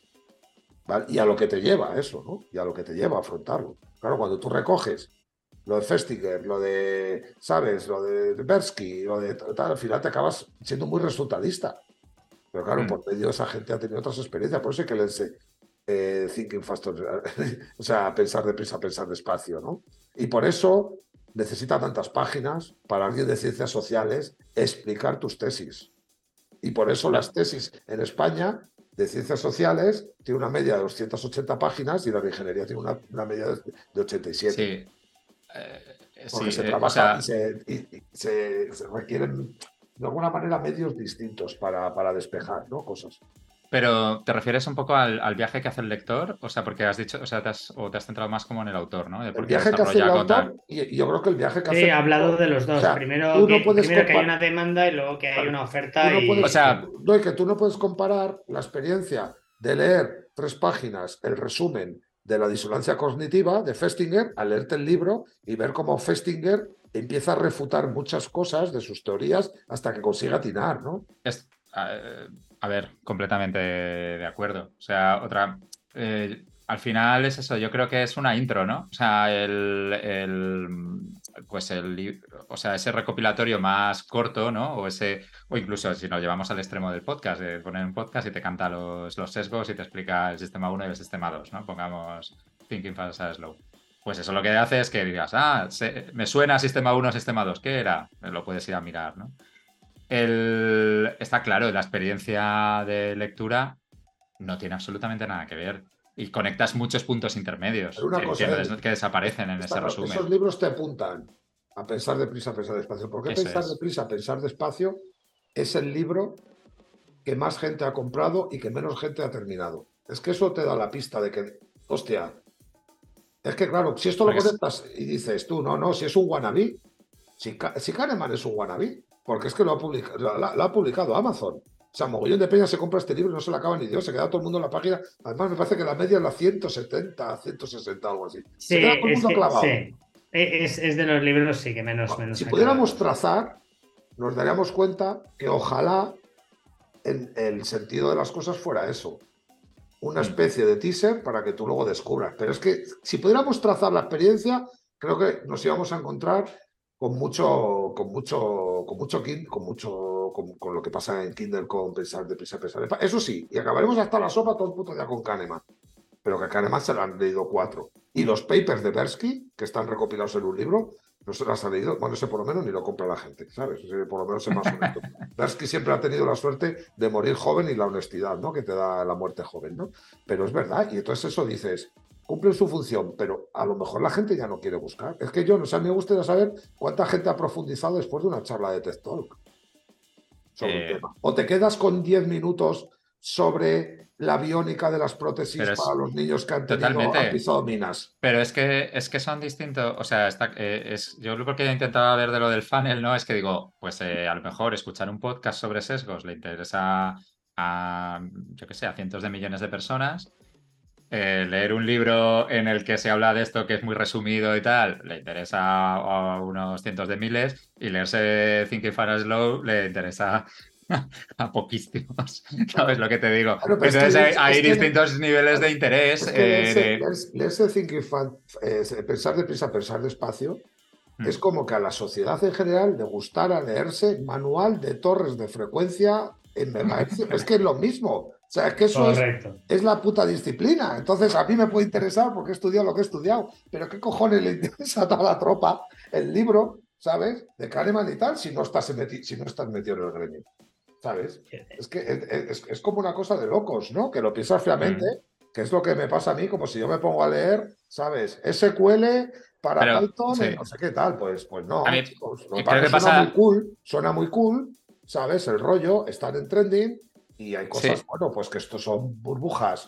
¿Vale? Y a lo que te lleva eso, ¿no? Y a lo que te lleva a afrontarlo. Claro, cuando tú recoges lo de Festinger, lo de, ¿sabes? Lo de Tversky, lo de tal, al final te acabas siendo muy resultadista. Pero claro, Mm. por medio esa gente ha tenido otras experiencias, por eso hay que leerse eh, Thinking Fast, o sea, pensar deprisa, pensar despacio, ¿no? Y por eso necesita tantas páginas para alguien de ciencias sociales explicar tus tesis. Y por eso No. las tesis en España de ciencias sociales tiene una media de doscientas ochenta páginas y la de ingeniería tiene una, una media de ochenta y siete. Sí, eh, Porque sí, se eh, o trabaja y sea, se, y, y se, se requieren de alguna manera medios distintos para, para despejar, ¿no? Cosas. pero ¿te refieres un poco al, al viaje que hace el lector? O sea, porque has dicho, o sea, te has, o te has centrado más como en el autor, ¿no? De El por qué viaje que hace el desarrolla autor contar. y, y yo creo que el viaje que Sí, hace he el hablado autor. de los O dos. sea, Primero tú no que, puedes primero que hay comparar. una demanda y luego que hay una Tú oferta no O puedes, y... sea, no, que tú no puedes comparar la experiencia de leer tres páginas, el resumen de la disonancia cognitiva de Festinger, al leerte el libro y ver cómo Festinger empieza a refutar muchas cosas de sus teorías hasta que consigue atinar, ¿no? es, a, a ver, completamente de acuerdo. O sea, otra. Eh, al final es eso, yo creo que es una intro, ¿no? O sea, el, el pues el, o sea, ese recopilatorio más corto, ¿no? O ese, o incluso si nos llevamos al extremo del podcast, de poner un podcast y te canta los, los sesgos y te explica el sistema uno y el sistema dos, ¿no? Pongamos Thinking Fast and Slow. Pues eso lo que hace es que digas, ah, se, me suena sistema uno, sistema dos, ¿qué era? Lo puedes ir a mirar, ¿no? El, está claro, la experiencia de lectura no tiene absolutamente nada que ver. Y conectas muchos puntos Pero intermedios una que, que, cosa, no Edu, des- que desaparecen en está ese claro, esos resumen. libros te apuntan a pensar deprisa, a pensar despacio. ¿Por qué Eso pensar es. deprisa, pensar despacio es el libro que más gente ha comprado y que menos gente ha terminado? Es que eso te da la pista de que, hostia, es que claro, si esto lo Porque es, conectas y dices tú, no, no, si es un wannabe, si, si Kahneman es un wannabe, porque es que lo ha publicado, lo, lo ha publicado Amazon. O sea, mogollón de peña se compra este libro y no se lo acaba ni Dios, se queda todo el mundo en la página. Además, me parece que la media es la ciento setenta, ciento sesenta, algo así. Sí, Se queda todo el es mundo que sí. clavado. E- Es, es de los libros, sí, que menos, Si menos pudiéramos acabados. trazar, nos daríamos cuenta que ojalá en el sentido de las cosas fuera eso. Una mm, especie de teaser para que tú luego descubras. Pero es que si pudiéramos trazar la experiencia, creo que nos íbamos a encontrar con mucho, con mucho, con mucho Kindle, con mucho, con, con lo que pasa en Kindle con pensar deprisa, pensar despacio. Eso sí, y acabaremos hasta la sopa todo el puto día con Kahneman. Pero que a Kahneman se le han leído cuatro. Y los papers de Tversky, que están recopilados en un libro, no se las ha leído. Bueno, ese por lo menos ni lo compra la gente, ¿sabes? Ese por lo menos es más honesto. Tversky siempre ha tenido la suerte de morir joven y la honestidad, ¿no? Que te da la muerte joven, ¿no? Pero es verdad. Y entonces eso dices, cumplen su función, pero a lo mejor la gente ya no quiere buscar. Es que yo, no sé, a mí me gustaría saber cuánta gente ha profundizado después de una charla de TED Talk sobre Eh, el tema. O te quedas con diez minutos sobre la biónica de las prótesis Pero es para los niños que han tenido, han totalmente. pisado minas. Pero es que, es que son distintos, o sea, está, eh, es, yo lo que intentaba ver de lo del funnel, ¿no? Es que digo, pues eh, a lo mejor escuchar un podcast sobre sesgos le interesa a, yo qué sé, a cientos de millones de personas. Eh, leer un libro en el que se habla de esto que es muy resumido y tal, le interesa a, a unos cientos de miles, y leerse Thinking Fast and Slow le interesa a poquísimos. ¿Sabes lo que te digo? Claro, pero es que Entonces hay, leerse, hay es que, distintos niveles de interés. es que eh, leerse, de... leerse- leerse Thinking Fast, eh, pensar deprisa, pensar despacio, es Mm. como que a la sociedad en general le gustara leerse manual de torres de frecuencia en megahercios. Es que es lo mismo. O sea, es que eso es, Correcto. es la puta disciplina. Entonces, a mí me puede interesar porque he estudiado lo que he estudiado, pero ¿qué cojones le interesa a toda la tropa el libro, ¿sabes? De Kahneman y tal, si no estás, meti- si no estás metido en el gremio, ¿sabes? Es que es, es- es como una cosa de locos, ¿no? Que lo piensas fríamente, Mm. que es lo que me pasa a mí, como si yo me pongo a leer, ¿sabes? S Q L para Pero Python sí, en no sé qué tal. Pues, pues a no, mí chicos. Lo que que- pasa creo es que que suena muy pasa, cool, suena muy cool, ¿sabes? El rollo, están en trending y hay cosas, sí, bueno, pues que estos son burbujas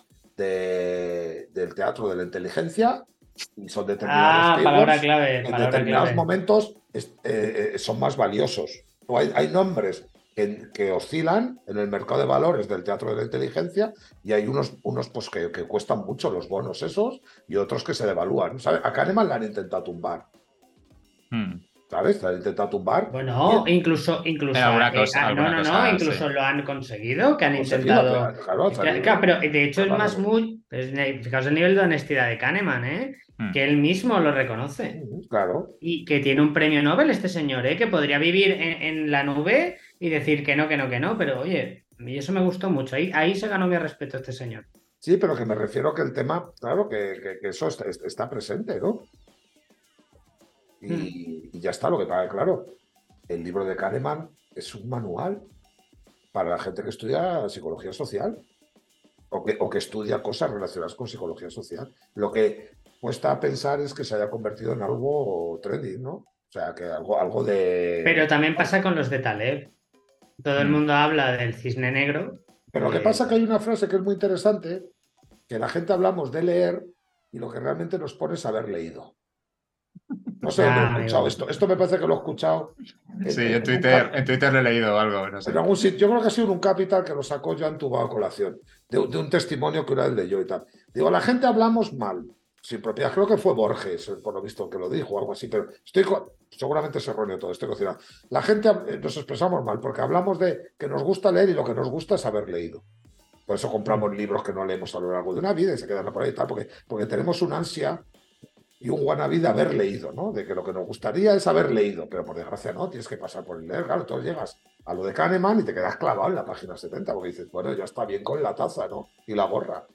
de- del teatro de la inteligencia y son determinados Ah, palabra keywords clave, que en palabra determinados clave. momentos es- eh, eh, son más valiosos. O hay, hay nombres que, que oscilan en el mercado de valores del teatro de la inteligencia y hay unos, unos pues, que, que cuestan mucho los bonos esos y otros que se devalúan. ¿Sabes? A Kahneman la han intentado tumbar, mm, ¿sabes? La han intentado tumbar y Bueno, incluso, en incluso, alguna eh, cosa, ah, no, alguna no, no, cosa, sí. incluso lo han conseguido, que han conseguido, intentado. claro, claro, ha Es que, salido claro, bien. pero de hecho Pero es claro, más pues, muy. Es ne- fijaos el nivel de honestidad de Kahneman, ¿eh? Mm. Que él mismo lo reconoce. mm, claro. Y que tiene un premio Nobel este señor, ¿eh? Que podría vivir en, en la nube y decir que no, que no, que no, pero oye, y eso me gustó mucho. Ahí, ahí se ganó mi respeto este señor. Sí, pero que me refiero que el tema, claro, que, que- que eso está, está presente, ¿no? Mm. Y, y ya está, lo que pasa, claro, el libro de Kahneman es un manual para la gente que estudia psicología social o que, o que estudia cosas relacionadas con psicología social. Lo que cuesta pensar es que se haya convertido en algo trending, ¿no? O sea, que algo, algo de... Pero también pasa con los de Taleb. Todo el Mm. mundo habla del cisne negro. Pero lo que pasa es que hay una frase que es muy interesante, que la gente hablamos de leer y lo que realmente nos pone es haber leído. No sé dónde lo he Ah, escuchado amigo. esto. Esto me parece que lo he escuchado en, Sí, en- en en un Twitter, cap- en Twitter lo he leído algo, no sé. en algún sitio. Yo creo que ha sido en un Capital que lo sacó Joan Tubao a colación, de, de un testimonio que una vez leyó y tal. Digo, la gente hablamos mal, sin propiedad. Creo que fue Borges, por lo visto, que lo dijo o algo así, pero estoy co- seguramente es erróneo todo, estoy cocinado. La gente eh, nos expresamos mal porque hablamos de que nos gusta leer y lo que nos gusta es haber leído. Por eso compramos libros que no leemos a lo largo de una vida y se quedan por ahí y tal, porque, porque tenemos una ansia y un wannabe de haber leído, ¿no? De que lo que nos gustaría es haber leído, pero por desgracia no, tienes que pasar por el leer. Claro, tú llegas a lo de Kahneman y te quedas clavado en la página setenta, porque dices, bueno, ya está bien con la taza, ¿no? Y la gorra.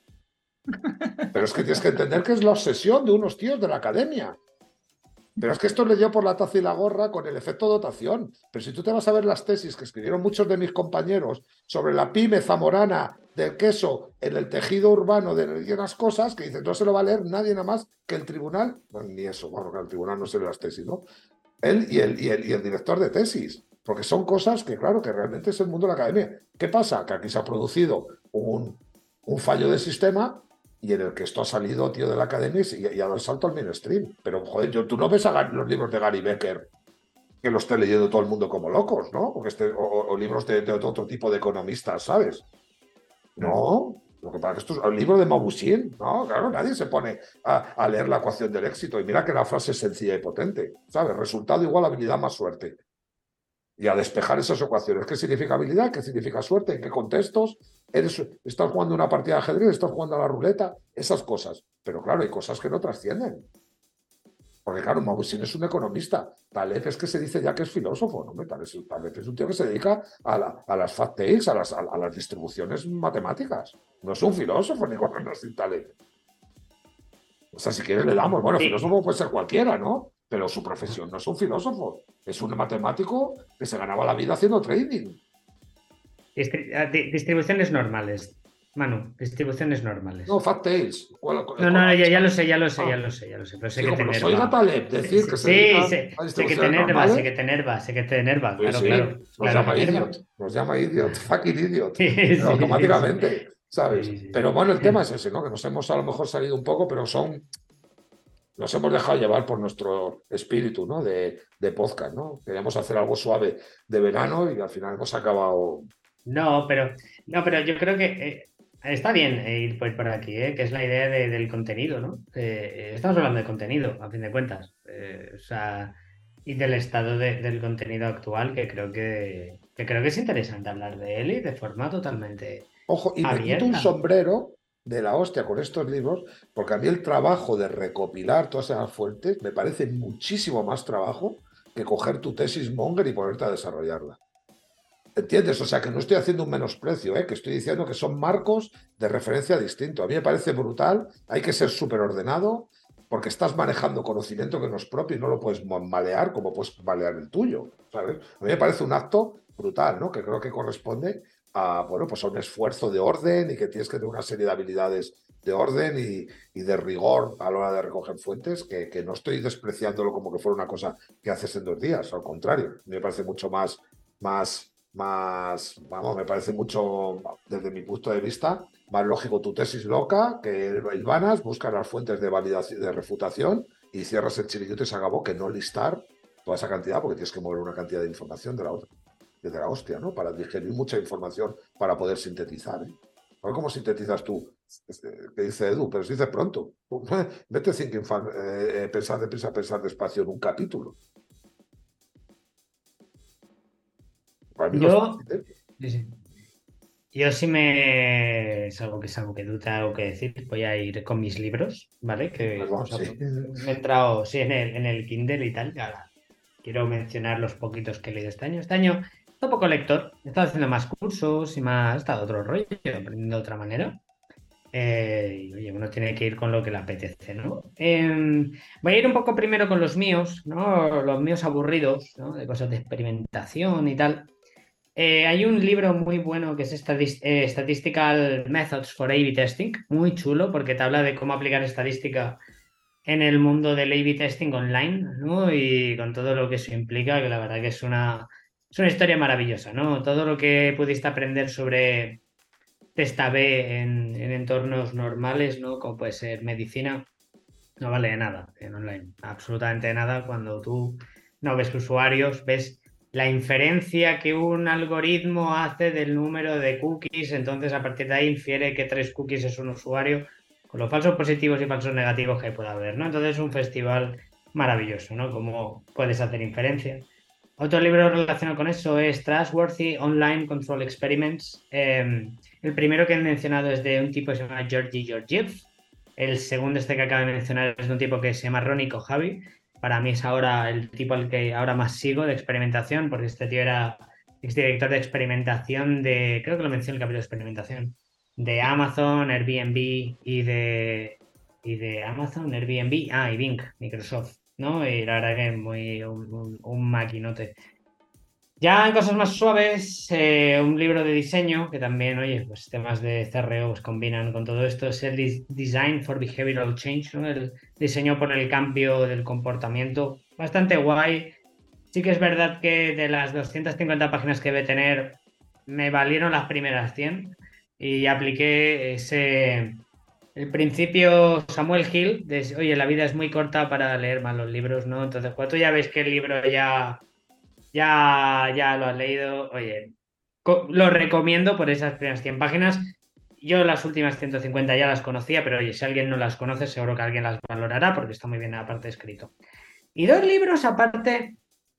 Pero es que tienes que entender que es la obsesión de unos tíos de la academia. Pero es que esto le dio por la taza y la gorra con el efecto dotación. Pero si tú te vas a ver las tesis que escribieron muchos de mis compañeros sobre la pyme zamorana del queso en el tejido urbano de unas cosas que dicen, no se lo va a leer nadie nada más que el tribunal, bueno, ni eso, bueno, que el tribunal no se lee las tesis, ¿no? Él y el, y, el, y el director de tesis, porque son cosas que, claro, que realmente es el mundo de la academia. ¿Qué pasa? Que aquí se ha producido un, un fallo de sistema y en el que esto ha salido, tío, de la academia y, y ha dado el salto al mainstream. Pero, joder, yo, tú no ves a Gary, los libros de Gary Becker que lo esté leyendo todo el mundo como locos, ¿no? O, que esté, o, o libros de, de otro tipo de economistas, ¿sabes? No, lo que pasa es que esto es el libro de Mauboussin, no, claro, nadie se pone a, a leer la ecuación del éxito y mira que la frase es sencilla y potente, ¿sabes? Resultado igual habilidad más suerte. Y a despejar esas ecuaciones. ¿Qué significa habilidad? ¿Qué significa suerte? ¿En qué contextos? ¿Eres, ¿Estás jugando una partida de ajedrez? ¿Estás jugando a la ruleta? Esas cosas. Pero claro, hay cosas que no trascienden. Porque claro, Mauboussin es un economista. Taleb es que se dice ya que es filósofo. ¿No? Taleb, es, Taleb es un tío que se dedica a, la, a las fact tales, a las, a, a las distribuciones matemáticas. No es un filósofo ni cuando sin Taleb. O sea, si quieres le damos. Bueno, Sí. filósofo puede ser cualquiera, ¿no? Pero su profesión no es un filósofo. Es un matemático que se ganaba la vida haciendo trading. Distri- ah, di- distribuciones normales. Manu, distribuciones normales. No, Fat Tales. ¿Cuál- cuál- No, no, cuál- ya, ya lo sé, ya lo sé, Ah, ya lo sé, ya lo sé, pero sé sí, que como los oiga tenerva. Taleb decir que se Sí, dedican sé, a sé que distribuciones tenerva, sé normales. que tenerva, sé que tenerva, Sí, claro, sí, claro, nos claro llama que tenerva. idiot, nos llama idiot, fucking idiot, Sí, pero sí, sí, sí. automáticamente, ¿sabes? Sí, sí, Pero bueno, el tema sí. es ese, ¿no? Que nos hemos a lo mejor salido un poco, pero son, nos hemos dejado llevar por nuestro espíritu, ¿no? De, de podcast, ¿no? Queríamos hacer algo suave de verano y al final hemos acabado. No, pero, no, pero yo creo que eh, está bien eh, ir por, por aquí, eh, que es la idea de- del contenido, ¿no? Eh, eh, estamos hablando de contenido, a fin de cuentas. Eh, o sea, y del estado de- del contenido actual, que creo que, que creo que es interesante hablar de él y de forma totalmente Ojo, y me quito un abierta. sombrero de la hostia con estos libros, porque a mí el trabajo de recopilar todas esas fuentes me parece muchísimo más trabajo que coger tu tesis Monger y ponerte a desarrollarla. ¿Entiendes? O sea, que no estoy haciendo un menosprecio, ¿eh? Que estoy diciendo que son marcos de referencia distintos. A mí me parece brutal, hay que ser súper ordenado porque estás manejando conocimiento que no es propio y no lo puedes malear como puedes malear el tuyo, ¿sabes? A mí me parece un acto brutal, ¿no? Que creo que corresponde a, bueno, pues a un esfuerzo de orden y que tienes que tener una serie de habilidades de orden y, y de rigor a la hora de recoger fuentes, que, que no estoy despreciándolo como que fuera una cosa que haces en dos días, al contrario, a mí me parece mucho más, más más, vamos, me parece mucho, desde mi punto de vista, más lógico tu tesis loca, que hilvanas, buscas las fuentes de validación, de refutación y cierras el chiringuito y se acabó, que no listar toda esa cantidad, porque tienes que mover una cantidad de información de la otra, de la hostia, ¿no? Para digerir mucha información para poder sintetizar, ¿eh? A ver cómo sintetizas tú, que dice Edu, pero se dice pronto. Vete thinking fan, eh, pensar deprisa, pensar despacio en un capítulo. Para mí no es Yo, fácil, ¿eh? sí, sí. Yo sí me es algo que es algo que duda algo que decir, voy a ir con mis libros, ¿vale? Que Perdón, o sea, sí. me he entrado sí, en el, en el Kindle y tal. Y ahora quiero mencionar los poquitos que he leído este año. Este año he estado poco lector, he estado haciendo más cursos y más, he estado otro rollo, aprendiendo de otra manera. Eh, y oye, uno tiene que ir con lo que le apetece, ¿no? Em, voy a ir un poco primero con los míos, ¿no? Los míos aburridos, ¿no? De cosas de experimentación y tal. Eh, hay un libro muy bueno que es Statist- eh, Statistical Methods for A/B Testing, muy chulo porque te habla de cómo aplicar estadística en el mundo del A/B testing online, ¿no? Y con todo lo que eso implica, que la verdad que es una, es una historia maravillosa, ¿no? Todo lo que pudiste aprender sobre test A/B en, en entornos normales, ¿no? Como puede ser medicina, no vale de nada en online, absolutamente de nada cuando tú no ves usuarios, ves la inferencia que un algoritmo hace del número de cookies, entonces a partir de ahí infiere que tres cookies es un usuario, con los falsos positivos y falsos negativos que pueda haber, ¿no? Entonces es un festival maravilloso, ¿no? Cómo puedes hacer inferencia. Otro libro relacionado con eso es Trustworthy Online Control Experiments. Eh, el primero que he mencionado es de un tipo que se llama Georgi Georgiev. El segundo, este que acabo de mencionar, es de un tipo que se llama Ronnie Kojavi. Para mí es ahora el tipo al que ahora más sigo de experimentación, porque este tío era exdirector de experimentación de, creo que lo mencioné en el capítulo de experimentación, de Amazon, Airbnb y de, y de Amazon, Airbnb, ah, y Bing, Microsoft, ¿no? Y la verdad que es muy un, un, un maquinote. Ya en cosas más suaves, eh, un libro de diseño, que también, oye, pues temas de C R O pues, combinan con todo esto, es el Dis- Design for Behavioral Change, ¿no? El diseño por el cambio del comportamiento. Bastante guay. Sí que es verdad que de las doscientas cincuenta páginas que debe tener, me valieron las primeras cien y apliqué ese, el principio Samuel Hill, de, oye, la vida es muy corta para leer más los libros, ¿no? Entonces, cuando tú ya ves que el libro ya ya, ya lo has leído. Oye, co- lo recomiendo por esas primeras cien páginas. Yo las últimas ciento cincuenta ya las conocía, pero oye, si alguien no las conoce, seguro que alguien las valorará porque está muy bien aparte escrito. Y dos libros aparte,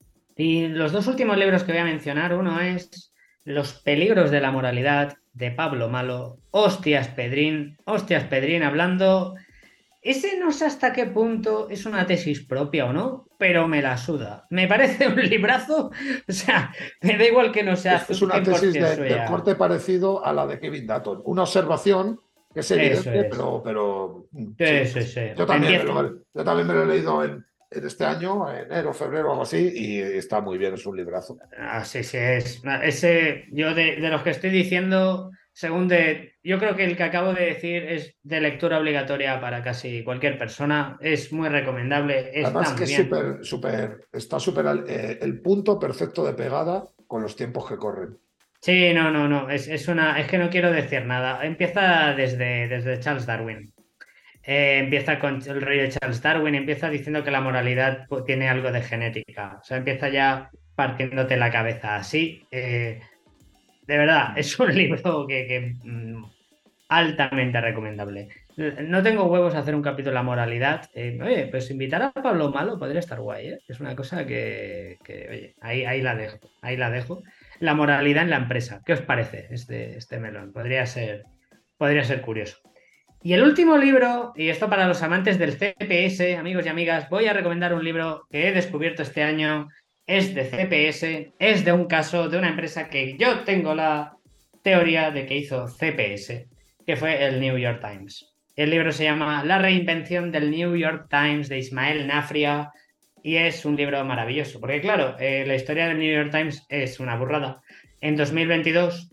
y los dos últimos libros que voy a mencionar, uno es Los peligros de la moralidad de Pablo Malo. Hostias, Pedrín, hostias, Pedrín, hablando ese no sé hasta qué punto es una tesis propia o no, pero me la suda. Me parece un librazo, o sea, me da igual que no sea Es, es una cien por tesis ciento de, del suya. corte parecido a la de Kevin Dutton. Una observación que es Eso evidente, es. pero, pero mm, sí. Sí, sí, sí. Yo también me Empieza. lo, yo también me lo he leído en, en este año, enero, febrero, algo así, y está muy bien, es un librazo. Ah, sí, sí, es. Ese, yo de, de los que estoy diciendo, según de... Yo creo que el que acabo de decir es de lectura obligatoria para casi cualquier persona. Es muy recomendable, está Además muy que es bien. súper, súper, está súper al- eh, el punto perfecto de pegada con los tiempos que corren. Sí, no, no, no. Es, es una... Es que no quiero decir nada. Empieza desde, desde Charles Darwin. Eh, empieza con el rollo de Charles Darwin, empieza diciendo que la moralidad pues, tiene algo de genética. O sea, empieza ya partiéndote la cabeza así. Eh, de verdad, es un libro que, que, mm, altamente recomendable. No tengo huevos a hacer un capítulo de la moralidad. Eh, oye, pues invitar a Pablo Malo podría estar guay, ¿eh? Es una cosa que, que, oye, ahí, ahí la dejo, ahí la dejo. La moralidad en la empresa. ¿Qué os parece este, este melón? Podría ser, podría ser curioso. Y el último libro, y esto para los amantes del C P S, amigos y amigas, voy a recomendar un libro que he descubierto este año. Es de C P S, es de un caso de una empresa que yo tengo la teoría de que hizo C P S, que fue el New York Times. El libro se llama La reinvención del New York Times de Ismael Nafria y es un libro maravilloso, porque claro, eh, la historia del New York Times es una burrada. En dos mil veintidós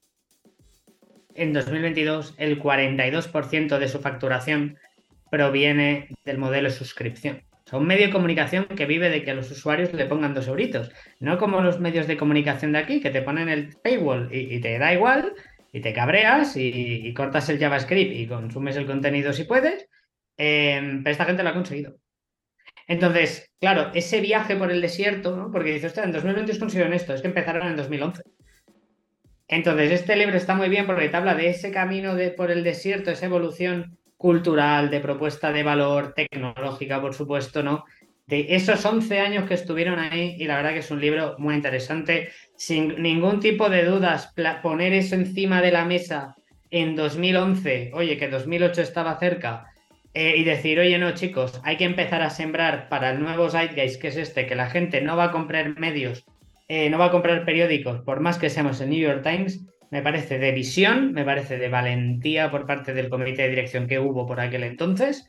En dos mil veintidós, el cuarenta y dos por ciento de su facturación proviene del modelo de suscripción. O sea, un medio de comunicación que vive de que a los usuarios le pongan dos euritos. No como los medios de comunicación de aquí, que te ponen el paywall y, y te da igual, y te cabreas y, y cortas el JavaScript y consumes el contenido si puedes. Eh, pero esta gente lo ha conseguido. Entonces, claro, ese viaje por el desierto, ¿no? Porque dices, en dos mil veinte consiguieron esto, es que empezaron en dos mil once. Entonces, este libro está muy bien porque te habla de ese camino de, por el desierto, esa evolución cultural, de propuesta de valor, tecnológica, por supuesto, ¿no? De esos once años que estuvieron ahí, y la verdad que es un libro muy interesante, sin ningún tipo de dudas, poner eso encima de la mesa en dos mil once, oye, que dos mil ocho estaba cerca, eh, y decir, oye, no, chicos, hay que empezar a sembrar para el nuevo Zeitgeist, que es este, que la gente no va a comprar medios, Eh, no va a comprar periódicos, por más que seamos el New York Times, me parece de visión, me parece de valentía por parte del comité de dirección que hubo por aquel entonces,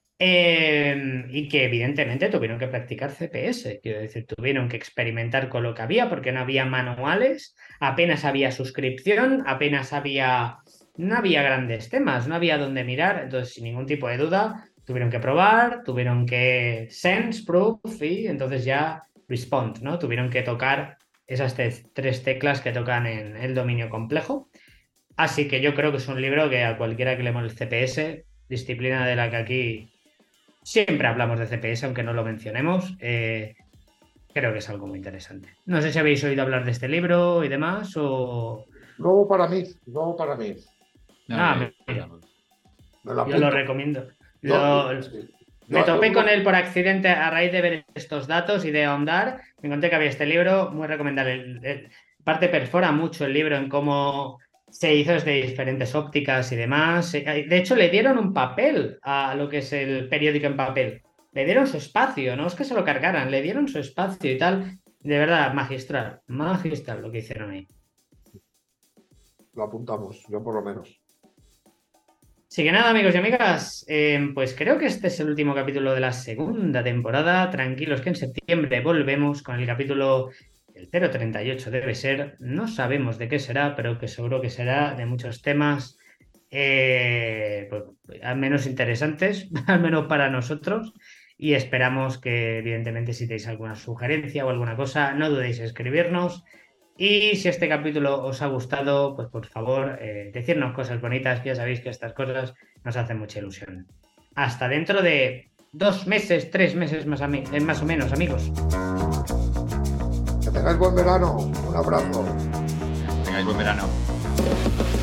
eh, y que evidentemente tuvieron que practicar C P S, quiero decir, tuvieron que experimentar con lo que había porque no había manuales, apenas había suscripción, apenas había, no había grandes temas, no había dónde mirar, entonces sin ningún tipo de duda tuvieron que probar, tuvieron que sense, proof y entonces ya respond, ¿no? Tuvieron que tocar esas tres teclas que tocan en el dominio complejo. Así que yo creo que es un libro que a cualquiera que le mole el C P S, disciplina de la que aquí siempre hablamos de C P S, aunque no lo mencionemos, eh, creo que es algo muy interesante. No sé si habéis oído hablar de este libro y demás, o... Nuevo para mí, nuevo para mí. No, ah, no, mira, Me lo yo lo apunto. recomiendo. Yo- Lo- sí. Me Yo- topé yo- con él por accidente a raíz de ver estos datos y de ahondar. Me encontré que había este libro, muy recomendable. El- el- parte perfora mucho el libro en cómo se hizo desde diferentes ópticas y demás. Eh, De hecho, le dieron un papel a lo que es el periódico en papel. Le dieron su espacio, no es que se lo cargaran, le dieron su espacio y tal. De verdad, magistral, magistral lo que hicieron ahí. Lo apuntamos, yo por lo menos. Así que nada, amigos y amigas, eh, pues creo que este es el último capítulo de la segunda temporada. Tranquilos que en septiembre volvemos con el capítulo el cero treinta y ocho debe ser. No sabemos de qué será, pero que seguro que será de muchos temas, eh, pues, al menos interesantes, al menos para nosotros. Y esperamos que, evidentemente, si tenéis alguna sugerencia o alguna cosa, no dudéis en escribirnos. Y si este capítulo os ha gustado, pues por favor, eh, decirnos cosas bonitas, que ya sabéis que estas cosas nos hacen mucha ilusión. Hasta dentro de dos meses, tres meses más, eh, más o menos, amigos. Que tengáis buen verano. Un abrazo. Tengáis buen verano.